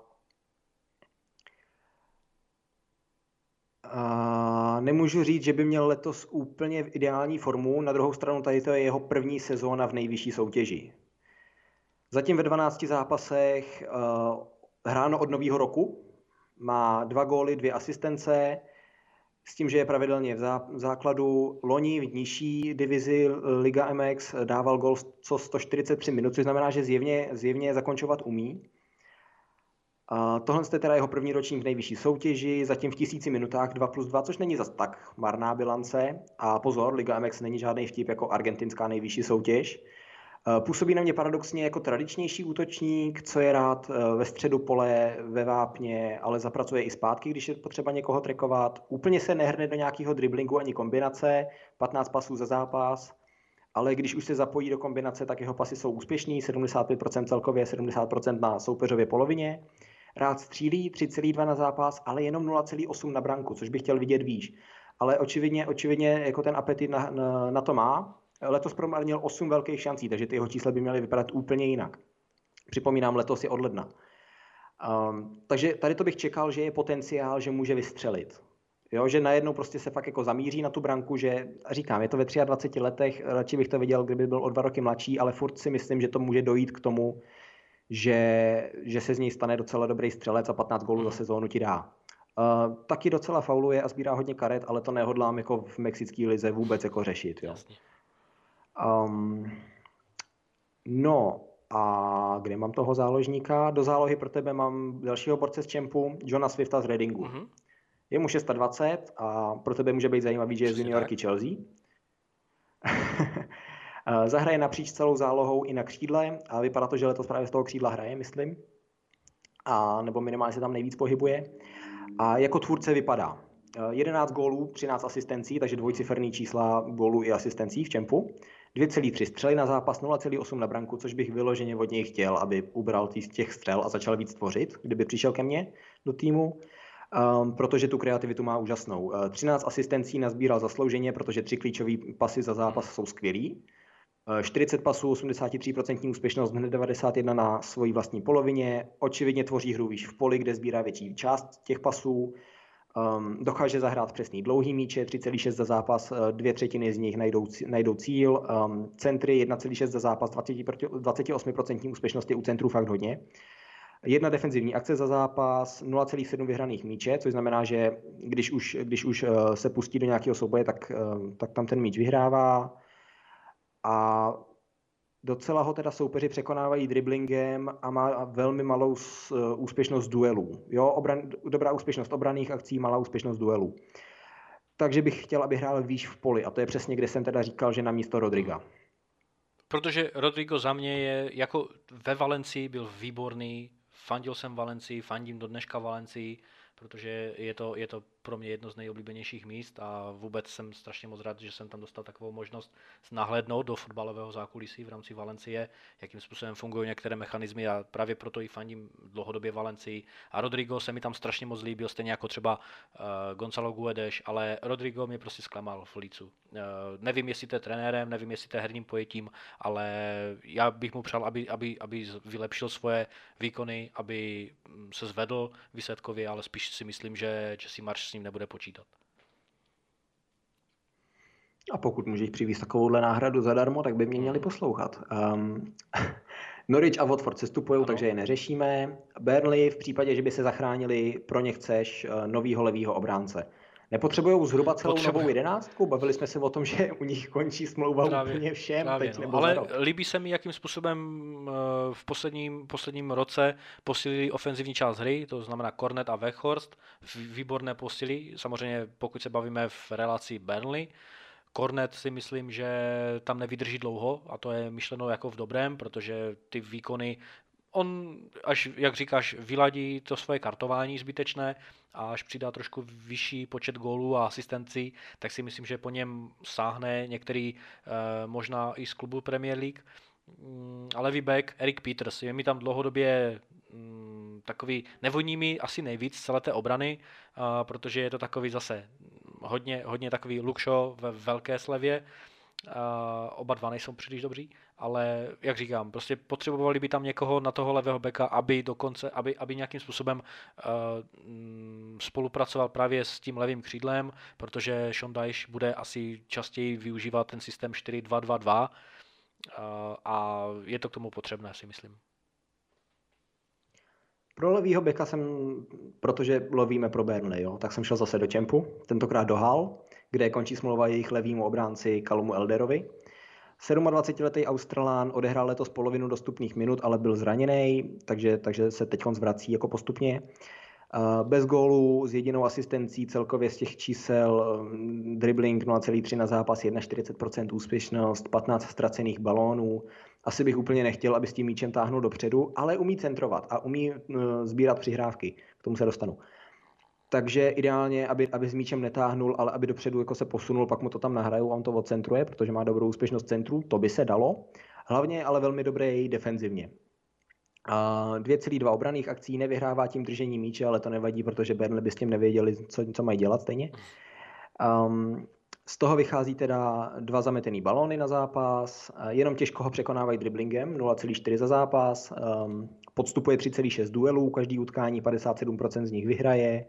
B: Uh, nemůžu říct, že by měl letos úplně v ideální formu, na druhou stranu tady to je jeho první sezóna v nejvyšší soutěži. Zatím ve dvanácti zápasech uh, hráno od nového roku, má dva góly, dvě asistence, s tím, že je pravidelně v, zá, v základu. Loni v nižší divizi Liga M X dával gól co sto čtyřicet tři minut, což znamená, že zjevně, zjevně zakončovat umí. Uh, tohle je teda jeho první ročník v nejvyšší soutěži, zatím v tisíci minutách dva plus dva, což není zas tak marná bilance. A pozor, Liga M X není žádný vtip jako argentinská nejvyšší soutěž. Uh, působí na mě paradoxně jako tradičnější útočník, co je rád uh, ve středu pole, ve vápně, ale zapracuje i zpátky, když je potřeba někoho trekovat. Úplně se nehrne do nějakého driblingu ani kombinace, patnáct pasů za zápas. Ale když už se zapojí do kombinace, tak jeho pasy jsou úspěšný, sedmdesát pět procent celkově, sedmdesát procent na soupeřově polovině. Rád střílí, tři celá dva na zápas, ale jenom nula celá osm na branku, což bych chtěl vidět výš. Ale očividně, očividně jako ten apetit na, na, na to má. Letos promarnil osm velkých šancí, takže ty jeho čísla by měly vypadat úplně jinak. Připomínám, letos je od ledna. Um, takže tady to bych čekal, že je potenciál, že může vystřelit. Jo, že najednou prostě se fakt jako zamíří na tu branku, že říkám, je to ve dvaceti třech letech, radši bych to viděl, kdyby byl o dva roky mladší, ale furt si myslím, že to může dojít k tomu, že, že se z něj stane docela dobrý střelec a patnáct gólů za sezónu ti dá. Uh, taky docela fauluje a sbírá hodně karet, ale to nehodlám jako v mexické lize vůbec jako řešit. Jo. Um, no a kde mám toho záložníka? Do zálohy pro tebe mám dalšího borce z Čempu, Johna Swifta z Readingu. Uh-huh. Je mu dvacet šest a pro tebe může být zajímavý, že je z juniorky Chelsea. Zahraje napříč celou zálohou i na křídle a vypadá to, že letos právě z toho křídla hraje, myslím. A nebo minimálně se tam nejvíc pohybuje. A jako tvůrce vypadá jedenáct gólů, třináct asistencí, takže dvojciferný čísla gólů i asistencí v Čempu. dvě celá tři střely na zápas, nula celá osm na branku, což bych vyloženě od něj chtěl, aby ubral z těch střel a začal víc tvořit, kdyby přišel ke mně do týmu. Um, protože tu kreativitu má úžasnou. Uh, třináct asistencí nazbíral zaslouženě, protože tři klíčové pasy za zápas jsou skvělý. Uh, čtyřicet pasů, osmdesát tři procent úspěšnost, hned devadesát jedna na svojí vlastní polovině. Očividně tvoří hru výš v poli, kde sbírá větší část těch pasů. Um, dokáže zahrát přesný dlouhý míče, tři celá šest za zápas, dvě třetiny z nich najdou, najdou cíl. Um, centry jedna celá šest za zápas, dvacet osm procent úspěšnosti u centrů fakt hodně. Jedna defenzivní akce za zápas, nula celá sedm vyhraných míče, což znamená, že když už, když už se pustí do nějakého souboje, tak, tak tam ten míč vyhrává. A docela ho teda soupeři překonávají driblingem a má velmi malou úspěšnost duelů. Jo, obran, dobrá úspěšnost obranných akcí, malá úspěšnost duelů. Takže bych chtěl, aby hrál výš v poli a to je přesně, kde jsem teda říkal, že na místo Rodriga.
A: Protože Rodrigo za mě je, jako ve Valencii byl výborný, fandil jsem Valencii, fandím do dneška Valencii, protože je to, je to pro mě jedno z nejoblíbenějších míst a vůbec jsem strašně moc rád, že jsem tam dostal takovou možnost nahlédnout do fotbalového zákulisí v rámci Valencie, jakým způsobem fungují některé mechanismy a právě proto i fandím dlouhodobě Valencii. A Rodrigo se mi tam strašně moc líbil, stejně jako třeba uh, Gonzalo Guedes, ale Rodrigo mě prostě zklamal v Lícu. Uh, nevím, jestli to je trenérem, nevím, jestli to je herním pojetím, ale já bych mu přál, aby, aby, aby vylepšil svoje výkony, aby se zvedl výsledkově, ale spíš si myslím, že Jesse Marsch s ním nebude počítat.
B: A pokud můžeš přivést takovouhle náhradu zadarmo, tak by mě měli poslouchat. Um, Norwich a Watford sestupují, takže je neřešíme. Burnley v případě, že by se zachránili, pro ně chceš novýho levýho obránce. Nepotřebují zhruba celou
A: Potřebuji.
B: novou jedenáctku? Bavili jsme se o tom, že u nich končí smlouva právě, úplně všem.
A: Právě,
B: teď
A: no.
B: nebo
A: Ale líbí se mi, jakým způsobem v posledním, posledním roce posílili ofenzivní část hry, to znamená Cornet a Weghorst, výborné posily, samozřejmě pokud se bavíme v relaci Burnley. Cornet si myslím, že tam nevydrží dlouho a to je myšleno jako v dobrém, protože ty výkony, on, až, jak říkáš, vyladí to svoje kartování zbytečné a až přidá trošku vyšší počet gólů a asistencí, tak si myslím, že po něm sáhne některý eh, možná i z klubu Premier League. Mm, a levý back Erik Pieters je mi tam dlouhodobě mm, takový, nevoní mi asi nejvíc z celé té obrany, uh, protože je to takový zase hodně, hodně takový Luke Shaw ve velké slevě. Uh, oba dva nejsou příliš dobří, ale jak říkám, prostě potřebovali by tam někoho na toho levého beka, aby dokonce, aby, aby nějakým způsobem uh, spolupracoval právě s tím levým křídlem, protože Sean Dyche bude asi častěji využívat ten systém čtyři dva dva dva uh, a je to k tomu potřebné, si myslím.
B: Pro levýho beka jsem, protože lovíme pro Burnley, jo, tak jsem šel zase do Čempu, tentokrát do Hull, kde končí smlouva jejich levýmu obránci Calumu Elderovi. sedmadvacetiletý Australán odehrál letos polovinu dostupných minut, ale byl zraněný, takže, takže se teď zvrací jako postupně. Bez gólu, s jedinou asistencí, celkově z těch čísel dribbling nula celá tři na zápas, čtyřicet jedna procent úspěšnost, patnáct ztracených balónů. Asi bych úplně nechtěl, aby s tím míčem táhnul dopředu, ale umí centrovat a umí sbírat přihrávky. K tomu se dostanu. Takže ideálně, aby, aby s míčem netáhnul, ale aby dopředu jako se posunul, pak mu to tam nahrajou a on to odcentruje, protože má dobrou úspěšnost centrů, to by se dalo. Hlavně ale velmi dobrý defenzivně. dvě celá dva obranných akcí, nevyhrává tím držení míče, ale to nevadí, protože Burnley by s tím nevěděli, co, co mají dělat stejně. Um, z toho vychází teda dva zametený balóny na zápas, jenom těžko ho překonávají driblingem, nula celá čtyři za zápas, um, podstupuje tři celá šest duelů, každý utkání padesát sedm procent z nich vyhraje.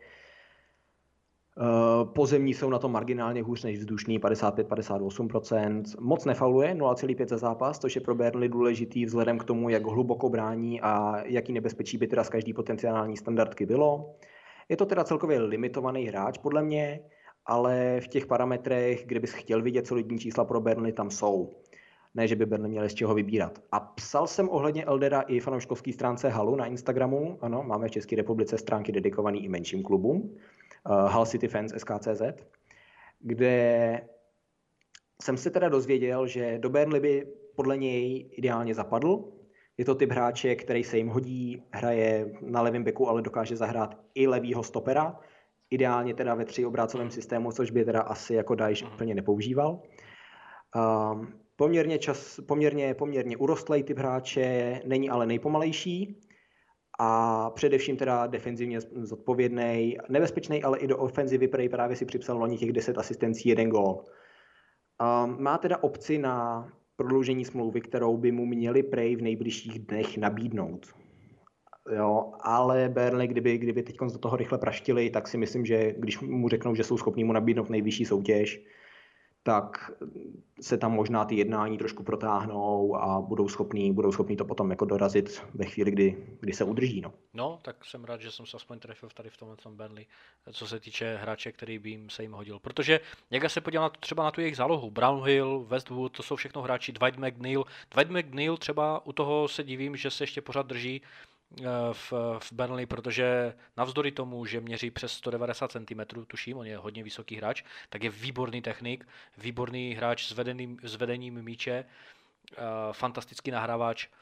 B: Uh, pozemní jsou na to marginálně hůř než vzdušný, padesát pět až padesát osm procent. Moc nefauluje, nula celá pět za zápas, což je pro Burnley důležitý vzhledem k tomu, jak hluboko brání a jaký nebezpečí by teda z každý potenciální standardky bylo. Je to teda celkově limitovaný hráč podle mě, ale v těch parametrech, kde bys chtěl vidět solidní čísla pro Burnley, tam jsou. Ne, že by Burnley měli z čeho vybírat. A psal jsem ohledně Eldera i fanouškovské stránce Hallu na Instagramu. Ano, máme v České republice stránky dedikované i menším klubům. Uh, Hull City Fans S K C Z, kde jsem se teda dozvěděl, že do Burnley by podle něj ideálně zapadl. Je to typ hráče, který se jim hodí, hraje na levém beku, ale dokáže zahrát i levýho stopera. Ideálně teda ve tři obrácovém systému, což by teda asi jako Dyche úplně nepoužíval. Um, poměrně, čas, poměrně, poměrně urostlej typ hráče, není ale nejpomalejší. A především teda defenzivně zodpovědný, nebezpečný, ale i do ofenzivy, prej právě si připsal loni těch deset asistencí, jeden gól. Um, má teda opci na prodloužení smlouvy, kterou by mu měli prej v nejbližších dnech nabídnout. Jo, ale Burnley, kdyby, kdyby teď do toho rychle praštili, tak si myslím, že když mu řeknou, že jsou schopní mu nabídnout nejvyšší soutěž, tak se tam možná ty jednání trošku protáhnou a budou schopní, budou schopní to potom jako dorazit ve chvíli, kdy, kdy se udrží. No.
A: no, tak jsem rád, že jsem se aspoň trefil tady v tomhle tom Burnley, co se týče hráče, který by jim se jim hodil. Protože jak se podívám třeba na tu jejich zálohu, Brownhill, Westwood, to jsou všechno hráči, Dwight McNeil. Dwight McNeil třeba u toho se divím, že se ještě pořád drží v, v Burnley, protože navzdory tomu, že měří přes sto devadesát centimetrů, tuším, on je hodně vysoký hráč, tak je výborný technik, výborný hráč s vedeným, s vedením míče, fantastický nahrávač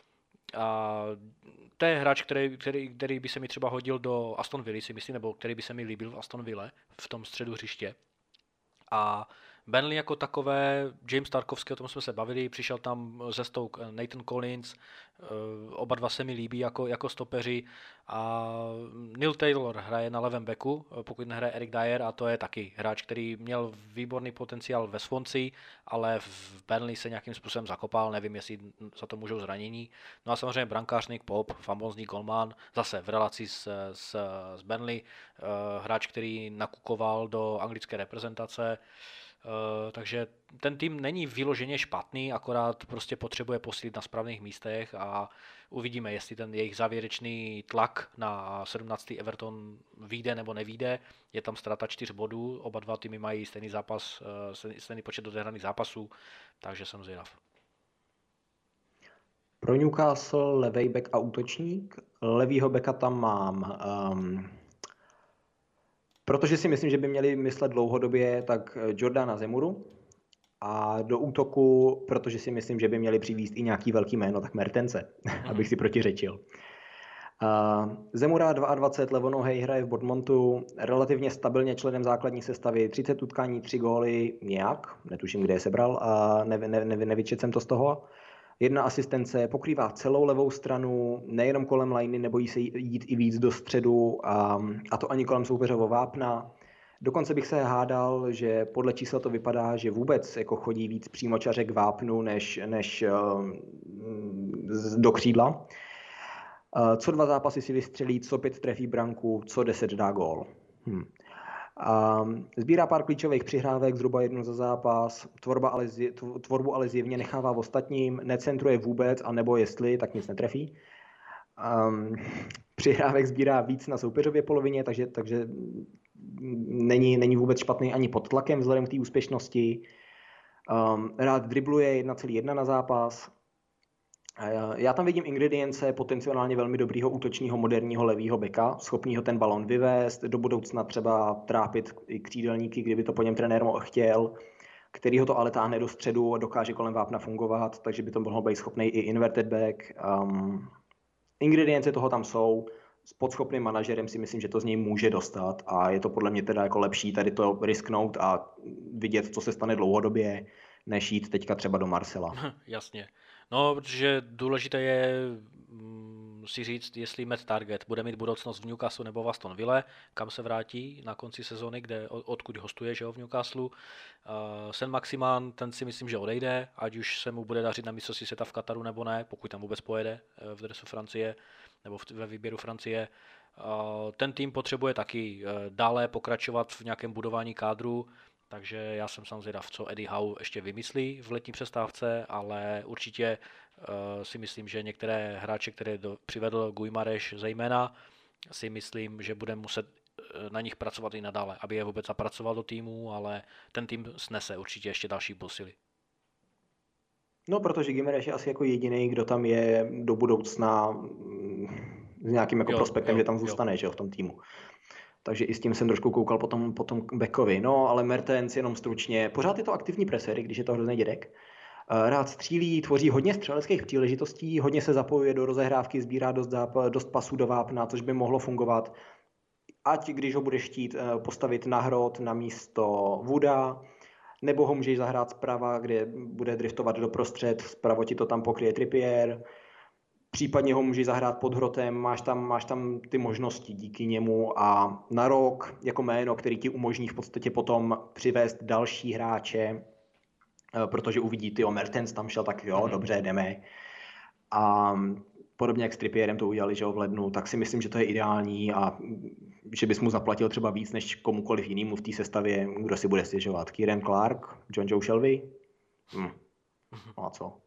A: A to je hráč, který, který, který by se mi třeba hodil do Aston Villa, si myslím, nebo který by se mi líbil v Aston Ville, v tom středu hřiště. A Burnley jako takové, James Tarkovský, o tom jsme se bavili, přišel tam ze Stoke Nathan Collins, oba dva se mi líbí jako, jako stopeři a Neil Taylor hraje na levém beku, pokud nehraje Eric Dyer, a to je taky hráč, který měl výborný potenciál ve Swansea, ale v Burnley se nějakým způsobem zakopal, nevím, jestli za to můžou zranění. No a samozřejmě brankář Nick Pope, famózní golman, zase v relaci s, s, s Burnley, hráč, který nakukoval do anglické reprezentace. Uh, takže ten tým není vyloženě špatný, akorát prostě potřebuje posílit na správných místech a uvidíme, jestli ten jejich závěrečný tlak na sedmnáctý Everton vyjde nebo nevyjde. Je tam ztráta čtyř bodů, oba dva týmy mají stejný zápas, uh, stejný počet odehraných zápasů, takže jsem zvědav.
B: Pro Newcastle levej back a útočník. Levýho backa tam mám... Um... Protože si myslím, že by měli myslet dlouhodobě, tak Jordana Zemuru. A do útoku, protože si myslím, že by měli přivízt i nějaký velký jméno, tak Mertense, mm. abych si protiřečil. Uh, Zemura dvacet dva, levonohej, hraje v Bournemouthu, relativně stabilně členem základní sestavy, třicet utkání, tři góly, nějak, netuším, kde je sebral, a ne, ne, ne, nevyčet jsem to z toho. Jedna asistence, pokrývá celou levou stranu, nejenom kolem liney, nebojí se jít i víc do středu, a, a to ani kolem soupeřového vápna. Dokonce bych se hádal, že podle čísel to vypadá, že vůbec jako chodí víc přímočaře k vápnu, než, než uh, do křídla. Uh, co dva zápasy si vystřelí, co pět trefí branku, co deset dá gól. Hm. Uh, sbírá pár klíčových přihrávek, zhruba jednu za zápas, tvorba ale, tvorbu ale zjevně nechává v ostatním, necentruje vůbec, anebo jestli, tak nic netrefí. Um, přihrávek sbírá víc na soupeřově polovině, takže, takže není, není vůbec špatný ani pod tlakem vzhledem k té úspěšnosti. Um, rád dribluje jedna celá jedna na zápas. Já tam vidím ingredience potenciálně velmi dobrýho útočního moderního levýho beka, schopného ten balon vyvést, do budoucna třeba trápit i křídelníky, kdyby to po něm trenér chtěl, který ho to ale táhne do středu a dokáže kolem vápna fungovat, takže by to mohlo být schopný i inverted back. Um, ingredience toho tam jsou, s podschopným manažerem si myslím, že to z něj může dostat a je to podle mě teda jako lepší tady to risknout a vidět, co se stane dlouhodobě, než jít teďka třeba do Marcela.
A: Jasně. No, protože důležité je mm, si říct, jestli Matt Target bude mít budoucnost v Newcastle nebo v Aston Ville, kam se vrátí na konci sezóny, kde, odkud hostuje, že jo, v Newcastle. Uh, Sen Maximan, ten si myslím, že odejde, ať už se mu bude dařit na mistrovství světa v Kataru nebo ne, pokud tam vůbec pojede v dresu Francie nebo v, ve výběru Francie. Uh, ten tým potřebuje taky uh, dále pokračovat v nějakém budování kádru, takže já jsem samozřejmě zvědav, co Eddie Howe ještě vymyslí v letní přestávce, ale určitě uh, si myslím, že některé hráče, které do, přivedl Guimarães zejména, si myslím, že bude muset na nich pracovat i nadále, aby je vůbec zapracoval do týmu, ale ten tým snese určitě ještě další posily.
B: No, protože Guimarães je asi jako jediný, kdo tam je do budoucna s nějakým jako jo, prospektem, jo, že tam zůstane, jo. Že jo, v tom týmu. Takže i s tím jsem trošku koukal potom, potom Beckovi. No, ale Mertens jenom stručně. Pořád je to aktivní preser, když je to hrozný dědek. Rád střílí, tvoří hodně střeleckých příležitostí, hodně se zapojuje do rozehrávky, sbírá dost, záp- dost pasů do vápna, což by mohlo fungovat. Ať když ho budeš chtít postavit na hrot na místo Wooda, nebo ho můžeš zahrát zprava, kde bude driftovat doprostřed, zpravo ti to tam pokryje Trippier. Případně ho můžeš zahrát pod hrotem, máš tam, máš tam ty možnosti díky němu a na rok jako jméno, který ti umožní v podstatě potom přivést další hráče, protože uvidí, ty Mertens tam šel, tak jo, dobře, jdeme. A podobně jak s Trippierem to udělali, že jo, v lednu, tak si myslím, že to je ideální a že bys mu zaplatil třeba víc než komukoliv jinému v té sestavě, kdo si bude stěžovat. Kieran Clark, John Joe Shelby? Hm. No a co?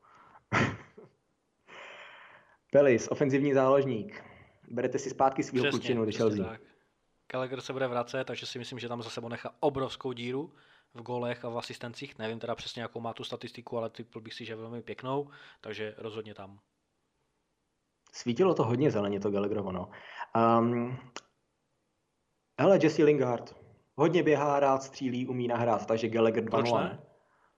B: Pelis, ofenzivní záložník. Berete si zpátky svýho klučinu, když Chelsea.
A: Gallagher se bude vracet, takže si myslím, že tam za sebou nechá obrovskou díru v gólech a v asistencích. Nevím teda přesně, jakou má tu statistiku, ale typl bych si, že velmi pěknou, takže rozhodně tam.
B: Svítilo to hodně zeleně, to Gallagherovo, no. Um, hele, Jesse Lingard. Hodně běhá, rád střílí, umí nahrát, takže Gallagher dva nula.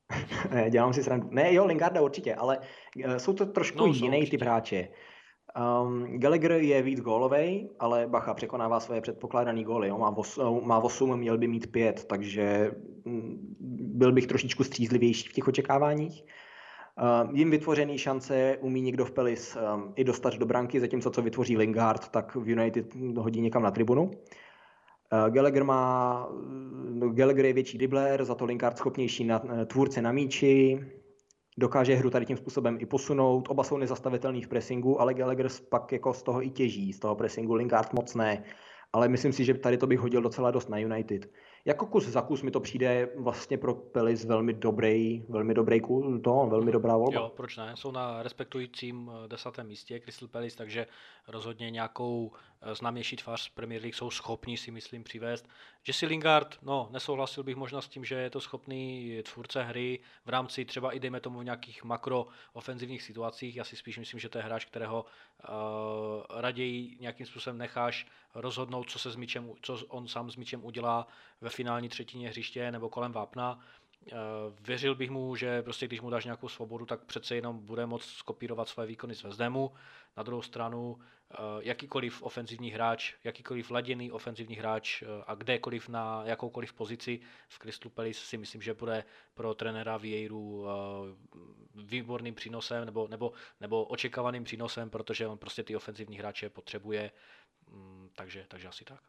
B: Ne, dělám si srandu. Ne, jo, Lingarda určitě, ale eh, jsou to trošku
A: No, jsou
B: jiný typ
A: určitě.
B: hráče. Um, Gallagher je víc gólovej, ale bacha, překonává své předpokládaný góly. Jo? Má, osm, má osm, měl by mít pět, takže mm, byl bych trošičku střízlivější v těch očekáváních. Uh, jim vytvořený šance umí někdo v Pelis um, i dostat do branky, zatímco co vytvoří Lingard, tak v United hodí někam na tribunu. Uh, Gallagher má, no, Gallagher je větší dribler, za to Lingard schopnější na, tvůrce na míči, dokáže hru tady tím způsobem i posunout. Oba jsou nezastavitelný v pressingu, ale Gallagher pak jako z toho i těží, z toho pressingu. Lingard moc ne, ale myslím si, že tady to bych hodil docela dost na United. Jako kus za kus mi to přijde vlastně pro Pelis velmi dobrý, velmi dobrý to, velmi dobrá volba.
A: Jo, proč ne? Jsou na respektujícím desátém místě Crystal Palace, takže rozhodně nějakou známější tvář z Premier League jsou schopní, si myslím, přivést. Jesse Lingard, no, nesouhlasil bych možná s tím, že je to schopný tvůrce hry v rámci třeba i dejme tomu v nějakých makroofenzivních situacích. Já si spíš myslím, že to je hráč, kterého uh, raději nějakým způsobem necháš rozhodnout, co se s míčem, co on sám s míčem udělá ve finální třetině hřiště nebo kolem vápna. Věřil bych mu, že prostě když mu dáš nějakou svobodu, tak přece jenom bude moct skopírovat své výkony z West Hamu. Na druhou stranu, jakýkoliv ofenzivní hráč, jakýkoliv laděný ofenzivní hráč a kdekoliv na jakoukoliv pozici v Crystal Palace si myslím, že bude pro trenéra Vieiru výborným přínosem nebo, nebo, nebo očekávaným přínosem, protože on prostě ty ofenzivní hráče potřebuje, takže, takže asi tak.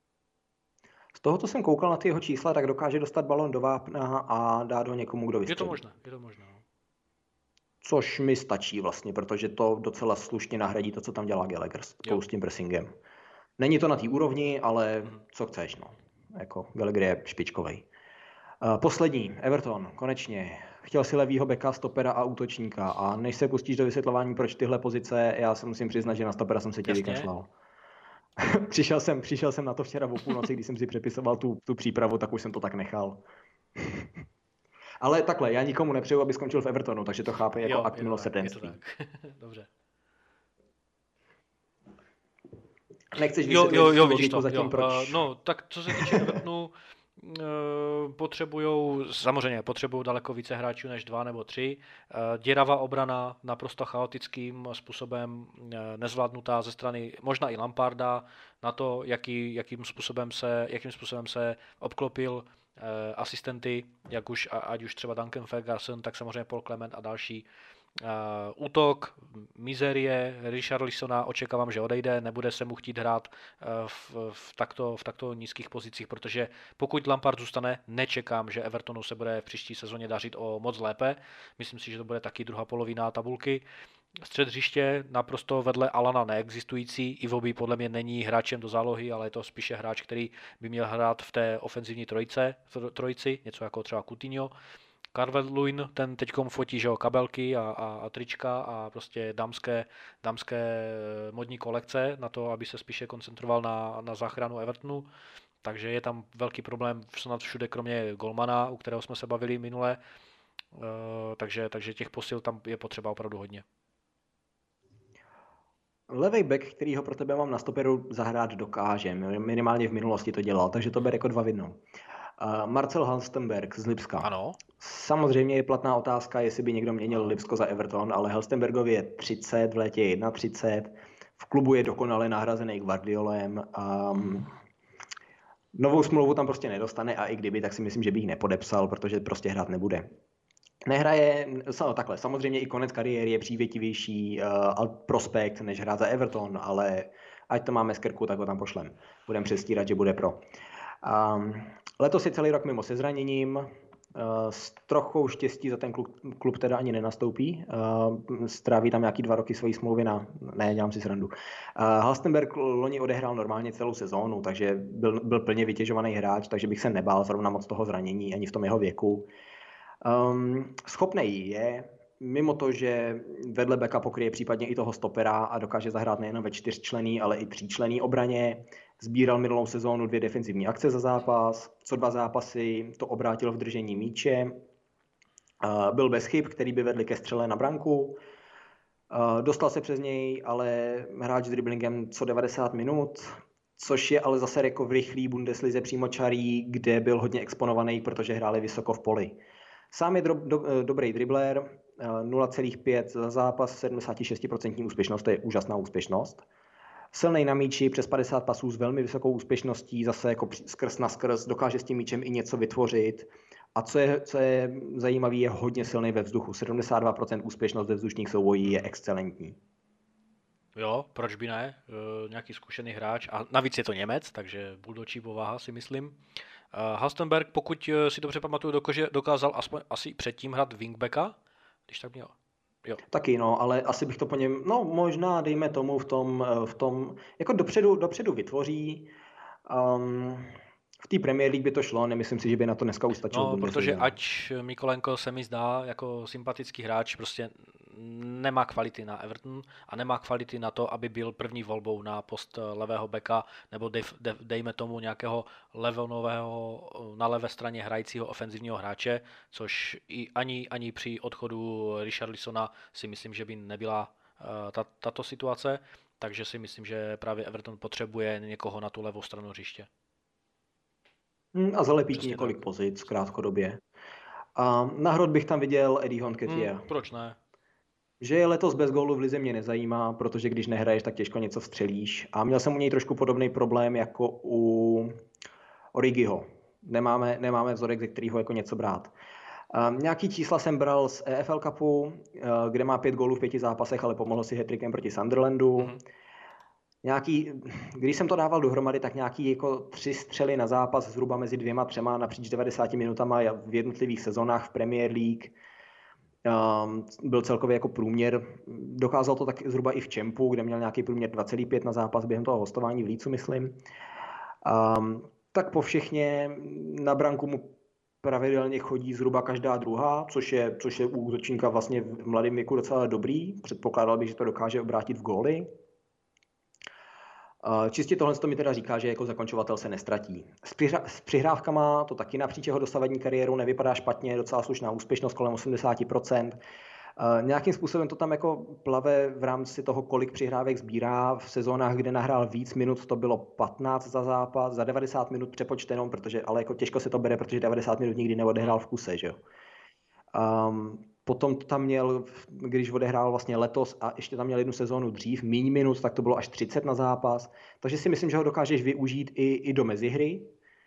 B: Z toho, co jsem koukal na ty jeho čísla, tak dokáže dostat balon do vápna a dát ho někomu, kdo vystřelí.
A: Je to možné, je to možné.
B: Což mi stačí vlastně, protože to docela slušně nahradí to, co tam dělá Gallagher s tím pressingem. Není to na té úrovni, ale co chceš, no. Jako Gallagher je špičkovej. Uh, poslední, Everton, konečně. Chtěl si levýho beka, stopera a útočníka. A než se pustíš do vysvětlování, proč tyhle pozice, já se musím přiznat, že na stopera jsem se tě vykašlal. přišel, jsem, přišel jsem na to včera o půlnoci, když jsem si přepisoval tu, tu přípravu, tak už jsem to tak nechal. Ale takhle, já nikomu nepřeju, aby skončil v Evertonu, takže to chápe jako jo, akt milosrdenství.
A: Dobře.
B: Nechceš
A: vysvětlit jo, jo, jo, vidíš to, zatím, jo. Proč... Uh, no, tak co se týče Evertonu, uh, potřebujou, samozřejmě potřebují daleko více hráčů než dva nebo tři. Uh, děravá obrana naprosto chaotickým způsobem uh, nezvládnutá ze strany možná i Lamparda na to, jaký, jakým, způsobem se, jakým způsobem se obklopil asistenty, jak už, ať už třeba Duncan Ferguson, tak samozřejmě Paul Clement a další. Uh, útok, mizerie Richarlisona, očekávám, že odejde, nebude se mu chtít hrát uh, v, v, takto, v takto nízkých pozicích, protože pokud Lampard zůstane, nečekám, že Evertonu se bude v příští sezóně dařit o moc lépe. Myslím si, že to bude taky druhá polovina tabulky. Střed hřiště naprosto vedle Alana neexistující. Iwobi podle mě není hráčem do zálohy, ale je to spíše hráč, který by měl hrát v té ofenzivní trojice, trojici, něco jako třeba Coutinho. Calvert-Lewin, ten teďkom fotí, že jo, kabelky a, a, a trička a prostě dámské, dámské modní kolekce na to, aby se spíše koncentroval na, na záchranu Evertonu. Takže je tam velký problém snad všude, kromě golmana, u kterého jsme se bavili minule. Uh, takže, takže těch posil tam je potřeba opravdu hodně.
B: Levej back, který ho pro tebe mám na stoperu, zahrát dokáže. Minimálně v minulosti to dělal, takže to ber jako dva v jednou. Uh, Marcel Halstenberg z Lipska.
A: Ano.
B: Samozřejmě je platná otázka, jestli by někdo měnil Lipsko za Everton, ale Halstenbergovi je třicet, v létě je třicet jedna, v klubu je dokonale nahrazený Guardiolem. Um, novou smlouvu tam prostě nedostane a i kdyby, tak si myslím, že by ji nepodepsal, protože prostě hrát nebude. Nehraje, no, takhle, samozřejmě i konec kariéry je přívětivější uh, prospekt, než hrát za Everton, ale ať to máme z krku, tak ho tam pošlem. Budeme přestírat, že bude pro. Um, letos je celý rok mimo se zraněním, uh, s trochou štěstí za ten klub, klub teda ani nenastoupí, uh, stráví tam nějaký dva roky svojí smlouvy na, ne, dělám si srandu. Uh, Halstenberg loni odehrál normálně celou sezónu, takže byl, byl plně vytěžovaný hráč, takže bych se nebál zrovna moc toho zranění ani v tom jeho věku. Um, schopnej je, mimo to, že vedle backa pokryje případně i toho stopera a dokáže zahrát nejen ve čtyřčlenný, ale i tříčlenný obraně. Sbíral minulou sezónu dvě defenzivní akce za zápas, co dva zápasy to obrátil v držení míče. Uh, byl bez chyb, který by vedli ke střele na branku. Uh, dostal se přes něj, ale hráč s driblingem co devadesát minut, což je ale zase jako v rychlý Bundeslize přímočarý, kde byl hodně exponovaný, protože hráli vysoko v poli. Sám je dro- do- dobrý dribler, nula celá pět za zápas, sedmdesát šest procent úspěšnost, to je úžasná úspěšnost. Silnej na míči, přes padesát pasů s velmi vysokou úspěšností, zase jako skrz na skrz, dokáže s tím míčem i něco vytvořit. A co je, co je zajímavé, je hodně silný ve vzduchu. sedmdesát dva procent úspěšnost ve vzdušných soubojích je excelentní.
A: Jo, proč by ne? E, nějaký zkušený hráč. A navíc je to Němec, takže buldočí povaha si myslím. E, Halstenberg, pokud si dobře pamatuju, dokože, dokázal aspoň asi předtím hrát wingbacka, když tak měl. Jo.
B: Taky, no, ale asi bych to po něm, no možná dejme tomu v tom, v tom jako dopředu, dopředu vytvoří. Um, v té Premier League by to šlo, nemyslím si, že by na to dneska ustačilo.
A: No, protože ať Mikolenko se mi zdá jako sympatický hráč, prostě nemá kvality na Everton a nemá kvality na to, aby byl první volbou na post levého beka nebo dej, dej, dejme tomu nějakého levonového na levé straně hrajícího ofenzivního hráče, což i ani, ani při odchodu Richarlisona si myslím, že by nebyla uh, ta, tato situace, takže si myslím, že právě Everton potřebuje někoho na tu levou stranu hřiště.
B: A zalepí ti několik tak. pozic krátkodobě. A na hrot bych tam viděl Eddieho Nketiah.
A: Hmm, proč ne?
B: Že je letos bez gólu v lize mě nezajímá, protože když nehraješ, tak těžko něco vstřelíš. A měl jsem u něj trošku podobný problém jako u Origiho. Nemáme, nemáme vzorek, ze kterého jako něco brát. Um, nějaký čísla jsem bral z E F L Cupu, uh, kde má pět gólů v pěti zápasech, ale pomohl si hat-trickem proti Sunderlandu. Mm-hmm. Nějaký, když jsem to dával dohromady, tak nějaký jako tři střely na zápas zhruba mezi dvěma, třema napříč devadesáti minutama v jednotlivých sezónách v Premier League. Um, byl celkově jako průměr. Dokázal to tak zhruba i v Čempu, kde měl nějaký průměr dva celá pět na zápas během toho hostování v Lícu, myslím. Um, tak po všechně na branku mu pravidelně chodí zhruba každá druhá, což je, což je u útočníka vlastně v mladém věku docela dobrý. Předpokládal bych, že to dokáže obrátit v góly. Čistě tohle to mi teda říká, že jako zakončovatel se nestratí. S, přihra- s přihrávkama to taky napříč jeho dosavadní kariéru nevypadá špatně, docela slušná úspěšnost kolem osmdesát procent. Uh, nějakým způsobem to tam jako plave v rámci toho, kolik přihrávek sbírá. V sezónách, kde nahrál víc minut, to bylo patnáct za zápas, za devadesát minut přepočtenou, protože, ale jako těžko se to bere, protože devadesát minut nikdy neodehrál v kuse, že jo. Um, Potom to tam měl, když odehrál vlastně letos a ještě tam měl jednu sezónu dřív, míň minut, tak to bylo až třicet na zápas. Takže si myslím, že ho dokážeš využít i, i do mezihry.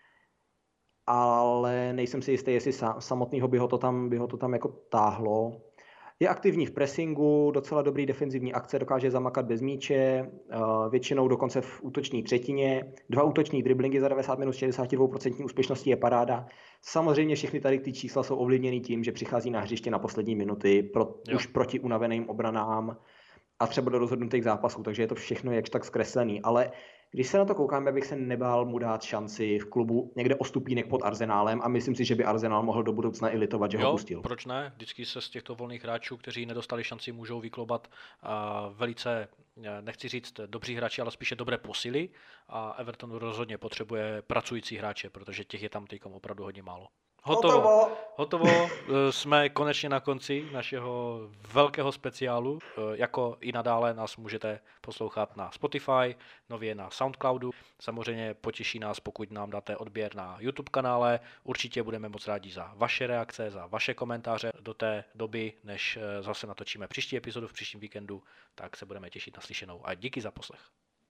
B: Ale nejsem si jistý, jestli samotného by ho to tam, by ho to tam jako táhlo. Je aktivní v pressingu, docela dobrý defenzivní akce, dokáže zamakat bez míče, většinou dokonce v útoční třetině. Dva útoční driblingy za devadesát minut s šedesát dva procent úspěšností je paráda. Samozřejmě všechny tady ty čísla jsou ovlivněny tím, že přichází na hřiště na poslední minuty pro, už proti unaveným obranám a třeba do rozhodnutých zápasů, takže je to všechno jakž tak zkreslený. Ale když se na to koukám, já bych se nebál mu dát šanci v klubu někde o stupínek pod Arsenálem a myslím si, že by Arsenal mohl do budoucna i litovat, že
A: jo,
B: ho pustil.
A: Proč ne? Vždycky se z těchto volných hráčů, kteří nedostali šanci, můžou vyklobat uh, velice, nechci říct dobří hráči, ale spíše dobré posily a Everton rozhodně potřebuje pracující hráče, protože těch je tam teďkom opravdu hodně málo. Hotovo. Hotovo. Hotovo. Jsme konečně na konci našeho velkého speciálu. Jako i nadále nás můžete poslouchat na Spotify, nově na Soundcloudu. Samozřejmě potěší nás, pokud nám dáte odběr na YouTube kanále. Určitě budeme moc rádi za vaše reakce, za vaše komentáře do té doby, než zase natočíme příští epizodu v příštím víkendu, tak se budeme těšit na slyšenou a díky za poslech.